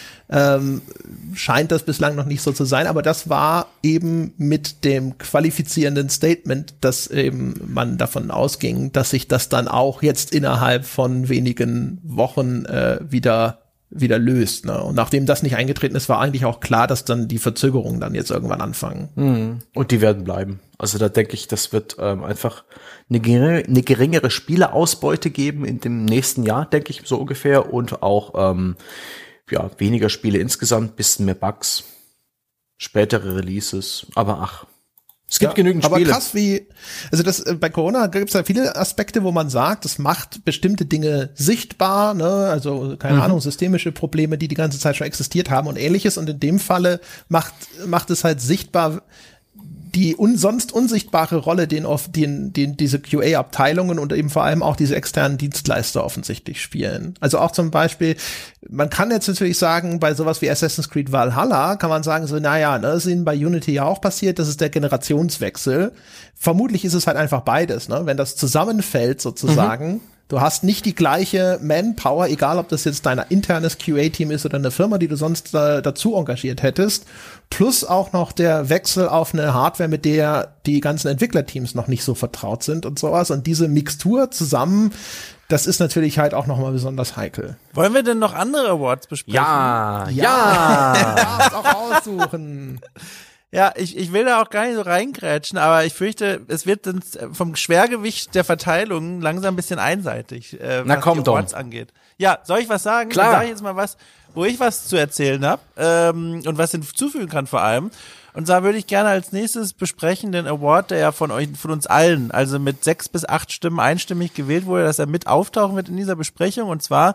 scheint das bislang noch nicht so zu sein. Aber das war eben mit dem qualifizierenden Statement, dass eben man davon ausging, dass sich das dann auch jetzt innerhalb von wenigen Wochen wieder löst, ne? Und nachdem das nicht eingetreten ist, war eigentlich auch klar, dass dann die Verzögerungen dann jetzt irgendwann anfangen. Und die werden bleiben. Also da denke ich, das wird einfach eine geringere Spieleausbeute geben in dem nächsten Jahr, denke ich, so ungefähr. Und auch weniger Spiele insgesamt, bisschen mehr Bugs, spätere Releases. Aber es gibt genügend Spiele. Aber krass bei Corona gibt es ja viele Aspekte, wo man sagt, es macht bestimmte Dinge sichtbar, ne, also keine Ahnung, systemische Probleme, die ganze Zeit schon existiert haben und ähnliches. Und in dem Falle macht es halt sichtbar die sonst unsichtbare Rolle, den diese QA-Abteilungen und eben vor allem auch diese externen Dienstleister offensichtlich spielen. Also auch zum Beispiel, man kann jetzt natürlich sagen, bei sowas wie Assassin's Creed Valhalla kann man sagen, so, naja, ne, ist ihnen bei Unity ja auch passiert, das ist der Generationswechsel. Vermutlich ist es halt einfach beides, ne, wenn das zusammenfällt sozusagen. Du hast nicht die gleiche Manpower, egal ob das jetzt dein internes QA-Team ist oder eine Firma, die du sonst dazu engagiert hättest, plus auch noch der Wechsel auf eine Hardware, mit der die ganzen Entwicklerteams noch nicht so vertraut sind und sowas. Und diese Mixtur zusammen, das ist natürlich halt auch nochmal besonders heikel. Wollen wir denn noch andere Awards besprechen? Ja. Du darfst auch aussuchen. Ja, ich will da auch gar nicht so reingrätschen, aber ich fürchte, es wird dann vom Schwergewicht der Verteilung langsam ein bisschen einseitig, was die Awards angeht. Ja, soll ich was sagen? Klar. Dann sage ich jetzt mal was, wo ich was zu erzählen habe und was hinzufügen kann vor allem. Und da würde ich gerne als nächstes besprechen den Award, der ja von uns allen, also mit 6 bis 8 Stimmen einstimmig gewählt wurde, dass er mit auftauchen wird in dieser Besprechung, und zwar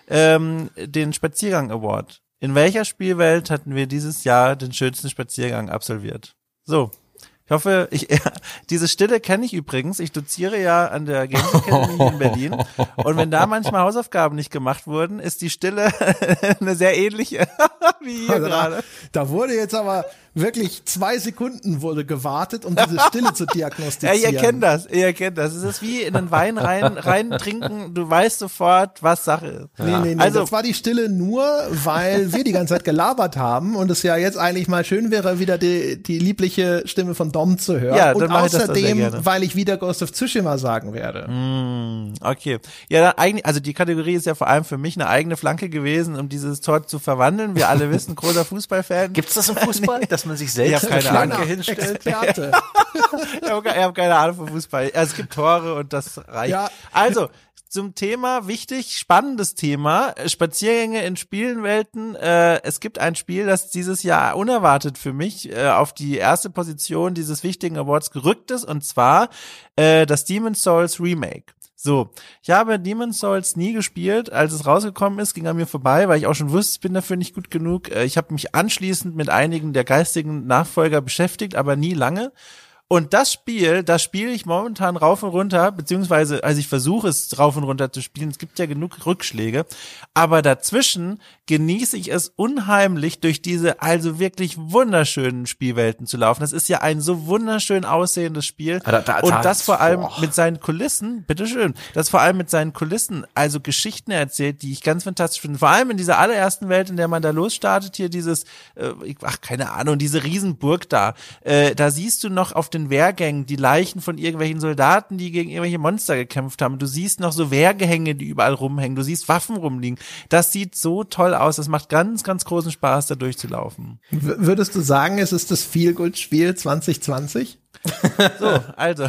den Spaziergang Award. In welcher Spielwelt hatten wir dieses Jahr den schönsten Spaziergang absolviert? So, ich hoffe, diese Stille kenne ich übrigens. Ich doziere ja an der Games Academy hier in Berlin. Und wenn da manchmal Hausaufgaben nicht gemacht wurden, ist die Stille eine sehr ähnliche wie hier also gerade. Da wurde jetzt aber wirklich 2 Sekunden wurde gewartet, um diese Stille zu diagnostizieren. Ja, ihr kennt das. Es ist wie in den Wein rein trinken. Du weißt sofort, was Sache ist. Nee, also, das war die Stille nur, weil wir die ganze Zeit gelabert haben und es ja jetzt eigentlich mal schön wäre, wieder die liebliche Stimme von Dom zu hören. Ja, dann und mach ich das außerdem, sehr gerne. weil ich wieder Ghost of Tsushima sagen werde. Okay. Ja, eigentlich, also die Kategorie ist ja vor allem für mich eine eigene Flanke gewesen, um dieses Tor zu verwandeln. Wir alle wissen, großer Fußballfan. Gibt's das im Fußball, dass man sich selbst eine eine Flanke Flanke hinstellt? Experte. Ich habe keine Ahnung vom Fußball. Es gibt Tore und das reicht. Ja. Also, zum Thema, wichtig, spannendes Thema, Spaziergänge in Spielenwelten. Es gibt ein Spiel, das dieses Jahr unerwartet für mich auf die erste Position dieses wichtigen Awards gerückt ist, und zwar das Demon's Souls Remake. So, ich habe Demon's Souls nie gespielt. Als es rausgekommen ist, ging an mir vorbei, weil ich auch schon wusste, ich bin dafür nicht gut genug. Ich habe mich anschließend mit einigen der geistigen Nachfolger beschäftigt, aber nie lange. Und das spiele ich momentan rauf und runter, beziehungsweise, also ich versuche es rauf und runter zu spielen. Es gibt ja genug Rückschläge. Aber dazwischen genieße ich es unheimlich, durch diese also wirklich wunderschönen Spielwelten zu laufen. Das ist ja ein so wunderschön aussehendes Spiel. Und das vor allem mit seinen Kulissen, bitteschön, das vor allem mit seinen Kulissen, also Geschichten erzählt, die ich ganz fantastisch finde. Vor allem in dieser allerersten Welt, in der man da losstartet, hier dieses, keine Ahnung, diese Riesenburg da. Da siehst du noch auf den den Wehrgängen die Leichen von irgendwelchen Soldaten, die gegen irgendwelche Monster gekämpft haben. Du siehst noch so Wehrgehänge, die überall rumhängen. Du siehst Waffen rumliegen. Das sieht so toll aus. Das macht ganz, ganz großen Spaß, da durchzulaufen. Würdest du sagen, es ist das Feel-Good-Spiel 2020? So, also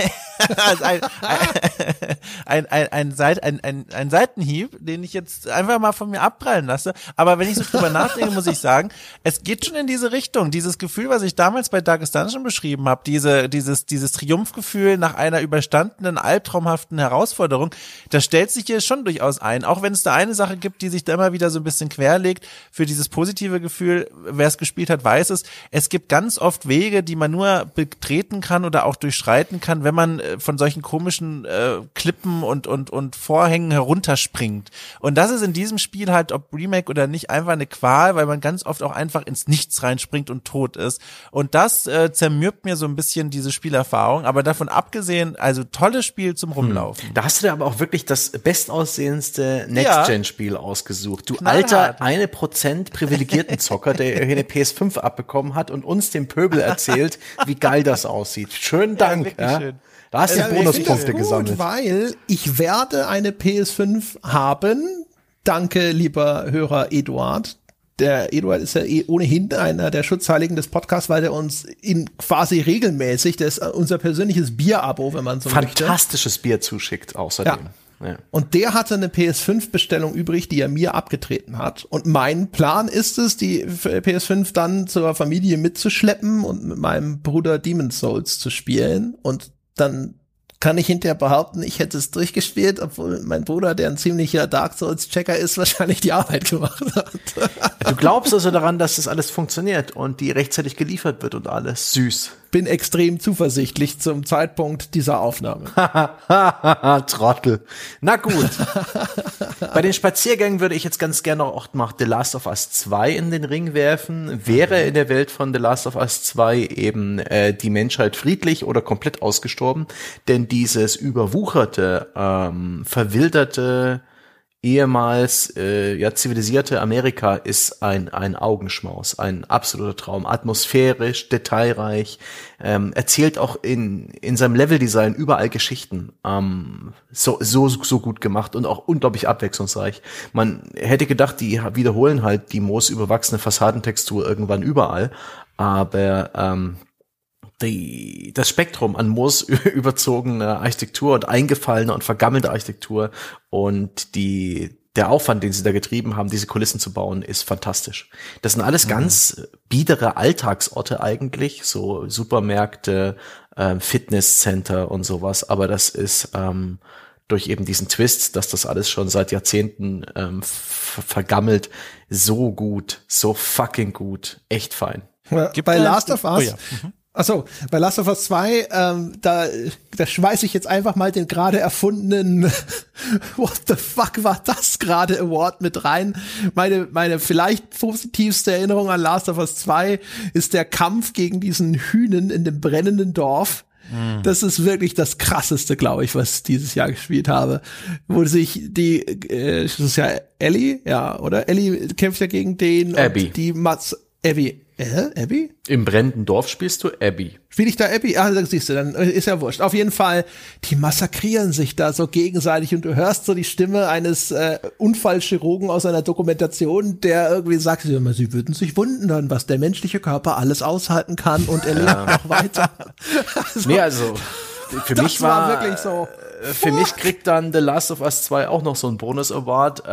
ein Seitenhieb, den ich jetzt einfach mal von mir abprallen lasse. Aber wenn ich so drüber nachdenke, muss ich sagen, es geht schon in diese Richtung. Dieses Gefühl, was ich damals bei Darkest Dungeon beschrieben habe, dieses Triumphgefühl nach einer überstandenen, albtraumhaften Herausforderung, das stellt sich hier schon durchaus ein. Auch wenn es da eine Sache gibt, die sich da immer wieder so ein bisschen querlegt, für dieses positive Gefühl, wer es gespielt hat, weiß es. Es gibt ganz oft Wege, die man nur betreten kann oder auch durchschreiten kann, wenn man von solchen komischen Klippen und Vorhängen herunterspringt. Und das ist in diesem Spiel halt, ob Remake oder nicht, einfach eine Qual, weil man ganz oft auch einfach ins Nichts reinspringt und tot ist. Und das zermürbt mir so ein bisschen diese Spielerfahrung. Aber davon abgesehen, also tolles Spiel zum Rumlaufen. Da hast du dir aber auch wirklich das bestaussehendste Next-Gen-Spiel ausgesucht. Du alter 1% privilegierten Zocker, der eine PS5 abbekommen hat und uns dem Pöbel erzählt, wie geil das aussieht. Schönen Dank. Ja, schön. Da hast du Bonuspunkte gesammelt. Weil ich werde eine PS5 haben. Danke, lieber Hörer Eduard. Der Eduard ist ja ohnehin einer der Schutzheiligen des Podcasts, weil der uns quasi regelmäßig, das ist unser persönliches Bier-Abo, wenn man so möchte. Fantastisches Bier zuschickt außerdem. Ja. Und der hatte eine PS5-Bestellung übrig, die er mir abgetreten hat. Und mein Plan ist es, die PS5 dann zur Familie mitzuschleppen und mit meinem Bruder Demon's Souls zu spielen. Und dann kann ich hinterher behaupten, ich hätte es durchgespielt, obwohl mein Bruder, der ein ziemlicher Dark Souls-Checker ist, wahrscheinlich die Arbeit gemacht hat. Du glaubst also daran, dass das alles funktioniert und die rechtzeitig geliefert wird und alles. Süß. Bin extrem zuversichtlich zum Zeitpunkt dieser Aufnahme. Trottel. Na gut. Bei den Spaziergängen würde ich jetzt ganz gerne auch mal The Last of Us 2 in den Ring werfen. Wäre in der Welt von The Last of Us 2 eben die Menschheit friedlich oder komplett ausgestorben? Denn dieses überwucherte, verwilderte, ehemals zivilisierte Amerika ist ein Augenschmaus, ein absoluter Traum, atmosphärisch, detailreich, erzählt auch in seinem Leveldesign überall Geschichten, so gut gemacht und auch unglaublich abwechslungsreich. Man hätte gedacht, die wiederholen halt die moosüberwachsene Fassadentextur irgendwann überall, aber das Spektrum an moosüberzogener Architektur und eingefallener und vergammelter Architektur und der Aufwand, den sie da getrieben haben, diese Kulissen zu bauen, ist fantastisch. Das sind alles ganz biedere Alltagsorte eigentlich, so Supermärkte, Fitnesscenter und sowas, aber das ist durch eben diesen Twist, dass das alles schon seit Jahrzehnten vergammelt, so gut, so fucking gut, echt fein. Bei Last of Us Achso, bei Last of Us 2, da schmeiße ich jetzt einfach mal den gerade erfundenen What the fuck war das gerade Award mit rein. Meine vielleicht positivste Erinnerung an Last of Us 2 ist der Kampf gegen diesen Hühnen in dem brennenden Dorf. Das ist wirklich das Krasseste, glaube ich, was ich dieses Jahr gespielt habe. Wo sich das ist ja Ellie, ja, oder? Ellie kämpft ja gegen den Abby. Und die Abby. Abby? Im brennenden Dorf spielst du Abby. Spiel ich da Abby? Ah, das siehst du, dann ist ja wurscht. Auf jeden Fall, die massakrieren sich da so gegenseitig und du hörst so die Stimme eines Unfallchirurgen aus einer Dokumentation, der irgendwie sagt, sie würden sich wundern, was der menschliche Körper alles aushalten kann und er lebt noch weiter. Also für mich war wirklich so. Für mich kriegt dann The Last of Us 2 auch noch so einen Bonus-Award.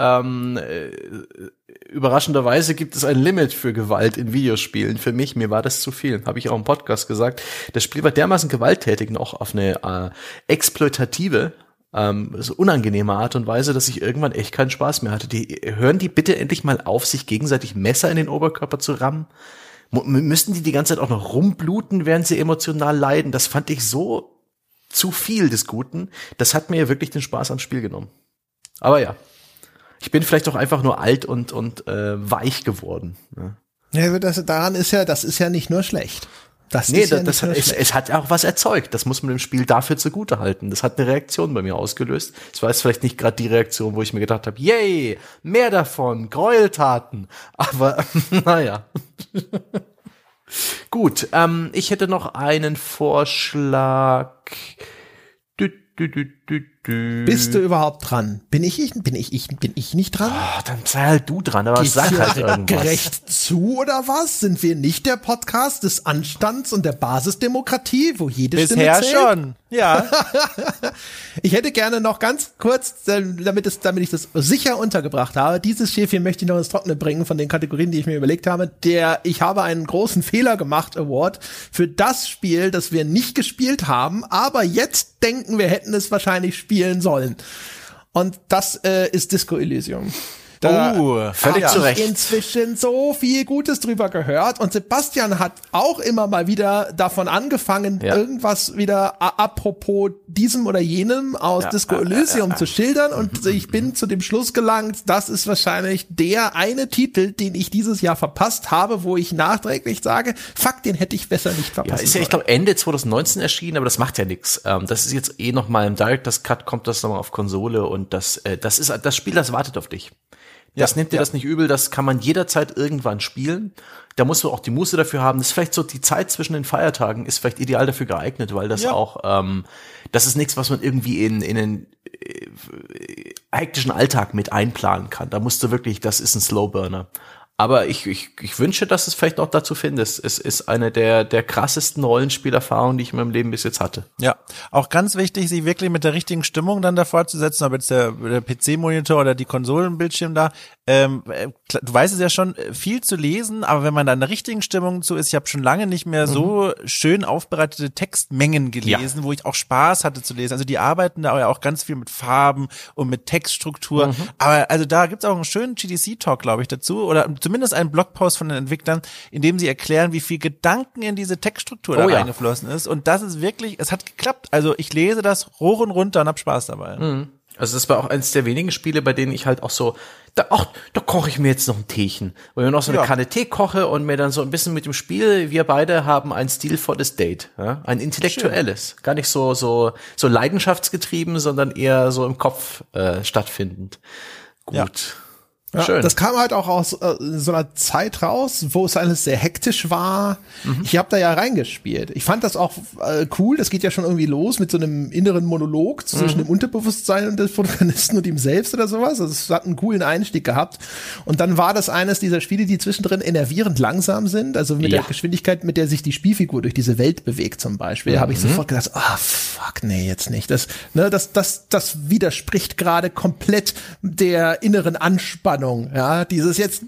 Überraschenderweise gibt es ein Limit für Gewalt in Videospielen. Für mir war das zu viel. Habe ich auch im Podcast gesagt. Das Spiel war dermaßen gewalttätig und auch auf eine exploitative, so unangenehme Art und Weise, dass ich irgendwann echt keinen Spaß mehr hatte. Hören die bitte endlich mal auf, sich gegenseitig Messer in den Oberkörper zu rammen? Müssten die ganze Zeit auch noch rumbluten, während sie emotional leiden? Das fand ich so zu viel des Guten. Das hat mir wirklich den Spaß am Spiel genommen. Aber ja. Ich bin vielleicht auch einfach nur alt und weich geworden. Ja, das ist ja nicht nur schlecht. Es hat auch was erzeugt. Das muss man dem Spiel dafür zugute halten. Das hat eine Reaktion bei mir ausgelöst. Es war jetzt vielleicht nicht gerade die Reaktion, wo ich mir gedacht habe, yay, mehr davon, Gräueltaten. Aber naja. Gut, ich hätte noch einen Vorschlag. Bist du überhaupt dran? Bin ich nicht dran? Oh, dann sei halt du dran, aber sag halt irgendwas. Gerecht zu oder was? Sind wir nicht der Podcast des Anstands und der Basisdemokratie, wo jede Bisher Stimme zählt? schon, ja. Ich hätte gerne noch ganz kurz, damit ich das sicher untergebracht habe, dieses Schäfchen möchte ich noch ins Trockene bringen von den Kategorien, die ich mir überlegt habe. Ich habe einen großen Fehler gemacht Award für das Spiel, das wir nicht gespielt haben, aber jetzt denken, wir hätten es wahrscheinlich spielen sollen. Und das ist Disco Elysium. Da völlig zu Recht. Inzwischen so viel Gutes drüber gehört und Sebastian hat auch immer mal wieder davon angefangen, irgendwas wieder apropos diesem oder jenem aus Disco Elysium zu schildern und ich bin zu dem Schluss gelangt, das ist wahrscheinlich der eine Titel, den ich dieses Jahr verpasst habe, wo ich nachträglich sage, fuck, den hätte ich besser nicht verpasst. Ja, ist ja, ich glaube, Ende 2019 erschienen, aber das macht ja nichts. Das ist jetzt noch mal im Director's Cut, kommt das nochmal auf Konsole und das ist das Spiel, das wartet auf dich. Das nimmt dir das nicht übel, das kann man jederzeit irgendwann spielen. Da musst du auch die Muße dafür haben. Das ist vielleicht so, die Zeit zwischen den Feiertagen ist vielleicht ideal dafür geeignet, weil das auch, das ist nichts, was man irgendwie in den hektischen Alltag mit einplanen kann. Da musst du wirklich, das ist ein Slowburner. Aber ich wünsche, dass es vielleicht auch dazu findest. Es ist eine der krassesten Rollenspielerfahrungen, die ich in meinem Leben bis jetzt hatte. Ja, auch ganz wichtig, sich wirklich mit der richtigen Stimmung dann davor zu setzen, ob jetzt der PC-Monitor oder die Konsolenbildschirm da. Du weißt es ja schon, viel zu lesen, aber wenn man da in der richtigen Stimmung zu ist, ich habe schon lange nicht mehr so schön aufbereitete Textmengen gelesen, wo ich auch Spaß hatte zu lesen. Also die arbeiten da ja auch ganz viel mit Farben und mit Textstruktur. Aber also da gibt's auch einen schönen GDC-Talk, glaube ich, dazu, oder zumindest einen Blogpost von den Entwicklern, in dem sie erklären, wie viel Gedanken in diese Textstruktur da reingeflossen ist. Und das ist wirklich, es hat geklappt. Also ich lese das hoch und runter und hab Spaß dabei. Also das war auch eines der wenigen Spiele, bei denen ich halt auch so, da koche ich mir jetzt noch ein Teechen. Wo ich mir noch so eine Kanne Tee koche und mir dann so ein bisschen mit dem Spiel, wir beide haben ein stilvolles Date. Ja? Ein intellektuelles. Schön. Gar nicht so leidenschaftsgetrieben, sondern eher so im Kopf stattfindend. Gut. Ja. Ja, schön. Das kam halt auch aus so einer Zeit raus, wo es alles sehr hektisch war. Ich habe da ja reingespielt. Ich fand das auch cool. Das geht ja schon irgendwie los mit so einem inneren Monolog zwischen dem Unterbewusstsein und des Protagonisten und ihm selbst oder sowas. Also es hat einen coolen Einstieg gehabt. Und dann war das eines dieser Spiele, die zwischendrin enervierend langsam sind. Also mit der Geschwindigkeit, mit der sich die Spielfigur durch diese Welt bewegt zum Beispiel, habe ich sofort gedacht, fuck, nee, jetzt nicht. Das widerspricht gerade komplett der inneren Anspannung. Ja, dieses jetzt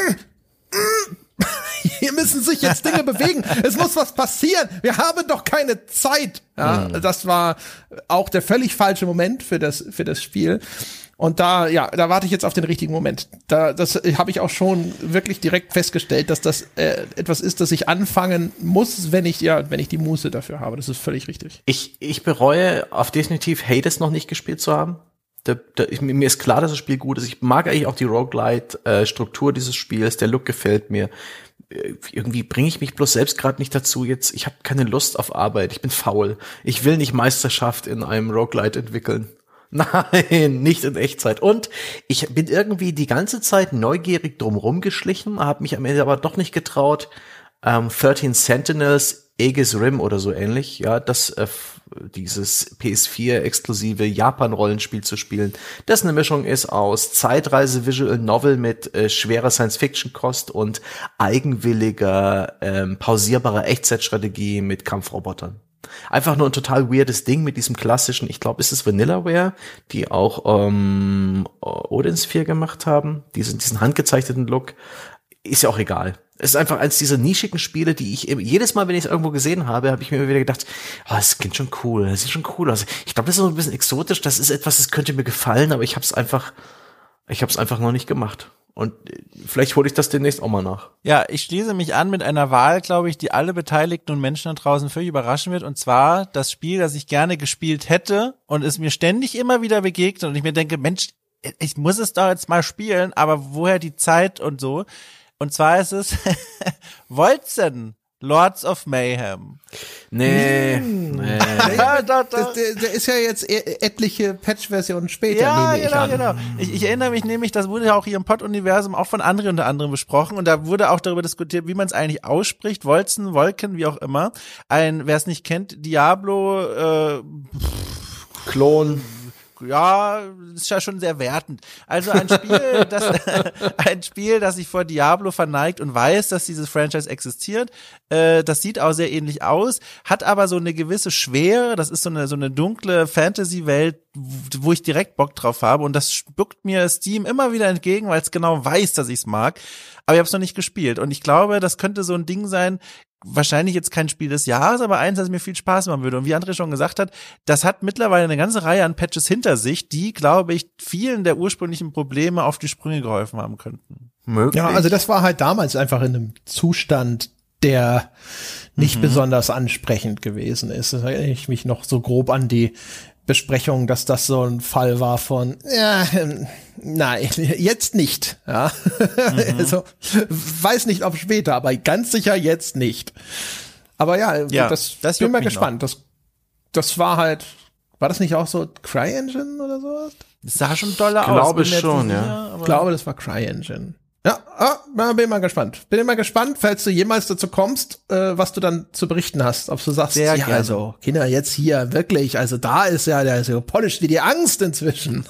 hier müssen sich jetzt Dinge bewegen. Es muss was passieren. Wir haben doch keine Zeit. Ja, das war auch der völlig falsche Moment für das Spiel. Und da warte ich jetzt auf den richtigen Moment. Das habe ich auch schon wirklich direkt festgestellt, dass das etwas ist, das ich anfangen muss, wenn ich die Muße dafür habe. Das ist völlig richtig. Ich bereue auf definitiv Hades noch nicht gespielt zu haben. Mir ist klar, dass das Spiel gut ist. Ich mag eigentlich auch die Roguelite-Struktur dieses Spiels. Der Look gefällt mir. Irgendwie bringe ich mich bloß selbst gerade nicht dazu jetzt. Ich habe keine Lust auf Arbeit. Ich bin faul. Ich will nicht Meisterschaft in einem Roguelite entwickeln. Nein, nicht in Echtzeit. Und ich bin irgendwie die ganze Zeit neugierig drumherum geschlichen, habe mich am Ende aber doch nicht getraut, 13 Sentinels, Aegis Rim oder so ähnlich, ja, dieses PS4-exklusive Japan-Rollenspiel zu spielen, das eine Mischung ist aus Zeitreise-Visual Novel mit schwerer Science-Fiction-Kost und eigenwilliger, pausierbarer Echtzeitstrategie mit Kampfrobotern. Einfach nur ein total weirdes Ding mit diesem klassischen, ich glaube, ist es Vanillaware, die auch Odin Sphere gemacht haben, diesen handgezeichneten Look. Ist ja auch egal. Es ist einfach eins dieser nischigen Spiele, die ich jedes Mal, wenn ich es irgendwo gesehen habe, habe ich mir immer wieder gedacht, das klingt schon cool, das sieht schon cool aus. Ich glaube, das ist so ein bisschen exotisch, das ist etwas, das könnte mir gefallen, aber ich habe es einfach noch nicht gemacht. Und vielleicht hole ich das demnächst auch mal nach. Ja, ich schließe mich an mit einer Wahl, glaube ich, die alle Beteiligten und Menschen da draußen völlig überraschen wird. Und zwar das Spiel, das ich gerne gespielt hätte und es mir ständig immer wieder begegnet und ich mir denke, Mensch, ich muss es doch jetzt mal spielen, aber woher die Zeit und so? Und zwar ist es Wolzenloch. Lords of Mayhem. Nee. Der ist ja jetzt etliche Patch-Versionen später, nehme ich an. Genau. Ich erinnere mich nämlich, das wurde ja auch hier im Pod-Universum auch von anderen unter anderem besprochen und da wurde auch darüber diskutiert, wie man es eigentlich ausspricht, Wolken, wie auch immer. Wer es nicht kennt, Diablo, Klon. Ja, ist ja schon sehr wertend. Also ein Spiel, das sich vor Diablo verneigt und weiß, dass dieses Franchise existiert. Das sieht auch sehr ähnlich aus, hat aber so eine gewisse Schwere. Das ist so eine dunkle Fantasy-Welt, wo ich direkt Bock drauf habe. Und das spuckt mir Steam immer wieder entgegen, weil es genau weiß, dass ich es mag. Aber ich habe es noch nicht gespielt. Und ich glaube, das könnte so ein Ding sein, wahrscheinlich jetzt kein Spiel des Jahres, aber eins, das mir viel Spaß machen würde. Und wie André schon gesagt hat, das hat mittlerweile eine ganze Reihe an Patches hinter sich, die, glaube ich, vielen der ursprünglichen Probleme auf die Sprünge geholfen haben könnten. Möglich. Ja, also das war halt damals einfach in einem Zustand, der nicht besonders ansprechend gewesen ist. Das erinnere ich mich noch so grob an die Besprechung, dass das so ein Fall war von, nein, jetzt nicht. Ja. Also, weiß nicht, ob später, aber ganz sicher jetzt nicht. Aber ja, das bin mal gespannt. Das war halt, war das nicht auch so CryEngine oder sowas? Das sah schon doller aus. Glaube schon, ja. Ich glaube, das war CryEngine. Ja, bin mal gespannt. Bin immer gespannt, falls du jemals dazu kommst, was du dann zu berichten hast. Ob du sagst, sehr gerne. Also, Kinder, jetzt hier, wirklich, also da ist ja der so polished wie die Angst inzwischen.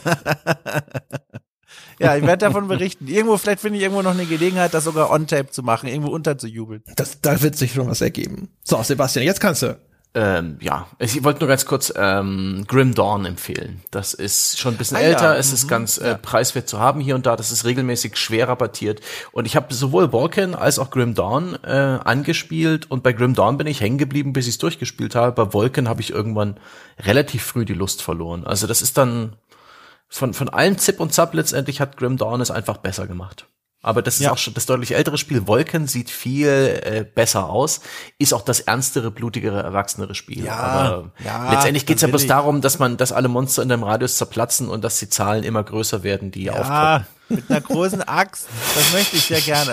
Ja, ich werde davon berichten. Vielleicht finde ich irgendwo noch eine Gelegenheit, das sogar on-tape zu machen, irgendwo unterzujubeln. Da wird sich schon was ergeben. So, Sebastian, jetzt kannst du. Ich wollte nur ganz kurz Grim Dawn empfehlen. Das ist schon ein bisschen älter, es ist ganz preiswert zu haben hier und da, das ist regelmäßig schwer rabattiert und ich habe sowohl Vulcan als auch Grim Dawn angespielt und bei Grim Dawn bin ich hängen geblieben, bis ich es durchgespielt habe. Bei Vulcan habe ich irgendwann relativ früh die Lust verloren. Also das ist dann von allen Zip und Zap letztendlich hat Grim Dawn es einfach besser gemacht. Aber das ist auch schon das deutlich ältere Spiel. Vulcan sieht viel besser aus, ist auch das ernstere, blutigere, erwachsenere Spiel. Aber letztendlich geht's ja bloß darum, dass alle Monster in dem Radius zerplatzen und dass die Zahlen immer größer werden, die auftreten. Mit einer großen Axt. Das möchte ich sehr gerne.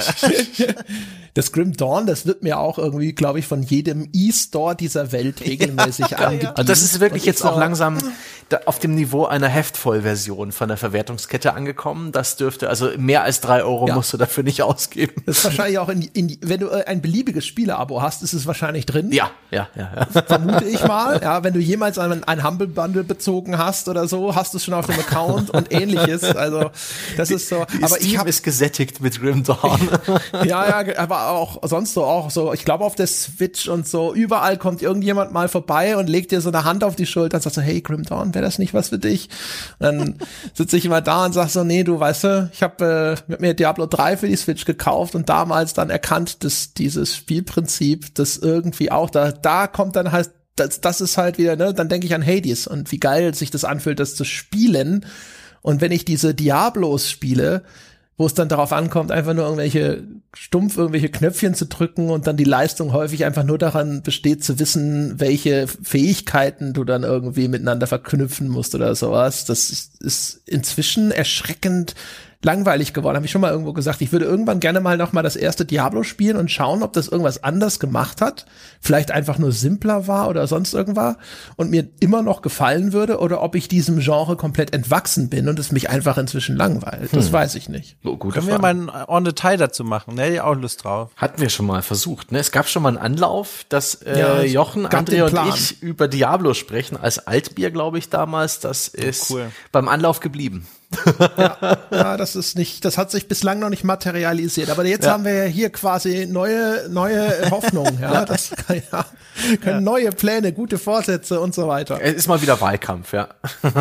Das Grim Dawn, das wird mir auch irgendwie, glaube ich, von jedem E-Store dieser Welt regelmäßig angegeben. Also das ist wirklich jetzt auch langsam auf dem Niveau einer Heftvollversion von der Verwertungskette angekommen. Das dürfte, also mehr als 3 Euro musst du dafür nicht ausgeben. Das ist wahrscheinlich auch wenn du ein beliebiges Spiele-Abo hast, ist es wahrscheinlich drin. Ja. Vermute ich mal. Ja, wenn du jemals ein Humble Bundle bezogen hast oder so, hast du es schon auf dem Account und ähnliches. Also, das ist so. Aber Steam ist gesättigt mit Grim Dawn. Ja, aber auch sonst so. Ich glaube auf der Switch und so, überall kommt irgendjemand mal vorbei und legt dir so eine Hand auf die Schulter und sagt so, hey Grim Dawn, wäre das nicht was für dich? Und dann sitze ich immer da und sag so, nee, du weißt du, ich habe mir Diablo 3 für die Switch gekauft und damals dann erkannt, dass dieses Spielprinzip, das irgendwie auch, da kommt dann halt, das ist halt wieder, ne, dann denke ich an Hades und wie geil sich das anfühlt, das zu spielen. Und wenn ich diese Diablos spiele, wo es dann darauf ankommt, einfach nur irgendwelche Knöpfchen zu drücken und dann die Leistung häufig einfach nur daran besteht, zu wissen, welche Fähigkeiten du dann irgendwie miteinander verknüpfen musst oder sowas. Das ist inzwischen erschreckend langweilig geworden. Habe ich schon mal irgendwo gesagt, ich würde irgendwann gerne mal noch mal das erste Diablo spielen und schauen, ob das irgendwas anders gemacht hat. Vielleicht einfach nur simpler war oder sonst irgendwas und mir immer noch gefallen würde oder ob ich diesem Genre komplett entwachsen bin und es mich einfach inzwischen langweilt. Das weiß ich nicht. Können wir mal ein On Detail dazu machen? Ne, ich auch Lust drauf. Hatten wir schon mal versucht. Ne? Es gab schon mal einen Anlauf, dass Jochen, André und ich über Diablo sprechen, als Altbier, glaube ich, damals. Das ist beim Anlauf geblieben. Ja, das hat sich bislang noch nicht materialisiert, aber jetzt haben wir ja hier quasi neue Hoffnung, das können neue Pläne, gute Vorsätze und so weiter. Es ist mal wieder Wahlkampf, ja.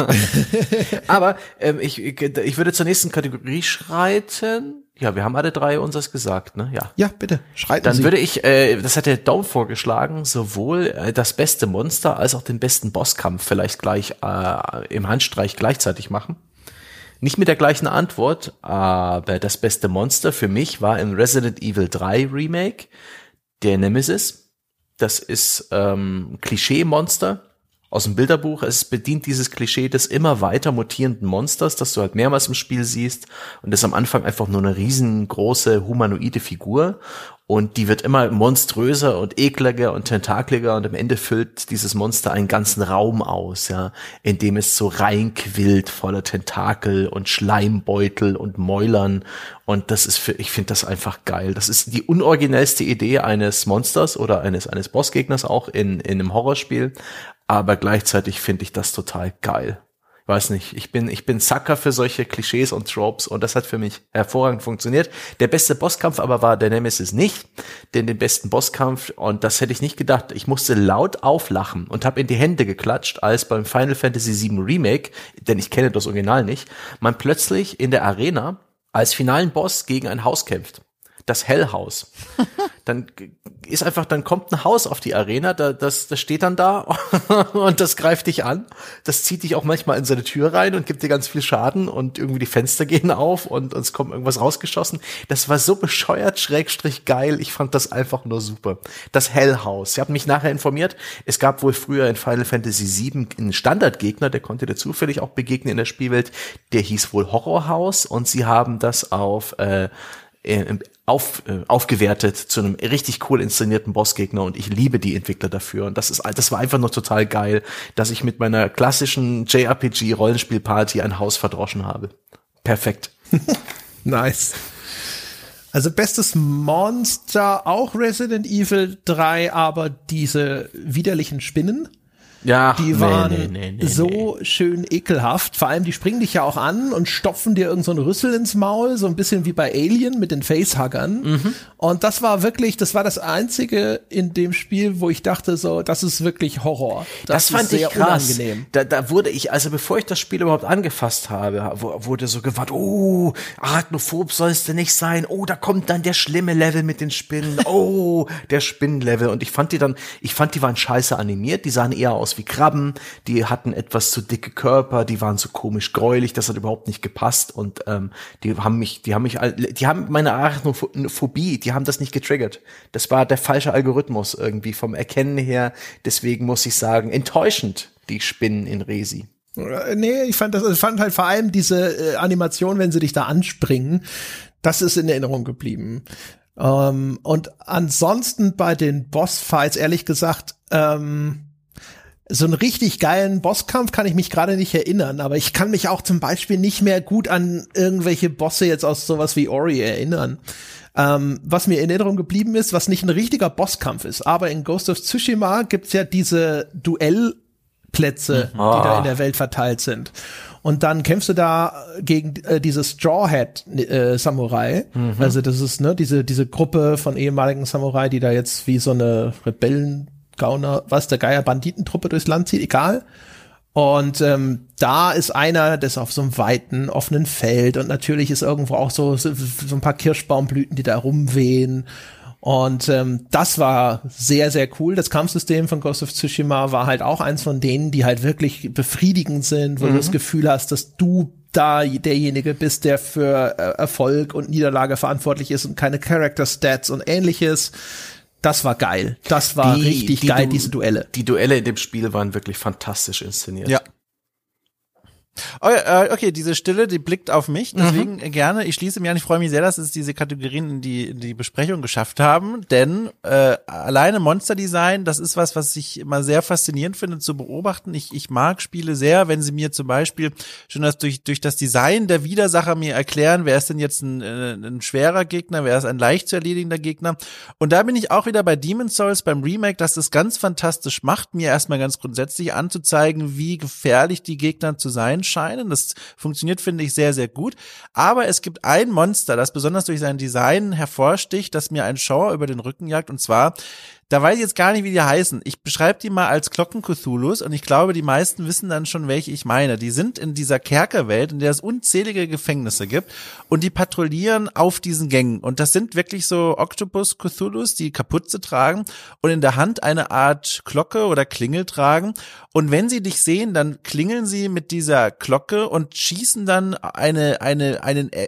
Aber ich würde zur nächsten Kategorie schreiten. Ja, wir haben alle 3 unseres gesagt, ne? Ja, bitte, schreiten Dann Sie. würde ich, das hat der Dome vorgeschlagen, sowohl das beste Monster als auch den besten Bosskampf vielleicht gleich im Handstreich gleichzeitig machen. Nicht mit der gleichen Antwort, aber das beste Monster für mich war im Resident Evil 3 Remake der Nemesis. Das ist Klischee-Monster aus dem Bilderbuch. Es bedient dieses Klischee des immer weiter mutierenden Monsters, das du halt mehrmals im Spiel siehst. Und das ist am Anfang einfach nur eine riesengroße humanoide Figur. und die wird immer monströser und ekliger und tentakliger und am Ende füllt dieses Monster einen ganzen Raum aus, ja, in dem es so reinquillt voller Tentakel und Schleimbeutel und Mäulern und ich finde das einfach geil. Das ist die unoriginellste Idee eines Monsters oder eines Bossgegners auch in einem Horrorspiel, aber gleichzeitig finde ich das total geil. Weiß nicht, ich bin Sucker für solche Klischees und Tropes und das hat für mich hervorragend funktioniert. Der beste Bosskampf aber war der Nemesis nicht, denn den besten Bosskampf, und das hätte ich nicht gedacht, ich musste laut auflachen und habe in die Hände geklatscht, als beim Final Fantasy VII Remake, denn ich kenne das Original nicht, man plötzlich in der Arena als finalen Boss gegen ein Haus kämpft. Das Hellhaus. Dann kommt ein Haus auf die Arena, das steht dann da und das greift dich an. Das zieht dich auch manchmal in seine Tür rein und gibt dir ganz viel Schaden und irgendwie die Fenster gehen auf und es kommt irgendwas rausgeschossen. Das war so bescheuert, / geil. Ich fand das einfach nur super. Das Hellhaus. Sie haben mich nachher informiert, es gab wohl früher in Final Fantasy VII einen Standardgegner, der konnte dir zufällig auch begegnen in der Spielwelt. Der hieß wohl Horrorhaus und sie haben das aufgewertet zu einem richtig cool inszenierten Bossgegner und ich liebe die Entwickler dafür und das war einfach nur total geil, dass ich mit meiner klassischen JRPG-Rollenspielparty ein Haus verdroschen habe. Perfekt. Nice. Also bestes Monster auch Resident Evil 3, aber diese widerlichen Spinnen. Ja, die waren so schön ekelhaft. Vor allem, die springen dich ja auch an und stopfen dir irgend so einen Rüssel ins Maul, so ein bisschen wie bei Alien mit den Facehuggern. Mhm. Und das war das Einzige in dem Spiel, wo ich dachte so, das ist wirklich Horror. Das fand ich krass. Unangenehm. Da wurde ich, also bevor ich das Spiel überhaupt angefasst habe, wurde so gewarnt, arachnophob soll es denn nicht sein, da kommt dann der schlimme Level mit den Spinnen, der Spinnenlevel. Und ich fand die waren scheiße animiert, die sahen eher aus wie Krabben, die hatten etwas zu dicke Körper, die waren so komisch gräulich, das hat überhaupt nicht gepasst und die haben meine Arachnophobie, die haben das nicht getriggert. Das war der falsche Algorithmus irgendwie vom Erkennen her, deswegen muss ich sagen, enttäuschend, die Spinnen in Resi. Nee, ich fand halt vor allem diese Animation, wenn sie dich da anspringen, das ist in Erinnerung geblieben. Und ansonsten bei den Bossfights, ehrlich gesagt, so einen richtig geilen Bosskampf kann ich mich gerade nicht erinnern, aber ich kann mich auch zum Beispiel nicht mehr gut an irgendwelche Bosse jetzt aus sowas wie Ori erinnern. Was mir in Erinnerung geblieben ist, was nicht ein richtiger Bosskampf ist, aber in Ghost of Tsushima gibt's ja diese Duellplätze, die da in der Welt verteilt sind. Und dann kämpfst du da gegen diese Straw Hat Samurai. Mhm. Also das ist diese Gruppe von ehemaligen Samurai, die da jetzt wie so eine Rebellengauner, der Geier Banditentruppe durchs Land zieht, egal. Und da ist einer, der ist auf so einem weiten, offenen Feld und natürlich ist irgendwo auch so ein paar Kirschbaumblüten, die da rumwehen. Und das war sehr, sehr cool. Das Kampfsystem von Ghost of Tsushima war halt auch eins von denen, die halt wirklich befriedigend sind, wo du das Gefühl hast, dass du da derjenige bist, der für Erfolg und Niederlage verantwortlich ist und keine Character Stats und ähnliches. Das war geil. Das war richtig geil, diese Duelle. Die Duelle in dem Spiel waren wirklich fantastisch inszeniert. Ja. Okay, diese Stille, die blickt auf mich, deswegen gerne, ich schließe mich an, ich freue mich sehr, dass es diese Kategorien in die Besprechung geschafft haben, denn alleine Monsterdesign, das ist was ich immer sehr faszinierend finde zu beobachten. Ich mag Spiele sehr, wenn sie mir zum Beispiel schon durch das Design der Widersacher mir erklären, wer ist denn jetzt ein schwerer Gegner, wer ist ein leicht zu erledigender Gegner. Und da bin ich auch wieder bei Demon's Souls, beim Remake, dass das ganz fantastisch macht, mir erstmal ganz grundsätzlich anzuzeigen, wie gefährlich die Gegner zu sein scheinen. Das funktioniert, finde ich, sehr, sehr gut. Aber es gibt ein Monster, das besonders durch sein Design hervorsticht, das mir einen Schauer über den Rücken jagt, und zwar, da weiß ich jetzt gar nicht, wie die heißen. Ich beschreibe die mal als Glocken-Cthulhus und ich glaube, die meisten wissen dann schon, welche ich meine. Die sind in dieser Kerkerwelt, in der es unzählige Gefängnisse gibt und die patrouillieren auf diesen Gängen. Und das sind wirklich so Octopus-Cthulhus, die Kapuze tragen und in der Hand eine Art Glocke oder Klingel tragen. Und wenn sie dich sehen, dann klingeln sie mit dieser Glocke und schießen dann einen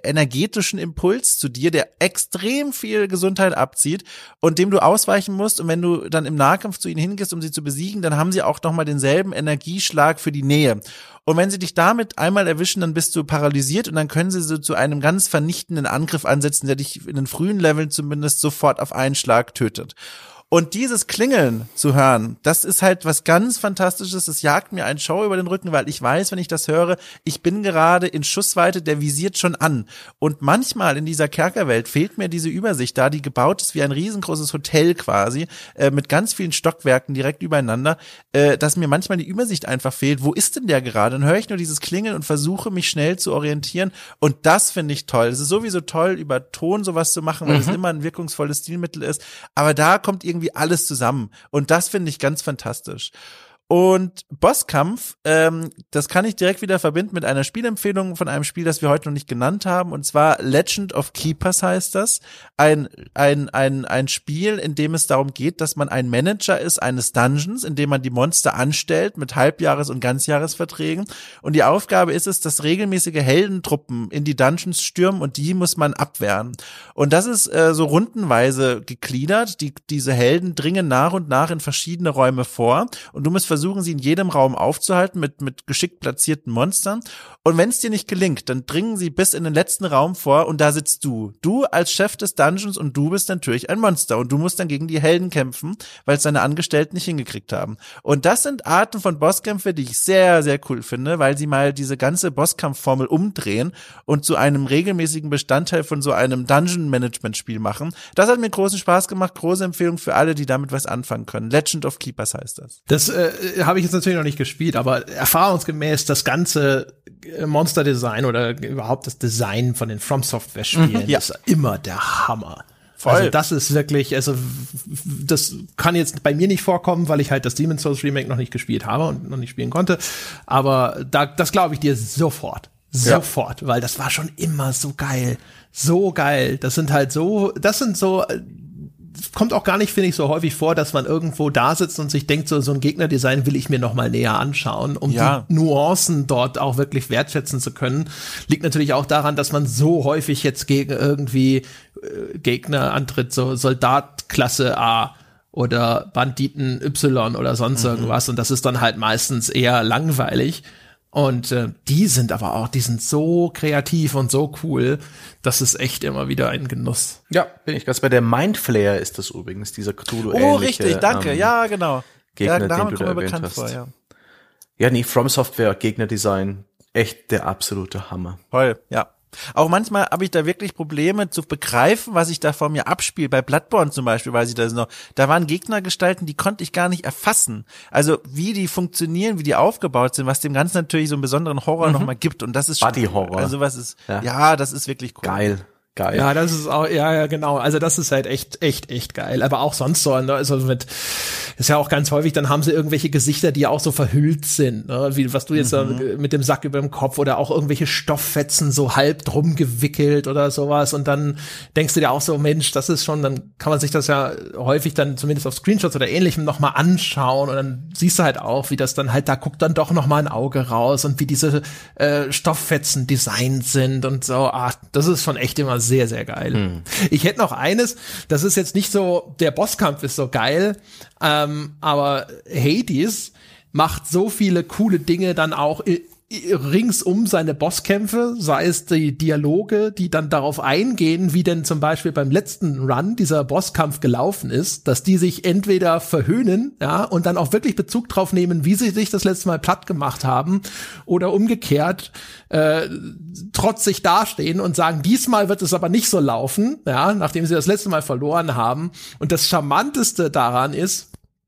energetischen Impuls zu dir, der extrem viel Gesundheit abzieht und dem du ausweichen musst. Und wenn du dann im Nahkampf zu ihnen hingehst, um sie zu besiegen, dann haben sie auch nochmal denselben Energieschlag für die Nähe. Und wenn sie dich damit einmal erwischen, dann bist du paralysiert und dann können sie so zu einem ganz vernichtenden Angriff ansetzen, der dich in den frühen Leveln zumindest sofort auf einen Schlag tötet. Und dieses Klingeln zu hören, das ist halt was ganz Fantastisches. Das jagt mir ein Schauer über den Rücken, weil ich weiß, wenn ich das höre, ich bin gerade in Schussweite, der visiert schon an. Und manchmal in dieser Kerkerwelt fehlt mir diese Übersicht da, die gebaut ist wie ein riesengroßes Hotel quasi, mit ganz vielen Stockwerken direkt übereinander, dass mir manchmal die Übersicht einfach fehlt. Wo ist denn der gerade? Dann höre ich nur dieses Klingeln und versuche mich schnell zu orientieren. Und das finde ich toll. Es ist sowieso toll, über Ton sowas zu machen, weil es immer ein wirkungsvolles Stilmittel ist. Aber da kommt irgendwie alles zusammen. Und das finde ich ganz fantastisch. Und Bosskampf, das kann ich direkt wieder verbinden mit einer Spielempfehlung von einem Spiel, das wir heute noch nicht genannt haben, und zwar Legend of Keepers heißt das. Ein Spiel, in dem es darum geht, dass man ein Manager ist eines Dungeons, in dem man die Monster anstellt mit Halbjahres- und Ganzjahresverträgen. Und die Aufgabe ist es, dass regelmäßige Heldentruppen in die Dungeons stürmen und die muss man abwehren. Und das ist so rundenweise gegliedert. Diese Helden dringen nach und nach in verschiedene Räume vor und du musst versuchen, sie in jedem Raum aufzuhalten mit geschickt platzierten Monstern. Und wenn es dir nicht gelingt, dann dringen sie bis in den letzten Raum vor und da sitzt du. Du als Chef des Dungeons und du bist natürlich ein Monster und du musst dann gegen die Helden kämpfen, weil es deine Angestellten nicht hingekriegt haben. Und das sind Arten von Bosskämpfe, die ich sehr, sehr cool finde, weil sie mal diese ganze Bosskampfformel umdrehen und zu einem regelmäßigen Bestandteil von so einem Dungeon-Management-Spiel machen. Das hat mir großen Spaß gemacht. Große Empfehlung für alle, die damit was anfangen können. Legend of Keepers heißt das. Das habe ich jetzt natürlich noch nicht gespielt, aber erfahrungsgemäß das ganze Monster-Design oder überhaupt das Design von den From-Software-Spielen ist immer der Hammer. Voll. Also das ist wirklich, also das kann jetzt bei mir nicht vorkommen, weil ich halt das Demon's Souls Remake noch nicht gespielt habe und noch nicht spielen konnte, aber das glaube ich dir sofort, weil das war schon immer so geil, das sind kommt auch gar nicht, finde ich, so häufig vor, dass man irgendwo da sitzt und sich denkt, so ein Gegnerdesign will ich mir noch mal näher anschauen, um die Nuancen dort auch wirklich wertschätzen zu können. Liegt natürlich auch daran, dass man so häufig jetzt gegen irgendwie Gegner antritt, so Soldatklasse A oder Banditen Y oder sonst irgendwas, und das ist dann halt meistens eher langweilig. Und die sind so kreativ und so cool, das ist echt immer wieder ein Genuss. Ja, bin ich ganz bei der Mindflayer ist das übrigens, dieser Cthulhu-ähnliche. Oh, richtig, danke, ja, genau. Gegner, der Name den du kommt mir erwähnt bekannt hast. vor, ja. Ja, nee, From Software, Gegnerdesign, echt der absolute Hammer. Toll, ja. Auch manchmal habe ich da wirklich Probleme zu begreifen, was ich da vor mir abspiele. Bei Bloodborne zum Beispiel, weiß ich das noch. Da waren Gegnergestalten, die konnte ich gar nicht erfassen. Also wie die funktionieren, wie die aufgebaut sind, was dem Ganzen natürlich so einen besonderen Horror nochmal gibt. Und das ist schon Body-Horror. Cool. Also was ist, ja, das ist wirklich cool. Geil. Ja, das ist auch, ja, genau. Also das ist halt echt geil. Aber auch sonst so, ne? Also ist ja auch ganz häufig, dann haben sie irgendwelche Gesichter, die auch so verhüllt sind, ne? Wie was du jetzt mit dem Sack über dem Kopf oder auch irgendwelche Stofffetzen so halb drum gewickelt oder sowas. Und dann denkst du dir auch so, Mensch, das ist schon, dann kann man sich das ja häufig dann zumindest auf Screenshots oder Ähnlichem noch mal anschauen und dann siehst du halt auch, wie das dann halt, da guckt dann doch noch mal ein Auge raus und wie diese Stofffetzen designt sind und so. Das ist schon echt immer sehr, sehr geil. Ich hätte noch eines, das ist jetzt nicht so, der Bosskampf ist so geil, aber Hades macht so viele coole Dinge dann auch rings um seine Bosskämpfe, sei es die Dialoge, die dann darauf eingehen, wie denn zum Beispiel beim letzten Run dieser Bosskampf gelaufen ist, dass die sich entweder verhöhnen, ja, und dann auch wirklich Bezug drauf nehmen, wie sie sich das letzte Mal platt gemacht haben, oder umgekehrt trotzig dastehen und sagen, diesmal wird es aber nicht so laufen, ja, nachdem sie das letzte Mal verloren haben. Und das Charmanteste daran ist,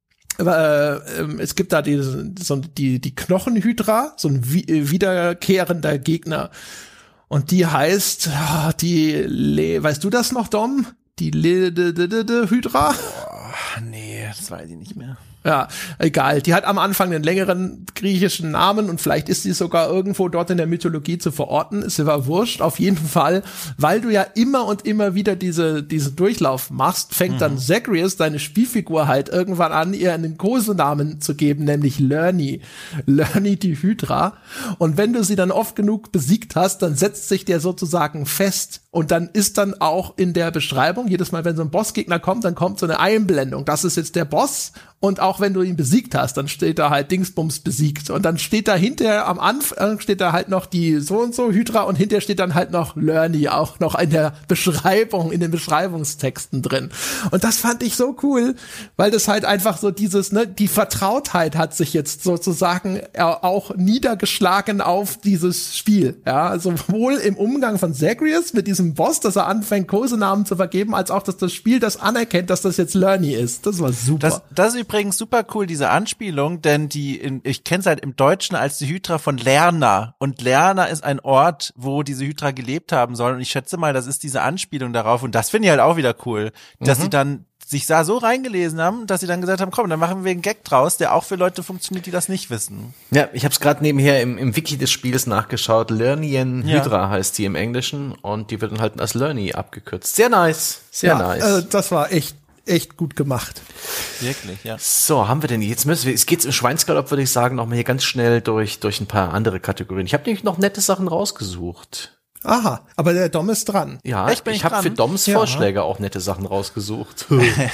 es gibt da die Knochenhydra, so ein wiederkehrender Gegner. Und die heißt, weißt du das noch, Dom? Die Hydra? Nee, das weiß ich nicht mehr. Ja, egal. Die hat am Anfang einen längeren griechischen Namen und vielleicht ist sie sogar irgendwo dort in der Mythologie zu verorten. Ist aber wurscht. Auf jeden Fall, weil du ja immer und immer wieder diese Durchlauf machst, fängt dann Zagreus, deine Spielfigur, halt irgendwann an, ihr einen Kosenamen zu geben, nämlich Lernie. Lernie die Hydra. Und wenn du sie dann oft genug besiegt hast, dann setzt sich der sozusagen fest. Und dann ist dann auch in der Beschreibung, jedes Mal, wenn so ein Bossgegner kommt, dann kommt so eine Einblendung. Das ist jetzt der Boss. Und auch wenn du ihn besiegt hast, dann steht da halt Dingsbums besiegt. Und dann steht da hinterher am Anfang steht da halt noch die so und so Hydra und hinterher steht dann halt noch Lernie auch noch in der Beschreibung, in den Beschreibungstexten drin. Und das fand ich so cool, weil das halt einfach so dieses, ne, die Vertrautheit hat sich jetzt sozusagen auch niedergeschlagen auf dieses Spiel. Ja, also sowohl im Umgang von Zagreus mit diesem Boss, dass er anfängt, Kosenamen zu vergeben, als auch, dass das Spiel das anerkennt, dass das jetzt Lernie ist. Das war super. Das ist übrigens super cool, diese Anspielung, denn ich kenne es halt im Deutschen als die Hydra von Lerna. Und Lerna ist ein Ort, wo diese Hydra gelebt haben soll. Und ich schätze mal, das ist diese Anspielung darauf. Und das finde ich halt auch wieder cool, dass sie dann sich da so reingelesen haben, dass sie dann gesagt haben, komm, dann machen wir einen Gag draus, der auch für Leute funktioniert, die das nicht wissen. Ja, ich habe es gerade nebenher im Wiki des Spiels nachgeschaut. Lernien Hydra heißt die im Englischen und die wird dann halt als Lernie abgekürzt. Sehr nice, sehr nice. Das war echt gut gemacht. Wirklich, ja. So, haben wir denn jetzt es geht's im Schweinsgalopp, würde ich sagen, noch mal hier ganz schnell durch ein paar andere Kategorien. Ich habe nämlich noch nette Sachen rausgesucht. Aha, aber der Dom ist dran. Ja, ich habe für Doms Vorschläge auch nette Sachen rausgesucht.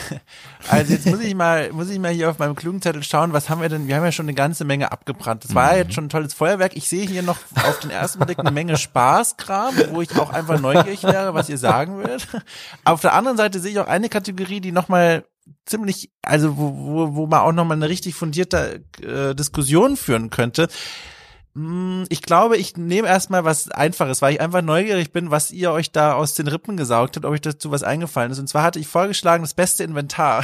Also jetzt muss ich mal hier auf meinem klugen Zettel schauen, was haben wir denn? Wir haben ja schon eine ganze Menge abgebrannt. Das war ja jetzt schon ein tolles Feuerwerk. Ich sehe hier noch auf den ersten Blick eine Menge Spaßkram, wo ich auch einfach neugierig wäre, was ihr sagen würdet. Auf der anderen Seite sehe ich auch eine Kategorie, die nochmal ziemlich, also wo man auch nochmal eine richtig fundierte Diskussion führen könnte. Ich glaube, ich nehme erstmal was Einfaches, weil ich einfach neugierig bin, was ihr euch da aus den Rippen gesaugt habt, ob euch dazu was eingefallen ist. Und zwar hatte ich vorgeschlagen, das beste Inventar.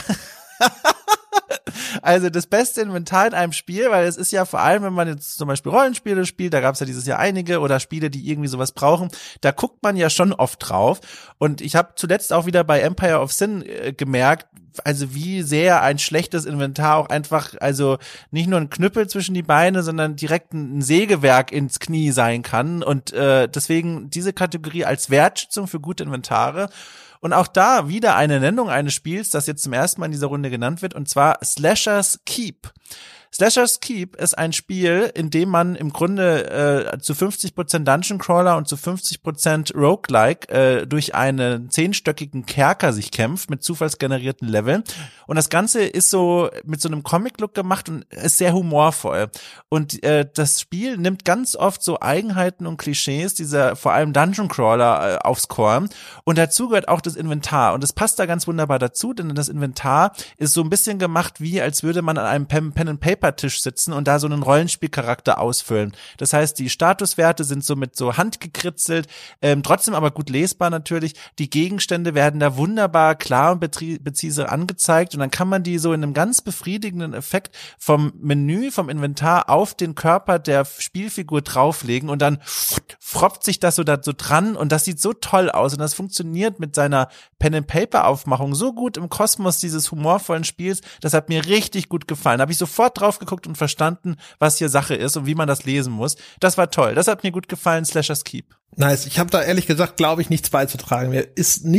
Also das beste Inventar in einem Spiel, weil es ist ja vor allem, wenn man jetzt zum Beispiel Rollenspiele spielt, da gab es ja dieses Jahr einige, oder Spiele, die irgendwie sowas brauchen, da guckt man ja schon oft drauf. Und ich habe zuletzt auch wieder bei Empire of Sin gemerkt, also wie sehr ein schlechtes Inventar auch einfach, also nicht nur ein Knüppel zwischen die Beine, sondern direkt ein Sägewerk ins Knie sein kann. Und deswegen diese Kategorie als Wertschätzung für gute Inventare. Und auch da wieder eine Nennung eines Spiels, das jetzt zum ersten Mal in dieser Runde genannt wird, und zwar Slashers Keep. Slashers Keep ist ein Spiel, in dem man im Grunde zu 50% Dungeon Crawler und zu 50% Roguelike durch einen 10-stöckigen Kerker sich kämpft mit zufallsgenerierten Leveln. Und das Ganze ist so mit so einem Comic-Look gemacht und ist sehr humorvoll. Und das Spiel nimmt ganz oft so Eigenheiten und Klischees dieser vor allem Dungeon Crawler aufs Korn. Und dazu gehört auch das Inventar. Und es passt da ganz wunderbar dazu, denn das Inventar ist so ein bisschen gemacht, wie als würde man an einem Pen-and-Paper-Tisch sitzen und da so einen Rollenspielcharakter ausfüllen. Das heißt, die Statuswerte sind so mit so Hand gekritzelt, trotzdem aber gut lesbar natürlich. Die Gegenstände werden da wunderbar klar und präzise angezeigt und dann kann man die so in einem ganz befriedigenden Effekt vom Menü, vom Inventar auf den Körper der Spielfigur drauflegen und dann fropft sich das so dran und das sieht so toll aus und das funktioniert mit seiner Pen-and-Paper-Aufmachung so gut im Kosmos dieses humorvollen Spiels. Das hat mir richtig gut gefallen. Da habe ich sofort drauf geguckt und verstanden, was hier Sache ist und wie man das lesen muss. Das war toll. Das hat mir gut gefallen, Slashers Keep. Nice. Ich habe da ehrlich gesagt, glaube ich, nichts beizutragen. Mir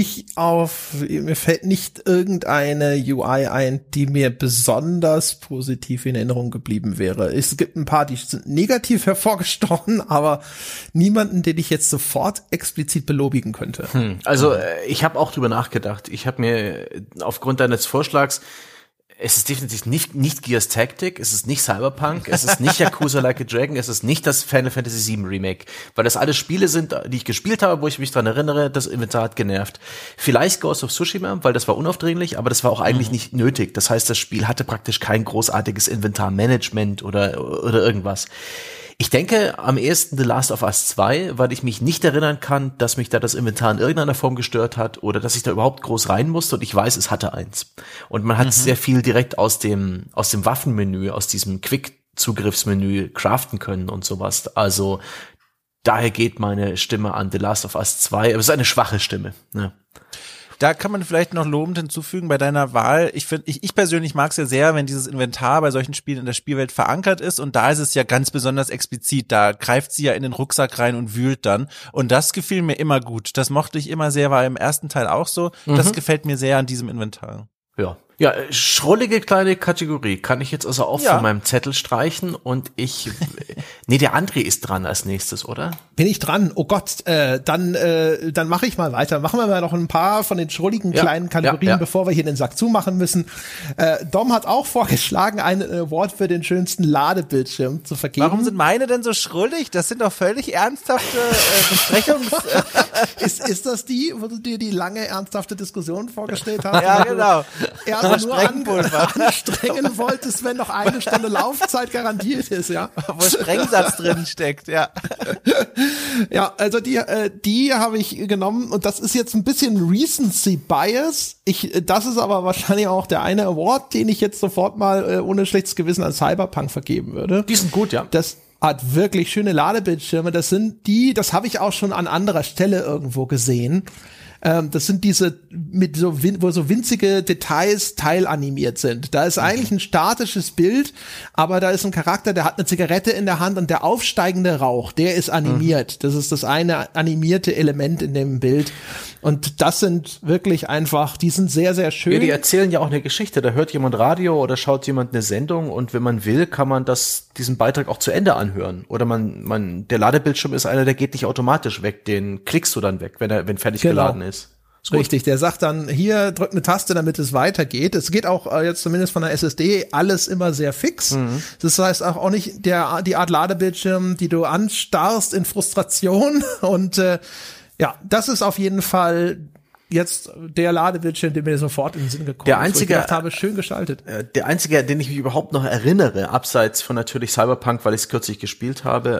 fällt nicht irgendeine UI ein, die mir besonders positiv in Erinnerung geblieben wäre. Es gibt ein paar, die sind negativ hervorgestochen, aber niemanden, den ich jetzt sofort explizit belobigen könnte. Also ich habe auch drüber nachgedacht. Ich habe mir aufgrund deines Vorschlags, es ist definitiv nicht Gears Tactic, es ist nicht Cyberpunk, es ist nicht Yakuza Like a Dragon, es ist nicht das Final Fantasy VII Remake, weil das alles Spiele sind, die ich gespielt habe, wo ich mich dran erinnere, das Inventar hat genervt. Vielleicht Ghost of Tsushima, weil das war unaufdringlich, aber das war auch eigentlich nicht nötig. Das heißt, das Spiel hatte praktisch kein großartiges Inventarmanagement oder irgendwas. Ich denke am ehesten The Last of Us 2, weil ich mich nicht erinnern kann, dass mich da das Inventar in irgendeiner Form gestört hat oder dass ich da überhaupt groß rein musste und ich weiß, es hatte eins. Und man hat sehr viel direkt aus dem Waffenmenü, aus diesem Quick-Zugriffsmenü craften können und sowas. Also daher geht meine Stimme an The Last of Us 2, aber es ist eine schwache Stimme. Ja. Da kann man vielleicht noch lobend hinzufügen bei deiner Wahl. Ich persönlich mag es ja sehr, wenn dieses Inventar bei solchen Spielen in der Spielwelt verankert ist, und da ist es ja ganz besonders explizit. Da greift sie ja in den Rucksack rein und wühlt dann, und das gefiel mir immer gut. Das mochte ich immer sehr, war im ersten Teil auch so. Das gefällt mir sehr an diesem Inventar. Ja, schrullige kleine Kategorie. Kann ich jetzt also auch von meinem Zettel streichen, und der André ist dran als nächstes, oder? Bin ich dran? Oh Gott, dann mache ich mal weiter. Machen wir mal noch ein paar von den schrulligen kleinen Kategorien, bevor wir hier den Sack zumachen müssen. Dom hat auch vorgeschlagen, einen Award für den schönsten Ladebildschirm zu vergeben. Warum sind meine denn so schrullig? Das sind doch völlig ernsthafte Besprechungs... Ist das die, wo du dir die lange, ernsthafte Diskussion vorgestellt hast? Ja, genau. Nur anstrengen wolltest, wenn noch eine Stunde Laufzeit garantiert ist, ja. Wo Sprengsatz drin steckt, ja. Ja, also die habe ich genommen, und das ist jetzt ein bisschen Recency Bias. Das ist aber wahrscheinlich auch der eine Award, den ich jetzt sofort mal ohne schlechtes Gewissen an Cyberpunk vergeben würde. Die sind gut, ja. Das hat wirklich schöne Ladebildschirme. Das habe ich auch schon an anderer Stelle irgendwo gesehen. Das sind diese, wo so winzige Details teilanimiert sind. Da ist eigentlich ein statisches Bild, aber da ist ein Charakter, der hat eine Zigarette in der Hand, und der aufsteigende Rauch, der ist animiert. Das ist das eine animierte Element in dem Bild. Und das sind wirklich einfach, die sind sehr, sehr schön. Ja, die erzählen ja auch eine Geschichte. Da hört jemand Radio oder schaut jemand eine Sendung, und wenn man will, kann man diesen Beitrag auch zu Ende anhören. Oder der Ladebildschirm ist einer, der geht nicht automatisch weg. Den klickst du dann weg, wenn fertig geladen ist. Richtig, der sagt dann, hier, drück eine Taste, damit es weitergeht. Es geht auch jetzt zumindest von der SSD alles immer sehr fix. Das heißt auch nicht die Art Ladebildschirm, die du anstarrst in Frustration. Und das ist auf jeden Fall jetzt der Ladebildschirm, der mir sofort in den Sinn gekommen ist, wo ich gedacht habe, schön gestaltet. Der einzige, den ich mich überhaupt noch erinnere, abseits von natürlich Cyberpunk, weil ich es kürzlich gespielt habe,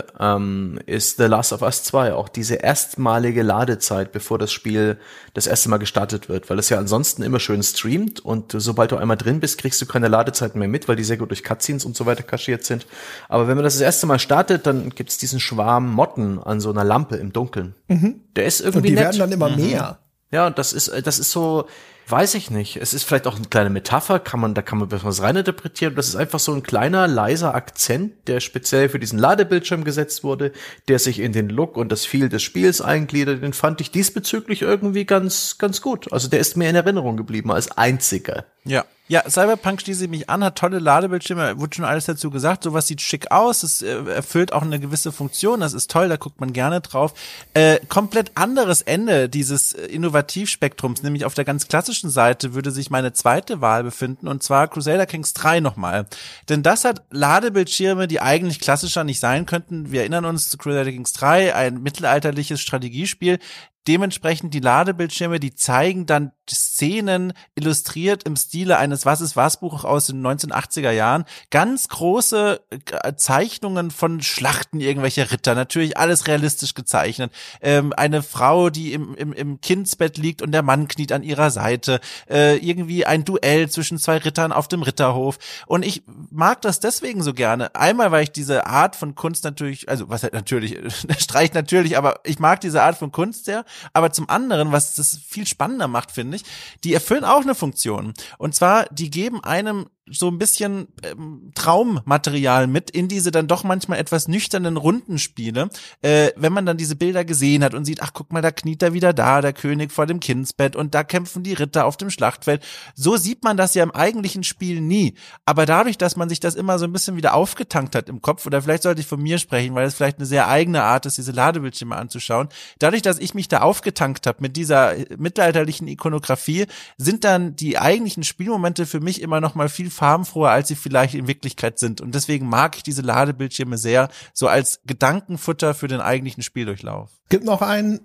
ist The Last of Us 2. Auch diese erstmalige Ladezeit, bevor das Spiel das erste Mal gestartet wird, weil es ja ansonsten immer schön streamt, und sobald du einmal drin bist, kriegst du keine Ladezeiten mehr mit, weil die sehr gut durch Cutscenes und so weiter kaschiert sind. Aber wenn man das erste Mal startet, dann gibt's diesen Schwarm Motten an so einer Lampe im Dunkeln. Der ist irgendwie und die nett. werden dann immer mehr. Ja, das ist so, weiß ich nicht. Es ist vielleicht auch eine kleine Metapher, da kann man was reininterpretieren. Das ist einfach so ein kleiner, leiser Akzent, der speziell für diesen Ladebildschirm gesetzt wurde, der sich in den Look und das Feel des Spiels eingliedert. Den fand ich diesbezüglich irgendwie ganz, ganz gut. Also der ist mir in Erinnerung geblieben als einziger. Ja, Cyberpunk schließe ich mich an, hat tolle Ladebildschirme, wurde schon alles dazu gesagt, sowas sieht schick aus, es erfüllt auch eine gewisse Funktion, das ist toll, da guckt man gerne drauf. Komplett anderes Ende dieses Innovativspektrums, nämlich auf der ganz klassischen Seite würde sich meine zweite Wahl befinden, und zwar Crusader Kings 3 nochmal. Denn das hat Ladebildschirme, die eigentlich klassischer nicht sein könnten. Wir erinnern uns zu Crusader Kings 3, ein mittelalterliches Strategiespiel. Dementsprechend die Ladebildschirme, die zeigen dann Szenen illustriert im Stile eines Was-ist-was-Buches aus den 1980er Jahren. Ganz große Zeichnungen von Schlachten irgendwelcher Ritter. Natürlich alles realistisch gezeichnet. Eine Frau, die im Kindsbett liegt und der Mann kniet an ihrer Seite. Irgendwie ein Duell zwischen zwei Rittern auf dem Ritterhof. Und ich mag das deswegen so gerne. Einmal, weil ich diese Art von Kunst natürlich, also was halt natürlich, streicht natürlich, aber ich mag diese Art von Kunst sehr. Aber zum anderen, was das viel spannender macht, finde ich, die erfüllen auch eine Funktion. Und zwar, die geben einem so ein bisschen Traummaterial mit in diese dann doch manchmal etwas nüchternen Rundenspiele, wenn man dann diese Bilder gesehen hat und sieht, ach guck mal, da kniet er wieder da, der König vor dem Kindsbett, und da kämpfen die Ritter auf dem Schlachtfeld. So sieht man das ja im eigentlichen Spiel nie. Aber dadurch, dass man sich das immer so ein bisschen wieder aufgetankt hat im Kopf, oder vielleicht sollte ich von mir sprechen, weil es vielleicht eine sehr eigene Art ist, diese Ladebildschirme anzuschauen, dadurch, dass ich mich da aufgetankt habe mit dieser mittelalterlichen Ikonografie, sind dann die eigentlichen Spielmomente für mich immer noch mal viel farbenfroher, als sie vielleicht in Wirklichkeit sind. Und deswegen mag ich diese Ladebildschirme sehr, so als Gedankenfutter für den eigentlichen Spieldurchlauf. Gibt noch einen,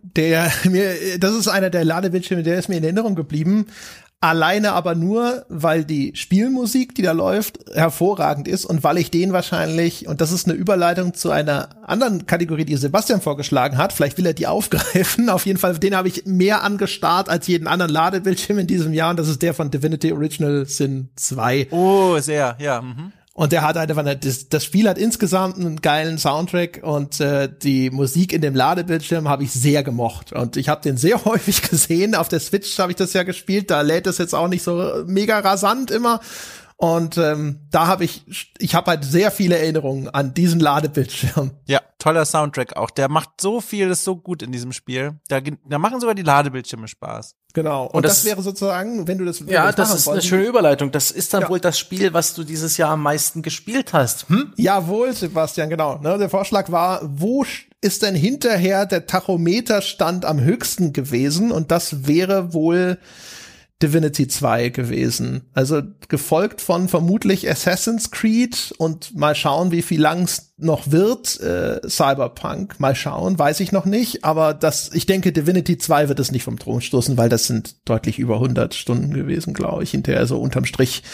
das ist einer der Ladebildschirme, der ist mir in Erinnerung geblieben. Alleine aber nur, weil die Spielmusik, die da läuft, hervorragend ist, und weil ich den wahrscheinlich, und das ist eine Überleitung zu einer anderen Kategorie, die Sebastian vorgeschlagen hat, vielleicht will er die aufgreifen, auf jeden Fall, den habe ich mehr angestarrt als jeden anderen Ladebildschirm in diesem Jahr, und das ist der von Divinity Original Sin 2. Oh, sehr, ja. Mhm. Und der hat einfach, das Spiel hat insgesamt einen geilen Soundtrack und die Musik in dem Ladebildschirm habe ich sehr gemocht. Und ich habe den sehr häufig gesehen. Auf der Switch habe ich das ja gespielt. Da lädt es jetzt auch nicht so mega rasant immer. Und da habe ich habe halt sehr viele Erinnerungen an diesen Ladebildschirm. Ja, toller Soundtrack auch. Der macht so viel, ist so gut in diesem Spiel. Da machen sogar die Ladebildschirme Spaß. Genau. Und das wäre sozusagen, wenn du das das ist eine schöne Überleitung. Das ist dann wohl das Spiel, was du dieses Jahr am meisten gespielt hast. Jawohl, Sebastian, genau. Ne, der Vorschlag war, wo ist denn hinterher der Tachometerstand am höchsten gewesen? Und das wäre wohl Divinity 2 gewesen. Also gefolgt von vermutlich Assassin's Creed und mal schauen, wie viel lang's noch wird. Cyberpunk, mal schauen, weiß ich noch nicht. Aber ich denke, Divinity 2 wird es nicht vom Thron stoßen, weil das sind deutlich über 100 Stunden gewesen, glaube ich, hinterher so unterm Strich.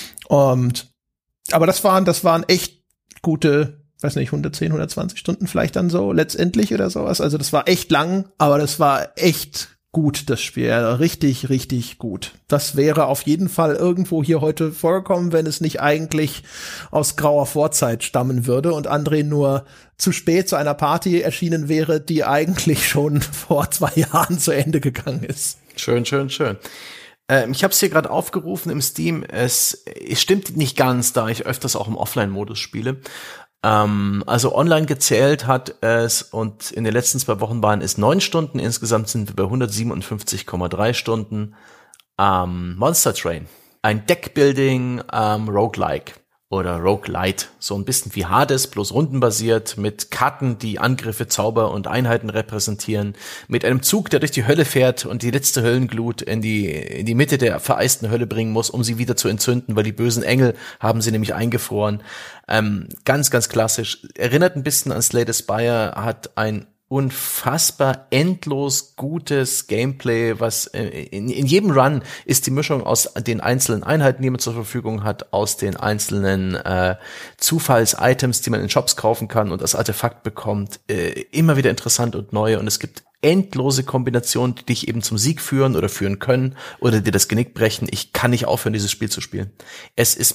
Aber das waren echt gute, weiß nicht, 110, 120 Stunden vielleicht dann so letztendlich oder sowas. Also das war echt lang, aber das war echt gut, das Spiel. Richtig, richtig gut. Das wäre auf jeden Fall irgendwo hier heute vorgekommen, wenn es nicht eigentlich aus grauer Vorzeit stammen würde und André nur zu spät zu einer Party erschienen wäre, die eigentlich schon vor 2 Jahren zu Ende gegangen ist. Schön, schön, schön. Ich habe es hier gerade aufgerufen im Steam. Es stimmt nicht ganz, da ich öfters auch im Offline-Modus spiele. Also online gezählt hat es und in den letzten 2 Wochen waren es 9 Stunden. Insgesamt sind wir bei 157,3 Stunden. Monster Train. Ein Deckbuilding Roguelike oder Roguelite. So ein bisschen wie Hades, bloß rundenbasiert, mit Karten, die Angriffe, Zauber und Einheiten repräsentieren, mit einem Zug, der durch die Hölle fährt und die letzte Höllenglut in die Mitte der vereisten Hölle bringen muss, um sie wieder zu entzünden, weil die bösen Engel haben sie nämlich eingefroren. Ganz, ganz klassisch. Erinnert ein bisschen an Slay the Spire, hat ein unfassbar endlos gutes Gameplay, was in jedem Run ist die Mischung aus den einzelnen Einheiten, die man zur Verfügung hat, aus den einzelnen Zufalls-Items, die man in Shops kaufen kann und als Artefakt bekommt, immer wieder interessant und neu, und es gibt endlose Kombinationen, die dich eben zum Sieg führen oder führen können oder dir das Genick brechen. Ich kann nicht aufhören, dieses Spiel zu spielen. Es ist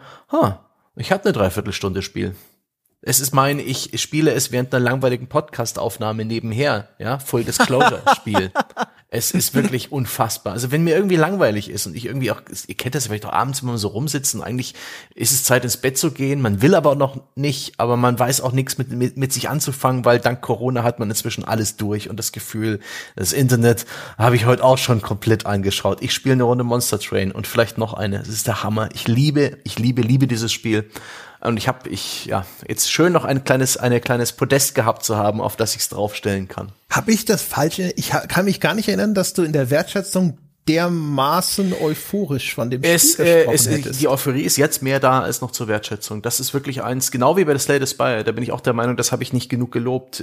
ich hatte eine Dreiviertelstunde Spiel. Es ist ich spiele es während einer langweiligen Podcast-Aufnahme nebenher, ja, Full Disclosure-Spiel. Es ist wirklich unfassbar. Also wenn mir irgendwie langweilig ist und ich irgendwie auch, ihr kennt das vielleicht auch abends, wenn man so rumsitzt und eigentlich ist es Zeit ins Bett zu gehen, man will aber noch nicht, aber man weiß auch nichts mit sich anzufangen, weil dank Corona hat man inzwischen alles durch und das Gefühl, das Internet habe ich heute auch schon komplett angeschaut. Ich spiele eine Runde Monster Train und vielleicht noch eine. Das ist der Hammer. Ich liebe dieses Spiel. Und ich habe jetzt schön noch ein kleines Podest gehabt zu haben, auf das ich es draufstellen kann. Habe ich das Falsche? Ich kann mich gar nicht erinnern, dass du in der Wertschätzung dermaßen euphorisch von dem Spiel gesprochen hättest. Die Euphorie ist jetzt mehr da als noch zur Wertschätzung. Das ist wirklich eins, genau wie bei The Slay the Spire, da bin ich auch der Meinung, das habe ich nicht genug gelobt.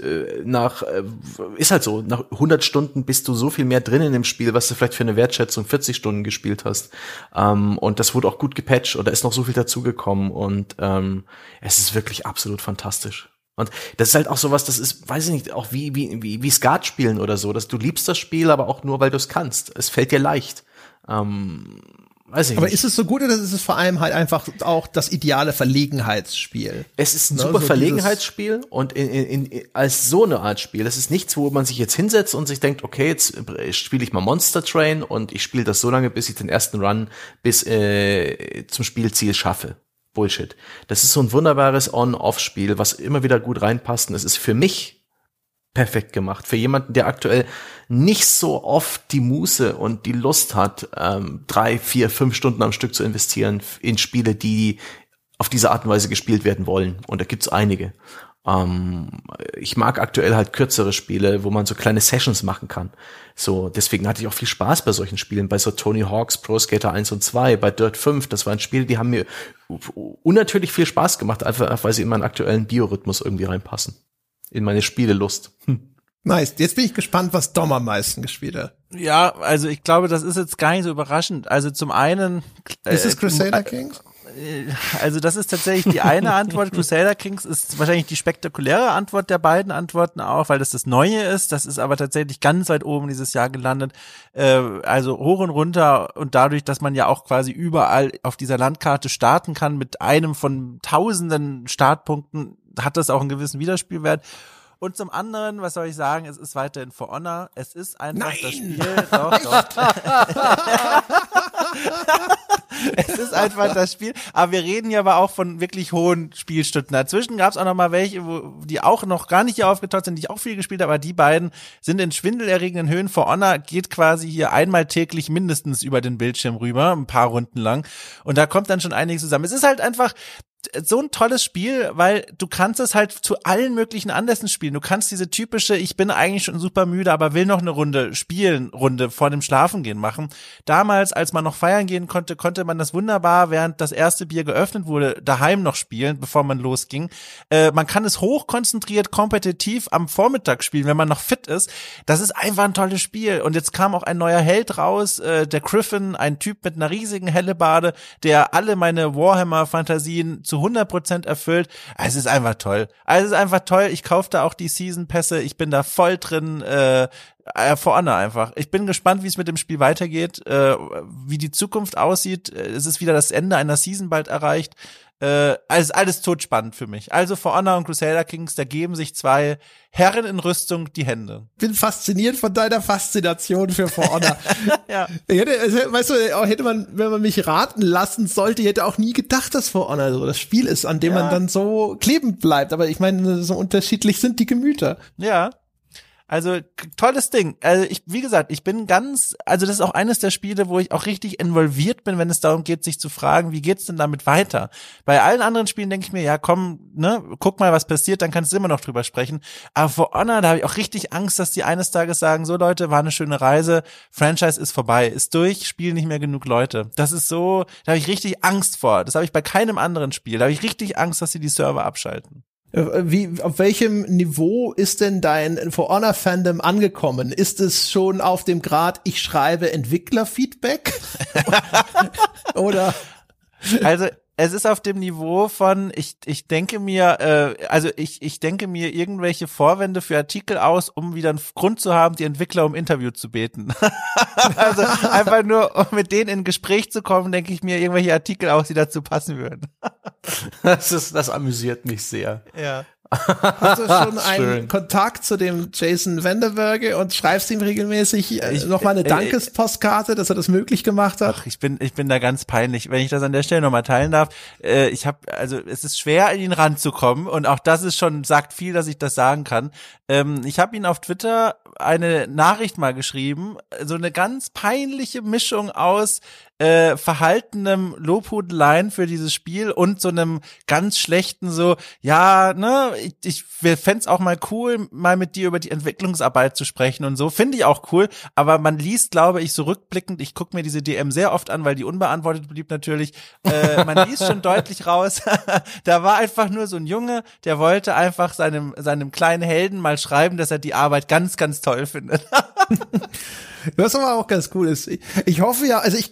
Ist halt so, nach 100 Stunden bist du so viel mehr drin in dem Spiel, was du vielleicht für eine Wertschätzung 40 Stunden gespielt hast. Und das wurde auch gut gepatcht und da ist noch so viel dazugekommen und es ist wirklich absolut fantastisch. Und das ist halt auch sowas, das ist, weiß ich nicht, auch wie Skat spielen oder so, dass du liebst das Spiel, aber auch nur, weil du es kannst. Es fällt dir leicht. Weiß ich aber nicht. Ist es so gut oder ist es vor allem halt einfach auch das ideale Verlegenheitsspiel? Es ist ein super Verlegenheitsspiel und als so eine Art Spiel. Das ist nichts, wo man sich jetzt hinsetzt und sich denkt, okay, jetzt spiele ich mal Monster Train und ich spiele das so lange, bis ich den ersten Run bis zum Spielziel schaffe. Bullshit. Das ist so ein wunderbares On-Off-Spiel, was immer wieder gut reinpasst. Und es ist für mich perfekt gemacht. Für jemanden, der aktuell nicht so oft die Muße und die Lust hat, 3, 4, 5 Stunden am Stück zu investieren in Spiele, die auf diese Art und Weise gespielt werden wollen. Und da gibt's einige. Ich mag aktuell halt kürzere Spiele, wo man so kleine Sessions machen kann. So, deswegen hatte ich auch viel Spaß bei solchen Spielen, bei so Tony Hawk's Pro Skater 1 und 2, bei Dirt 5. Das waren Spiele, die haben mir unnatürlich viel Spaß gemacht, einfach weil sie in meinen aktuellen Biorhythmus irgendwie reinpassen. In meine Spielelust. Nice. Jetzt bin ich gespannt, was Dom am meisten gespielt hat. Ja, also ich glaube, das ist jetzt gar nicht so überraschend. Also zum einen ist es Crusader Kings? also das ist tatsächlich die eine Antwort. Crusader Kings ist wahrscheinlich die spektakuläre Antwort der beiden Antworten auch, weil das Neue ist. Das ist aber tatsächlich ganz weit oben dieses Jahr gelandet. Also hoch und runter, und dadurch, dass man ja auch quasi überall auf dieser Landkarte starten kann mit einem von tausenden Startpunkten, hat das auch einen gewissen Wiederspielwert. Und zum anderen, was soll ich sagen, es ist weiterhin For Honor. Es ist einfach das Spiel. Doch. Es ist einfach das Spiel. Aber wir reden ja aber auch von wirklich hohen Spielstunden. Dazwischen gab es auch noch mal welche, die auch noch gar nicht hier aufgetaucht sind, die ich auch viel gespielt habe. Aber die beiden sind in schwindelerregenden Höhen. For Honor geht quasi hier einmal täglich mindestens über den Bildschirm rüber, ein paar Runden lang. Und da kommt dann schon einiges zusammen. Es ist halt einfach so ein tolles Spiel, weil du kannst es halt zu allen möglichen Anlässen spielen. Du kannst diese typische, ich bin eigentlich schon super müde, aber will noch eine Runde spielen, Runde vor dem Schlafengehen machen. Damals, als man noch feiern gehen konnte, konnte man das wunderbar, während das erste Bier geöffnet wurde, daheim noch spielen, bevor man losging. Man kann es hochkonzentriert, kompetitiv am Vormittag spielen, wenn man noch fit ist. Das ist einfach ein tolles Spiel. Und jetzt kam auch ein neuer Held raus, der Griffin, ein Typ mit einer riesigen Hellebade, der alle meine Warhammer-Fantasien zu 100% erfüllt. Es ist einfach toll. Ich kaufe da auch die Season-Pässe. Ich bin da voll drin. For Honor einfach. Ich bin gespannt, wie es mit dem Spiel weitergeht, wie die Zukunft aussieht. Es ist wieder das Ende einer Season bald erreicht. Alles totspannend für mich. Also For Honor und Crusader Kings, da geben sich zwei Herren in Rüstung die Hände. Bin fasziniert von deiner Faszination für For Honor. Ja. Weißt du, hätte man, wenn man mich raten lassen sollte, ich hätte auch nie gedacht, dass For Honor so das Spiel ist, an dem man dann so kleben bleibt. Aber ich meine, so unterschiedlich sind die Gemüter. Ja. Also, tolles Ding. Also wie gesagt, also das ist auch eines der Spiele, wo ich auch richtig involviert bin, wenn es darum geht, sich zu fragen, wie geht's denn damit weiter? Bei allen anderen Spielen denke ich mir, ja komm, guck mal, was passiert, dann kannst du immer noch drüber sprechen. Aber For Honor, da habe ich auch richtig Angst, dass die eines Tages sagen, so Leute, war eine schöne Reise, Franchise ist vorbei, ist durch, spielen nicht mehr genug Leute. Das ist so, da habe ich richtig Angst vor. Das habe ich bei keinem anderen Spiel. Da habe ich richtig Angst, dass sie die Server abschalten. Auf welchem Niveau ist denn dein For Honor Fandom angekommen? Ist es schon auf dem Grad, ich schreibe Entwicklerfeedback? Oder? Also, es ist auf dem Niveau von, ich denke mir, ich denke mir irgendwelche Vorwände für Artikel aus, um wieder einen Grund zu haben, die Entwickler um Interview zu beten. Also einfach nur, um mit denen in Gespräch zu kommen, denke ich mir irgendwelche Artikel aus, die dazu passen würden. Das amüsiert mich sehr. Ja. Hast du schon einen Kontakt zu dem Jason Vanderberge und schreibst ihm regelmäßig nochmal eine Dankespostkarte, dass er das möglich gemacht hat? Ach, ich bin da ganz peinlich, wenn ich das an der Stelle nochmal teilen darf. Es ist schwer, an ihn ranzukommen, und auch das ist schon, sagt viel, dass ich das sagen kann. Ich habe ihn auf Twitter eine Nachricht mal geschrieben, so eine ganz peinliche Mischung aus verhaltenem Lobhudeleien für dieses Spiel und so einem ganz schlechten so, ja, ich fänd's auch mal cool, mal mit dir über die Entwicklungsarbeit zu sprechen und so, finde ich auch cool, aber man liest, glaube ich, so rückblickend, ich gucke mir diese DM sehr oft an, weil die unbeantwortet blieb natürlich, man liest schon deutlich raus, da war einfach nur so ein Junge, der wollte einfach seinem kleinen Helden mal schreiben, dass er die Arbeit ganz, ganz toll findet. Was aber auch ganz cool ist. Ich hoffe ja, ich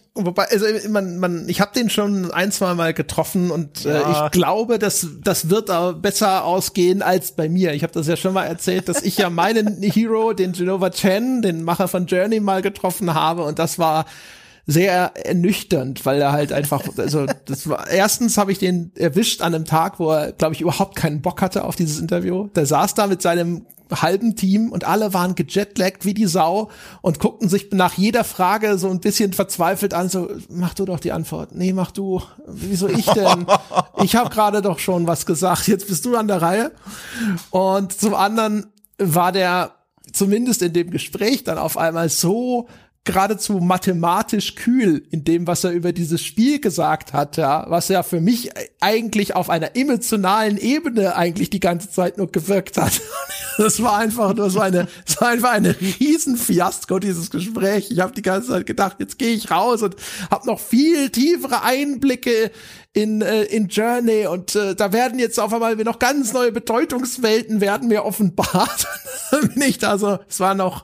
habe den schon ein, zwei Mal getroffen und ich glaube, das wird auch besser ausgehen als bei mir. Ich habe das ja schon mal erzählt, dass ich ja meinen Hero, den Genova Chen, den Macher von Journey, mal getroffen habe, und das war sehr ernüchternd, weil er halt einfach, erstens habe ich den erwischt an einem Tag, wo er, glaube ich, überhaupt keinen Bock hatte auf dieses Interview. Der saß da mit seinem halben Team und alle waren gejetlaggt wie die Sau und guckten sich nach jeder Frage so ein bisschen verzweifelt an, so, mach du doch die Antwort. Nee, mach du. Wieso ich denn? Ich habe gerade doch schon was gesagt, jetzt bist du an der Reihe. Und zum anderen war der zumindest in dem Gespräch dann auf einmal so geradezu mathematisch kühl in dem, was er über dieses Spiel gesagt hat, ja, was ja für mich eigentlich auf einer emotionalen Ebene eigentlich die ganze Zeit nur gewirkt hat. Das war einfach eine Riesenfiasko, dieses Gespräch. Ich habe die ganze Zeit gedacht, jetzt gehe ich raus und habe noch viel tiefere Einblicke in Journey, und da werden jetzt auf einmal noch ganz neue Bedeutungswelten werden mir offenbart. Bin ich da so, es war noch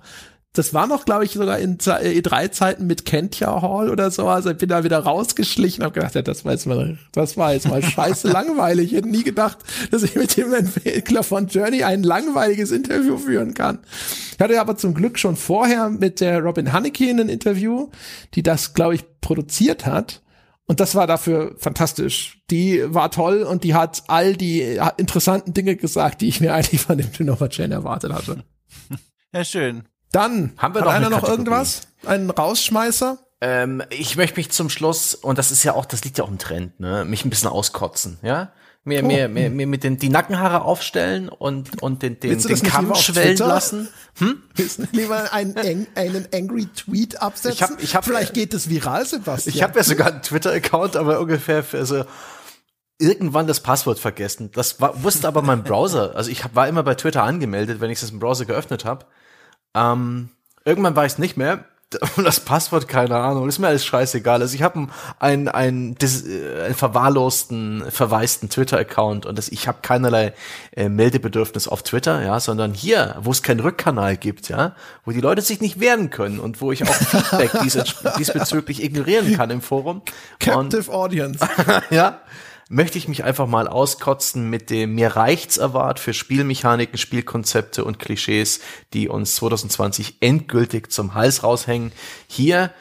das war noch, glaube ich, sogar in E3-Zeiten mit Kentia Hall oder so. Also ich bin da wieder rausgeschlichen und habe gedacht, ja, das war jetzt mal scheiße langweilig. Ich hätte nie gedacht, dass ich mit dem Entwickler von Journey ein langweiliges Interview führen kann. Ich hatte aber zum Glück schon vorher mit der Robin Haneke ein Interview, die das, glaube ich, produziert hat. Und das war dafür fantastisch. Die war toll und die hat all die interessanten Dinge gesagt, die ich mir eigentlich von dem Nova Chain erwartet hatte. Ja, schön. Dann, haben wir hat noch einer noch Kategorie? irgendwas? Einen Rausschmeißer? Ich möchte mich zum Schluss, und das liegt ja auch im Trend, ne, mich ein bisschen auskotzen, ja? Mir mit die Nackenhaare aufstellen und den Kamm schwellen lassen. Willst du lieber einen angry Tweet absetzen? Vielleicht geht es viral, Sebastian. Ich habe ja sogar einen Twitter-Account, aber ungefähr irgendwann das Passwort vergessen. Wusste aber mein Browser. Also ich war immer bei Twitter angemeldet, wenn ich das im Browser geöffnet habe. Irgendwann war ich es nicht mehr. Und das Passwort, keine Ahnung, ist mir alles scheißegal. Also ich habe einen verwahrlosten, verwaisten Twitter-Account und ich habe keinerlei Meldebedürfnis auf Twitter, ja, sondern hier, wo es keinen Rückkanal gibt, ja, wo die Leute sich nicht wehren können und wo ich auch Feedback diesbezüglich ignorieren kann im Forum. Captive Audience. Ja. Möchte ich mich einfach mal auskotzen mit dem Mir reicht's Award für Spielmechaniken, Spielkonzepte und Klischees, die uns 2020 endgültig zum Hals raushängen. Hier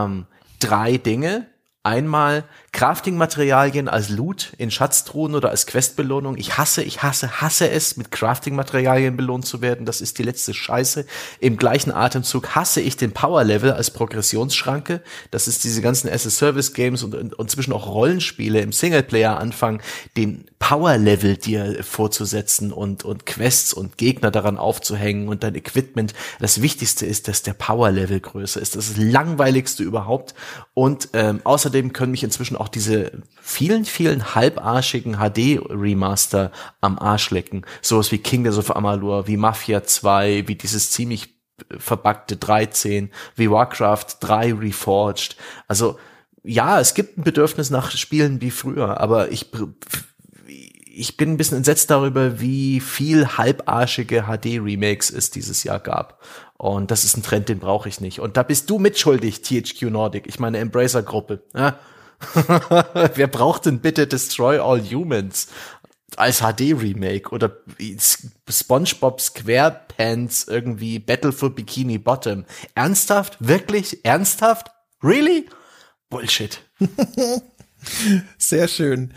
3 Dinge. Einmal Crafting-Materialien als Loot in Schatztruhen oder als Questbelohnung. Ich hasse es, mit Crafting-Materialien belohnt zu werden. Das ist die letzte Scheiße. Im gleichen Atemzug hasse ich den Power-Level als Progressionsschranke. Das ist diese ganzen as-a-Service-Games und zwischen auch Rollenspiele im Singleplayer anfangen, den Power-Level dir vorzusetzen und Quests und Gegner daran aufzuhängen und dein Equipment. Das Wichtigste ist, dass der Power-Level größer ist. Das ist das Langweiligste überhaupt. Und außerdem können mich inzwischen auch diese vielen, vielen halbarschigen HD-Remaster am Arsch lecken. Sowas wie Kingdoms of Amalur, wie Mafia 2, wie dieses ziemlich verbuggte 13, wie Warcraft 3 Reforged. Also ja, es gibt ein Bedürfnis nach Spielen wie früher, aber ich bin ein bisschen entsetzt darüber, wie viel halbarschige HD-Remakes es dieses Jahr gab. Und das ist ein Trend, den brauche ich nicht. Und da bist du mitschuldig, THQ Nordic. Ich meine Embracer-Gruppe. Ja? Wer braucht denn bitte Destroy All Humans als HD-Remake? Oder SpongeBob SquarePants irgendwie Battle for Bikini Bottom? Ernsthaft? Wirklich? Ernsthaft? Really? Bullshit. Sehr schön.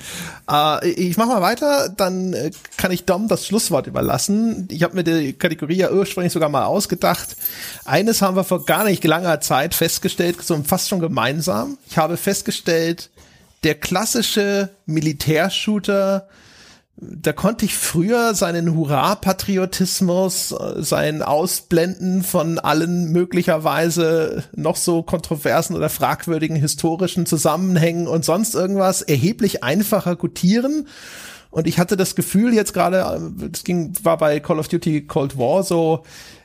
Ich mache mal weiter, dann kann ich Dom das Schlusswort überlassen. Ich habe mir die Kategorie ja ursprünglich sogar mal ausgedacht. Eines haben wir vor gar nicht langer Zeit festgestellt, so fast schon gemeinsam. Ich habe festgestellt, der klassische Militärshooter, da konnte ich früher seinen Hurra-Patriotismus, sein Ausblenden von allen möglicherweise noch so kontroversen oder fragwürdigen historischen Zusammenhängen und sonst irgendwas erheblich einfacher gutieren. Und ich hatte das Gefühl jetzt gerade, war bei Call of Duty Cold War so,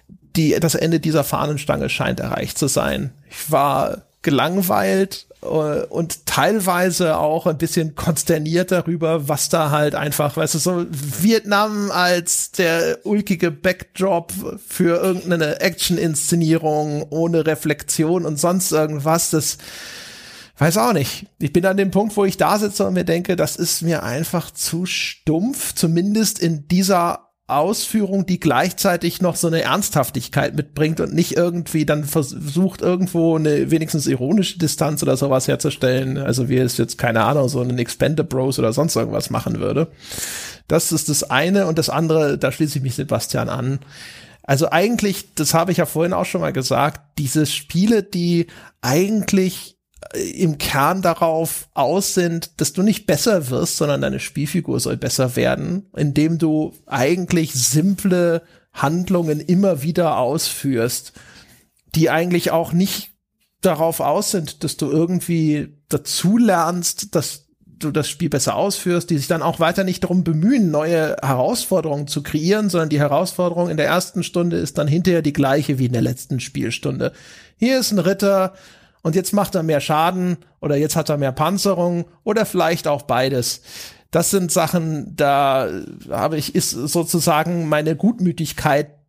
das Ende dieser Fahnenstange scheint erreicht zu sein. Ich war gelangweilt und teilweise auch ein bisschen konsterniert darüber, was da halt einfach, weißt du, so Vietnam als der ulkige Backdrop für irgendeine Action-Inszenierung ohne Reflexion und sonst irgendwas, das weiß auch nicht. Ich bin an dem Punkt, wo ich da sitze und mir denke, das ist mir einfach zu stumpf, zumindest in dieser Ausführung, die gleichzeitig noch so eine Ernsthaftigkeit mitbringt und nicht irgendwie dann versucht, irgendwo eine wenigstens ironische Distanz oder sowas herzustellen. Also wie es jetzt, keine Ahnung, so einen Expendables oder sonst irgendwas machen würde. Das ist das eine. Und das andere, da schließe ich mich Sebastian an. Also eigentlich, das habe ich ja vorhin auch schon mal gesagt, diese Spiele, die eigentlich im Kern darauf aus sind, dass du nicht besser wirst, sondern deine Spielfigur soll besser werden, indem du eigentlich simple Handlungen immer wieder ausführst, die eigentlich auch nicht darauf aus sind, dass du irgendwie dazulernst, dass du das Spiel besser ausführst, die sich dann auch weiter nicht darum bemühen, neue Herausforderungen zu kreieren, sondern die Herausforderung in der ersten Stunde ist dann hinterher die gleiche wie in der letzten Spielstunde. Hier ist ein Ritter, und jetzt macht er mehr Schaden oder jetzt hat er mehr Panzerung oder vielleicht auch beides. Das sind Sachen, da ist sozusagen meine Gutmütigkeit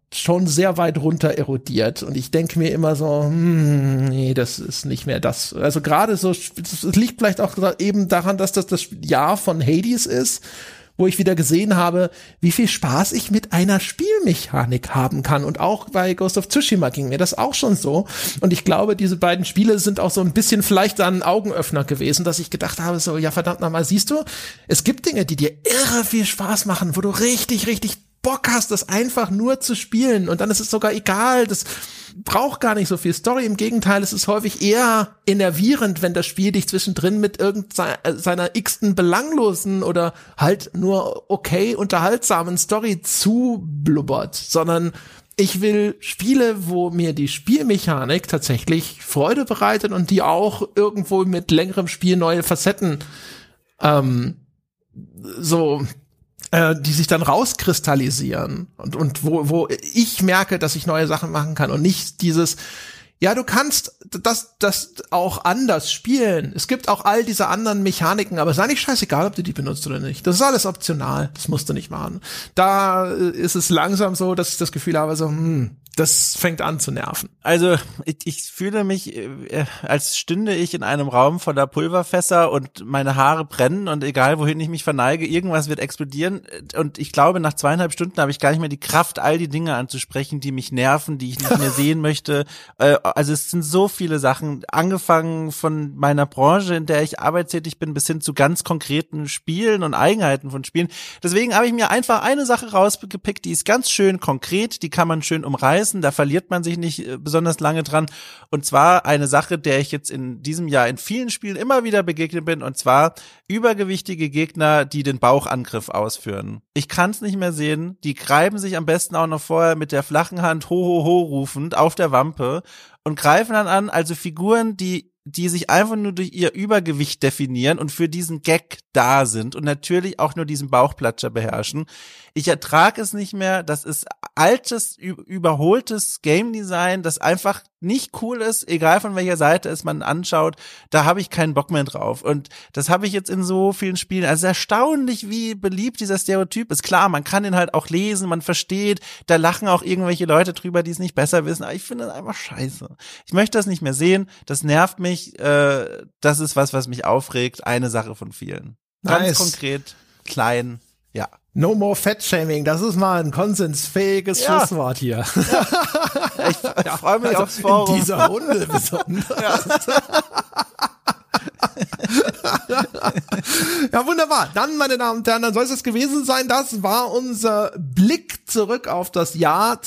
schon sehr weit runter erodiert und ich denke mir immer so, nee, das ist nicht mehr das. Also gerade so, es liegt vielleicht auch eben daran, dass das Jahr von Hades ist, wo ich wieder gesehen habe, wie viel Spaß ich mit einer Spielmechanik haben kann. Und auch bei Ghost of Tsushima ging mir das auch schon so. Und ich glaube, diese beiden Spiele sind auch so ein bisschen vielleicht ein Augenöffner gewesen, dass ich gedacht habe, so, ja verdammt nochmal, siehst du, es gibt Dinge, die dir irre viel Spaß machen, wo du richtig, richtig Bock hast, das einfach nur zu spielen. Und dann ist es sogar egal, das braucht gar nicht so viel Story. Im Gegenteil, es ist häufig eher enervierend, wenn das Spiel dich zwischendrin mit irgendeiner x-ten belanglosen oder halt nur okay unterhaltsamen Story zublubbert, sondern ich will Spiele, wo mir die Spielmechanik tatsächlich Freude bereitet und die auch irgendwo mit längerem Spiel neue Facetten die sich dann rauskristallisieren und wo ich merke, dass ich neue Sachen machen kann und nicht dieses, ja, du kannst das auch anders spielen. Es gibt auch all diese anderen Mechaniken, aber es ist eigentlich scheißegal, ob du die benutzt oder nicht. Das ist alles optional. Das musst du nicht machen. Da ist es langsam so, dass ich das Gefühl habe, so, das fängt an zu nerven. Also ich fühle mich, als stünde ich in einem Raum voller Pulverfässer und meine Haare brennen und egal wohin ich mich verneige, irgendwas wird explodieren. Und ich glaube, nach 2,5 Stunden habe ich gar nicht mehr die Kraft, all die Dinge anzusprechen, die mich nerven, die ich nicht mehr sehen möchte. Also es sind so viele Sachen, angefangen von meiner Branche, in der ich arbeitstätig bin, bis hin zu ganz konkreten Spielen und Eigenheiten von Spielen. Deswegen habe ich mir einfach eine Sache rausgepickt, die ist ganz schön konkret, die kann man schön umreißen. Da verliert man sich nicht besonders lange dran. Und zwar eine Sache, der ich jetzt in diesem Jahr in vielen Spielen immer wieder begegnet bin, und zwar übergewichtige Gegner, die den Bauchangriff ausführen. Ich kann es nicht mehr sehen. Die greifen sich am besten auch noch vorher mit der flachen Hand ho, ho, ho rufend auf der Wampe und greifen dann an, also Figuren, die sich einfach nur durch ihr Übergewicht definieren und für diesen Gag da sind und natürlich auch nur diesen Bauchplatscher beherrschen. Ich ertrage es nicht mehr. Das ist altes, überholtes Game Design, das einfach nicht cool ist, egal von welcher Seite es man anschaut. Da habe ich keinen Bock mehr drauf. Und das habe ich jetzt in so vielen Spielen. Also erstaunlich, wie beliebt dieser Stereotyp ist. Klar, man kann den halt auch lesen, man versteht, da lachen auch irgendwelche Leute drüber, die es nicht besser wissen. Aber ich finde das einfach scheiße. Ich möchte das nicht mehr sehen. Das nervt mich. Das ist was mich aufregt. Eine Sache von vielen. Ganz konkret, klein, ja. No more Fat-Shaming, das ist mal ein konsensfähiges Schlusswort hier. Ja. Ich freue mich aufs Forum. In dieser Runde besonders. Ja, wunderbar. Dann, meine Damen und Herren, dann soll es gewesen sein. Das war unser Blick zurück auf das Jahr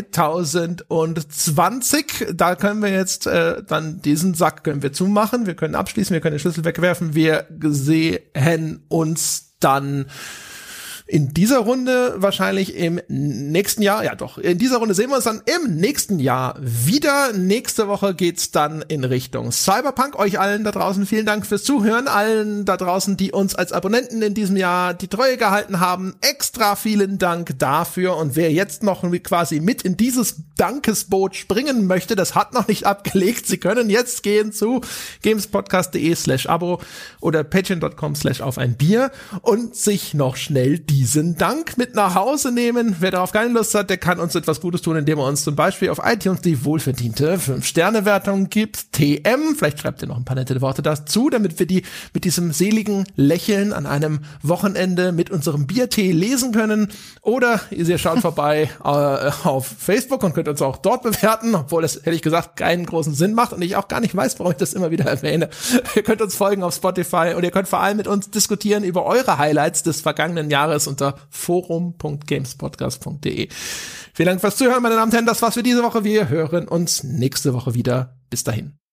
2020. Da können wir jetzt dann diesen Sack können wir zumachen. Wir können abschließen, wir können den Schlüssel wegwerfen. Wir sehen uns dann in dieser Runde wahrscheinlich im nächsten Jahr, ja doch, in dieser Runde sehen wir uns dann im nächsten Jahr wieder. Nächste Woche geht's dann in Richtung Cyberpunk. Euch allen da draußen vielen Dank fürs Zuhören. Allen da draußen, die uns als Abonnenten in diesem Jahr die Treue gehalten haben, extra vielen Dank dafür. Und wer jetzt noch quasi mit in dieses Dankesboot springen möchte, das hat noch nicht abgelegt. Sie können jetzt gehen zu gamespodcast.de/Abo oder patreon.com/aufeinbier und sich noch schnell diesen Dank mit nach Hause nehmen. Wer darauf keine Lust hat, der kann uns etwas Gutes tun, indem er uns zum Beispiel auf iTunes die wohlverdiente 5-Sterne-Wertung gibt. TM, vielleicht schreibt ihr noch ein paar nette Worte dazu, damit wir die mit diesem seligen Lächeln an einem Wochenende mit unserem Biertee lesen können. Oder ihr schaut vorbei auf Facebook und könnt uns auch dort bewerten, obwohl das ehrlich gesagt keinen großen Sinn macht und ich auch gar nicht weiß, warum ich das immer wieder erwähne. Ihr könnt uns folgen auf Spotify und ihr könnt vor allem mit uns diskutieren über eure Highlights des vergangenen Jahres unter forum.gamespodcast.de. Vielen Dank fürs Zuhören, meine Damen und Herren. Das war's für diese Woche. Wir hören uns nächste Woche wieder. Bis dahin.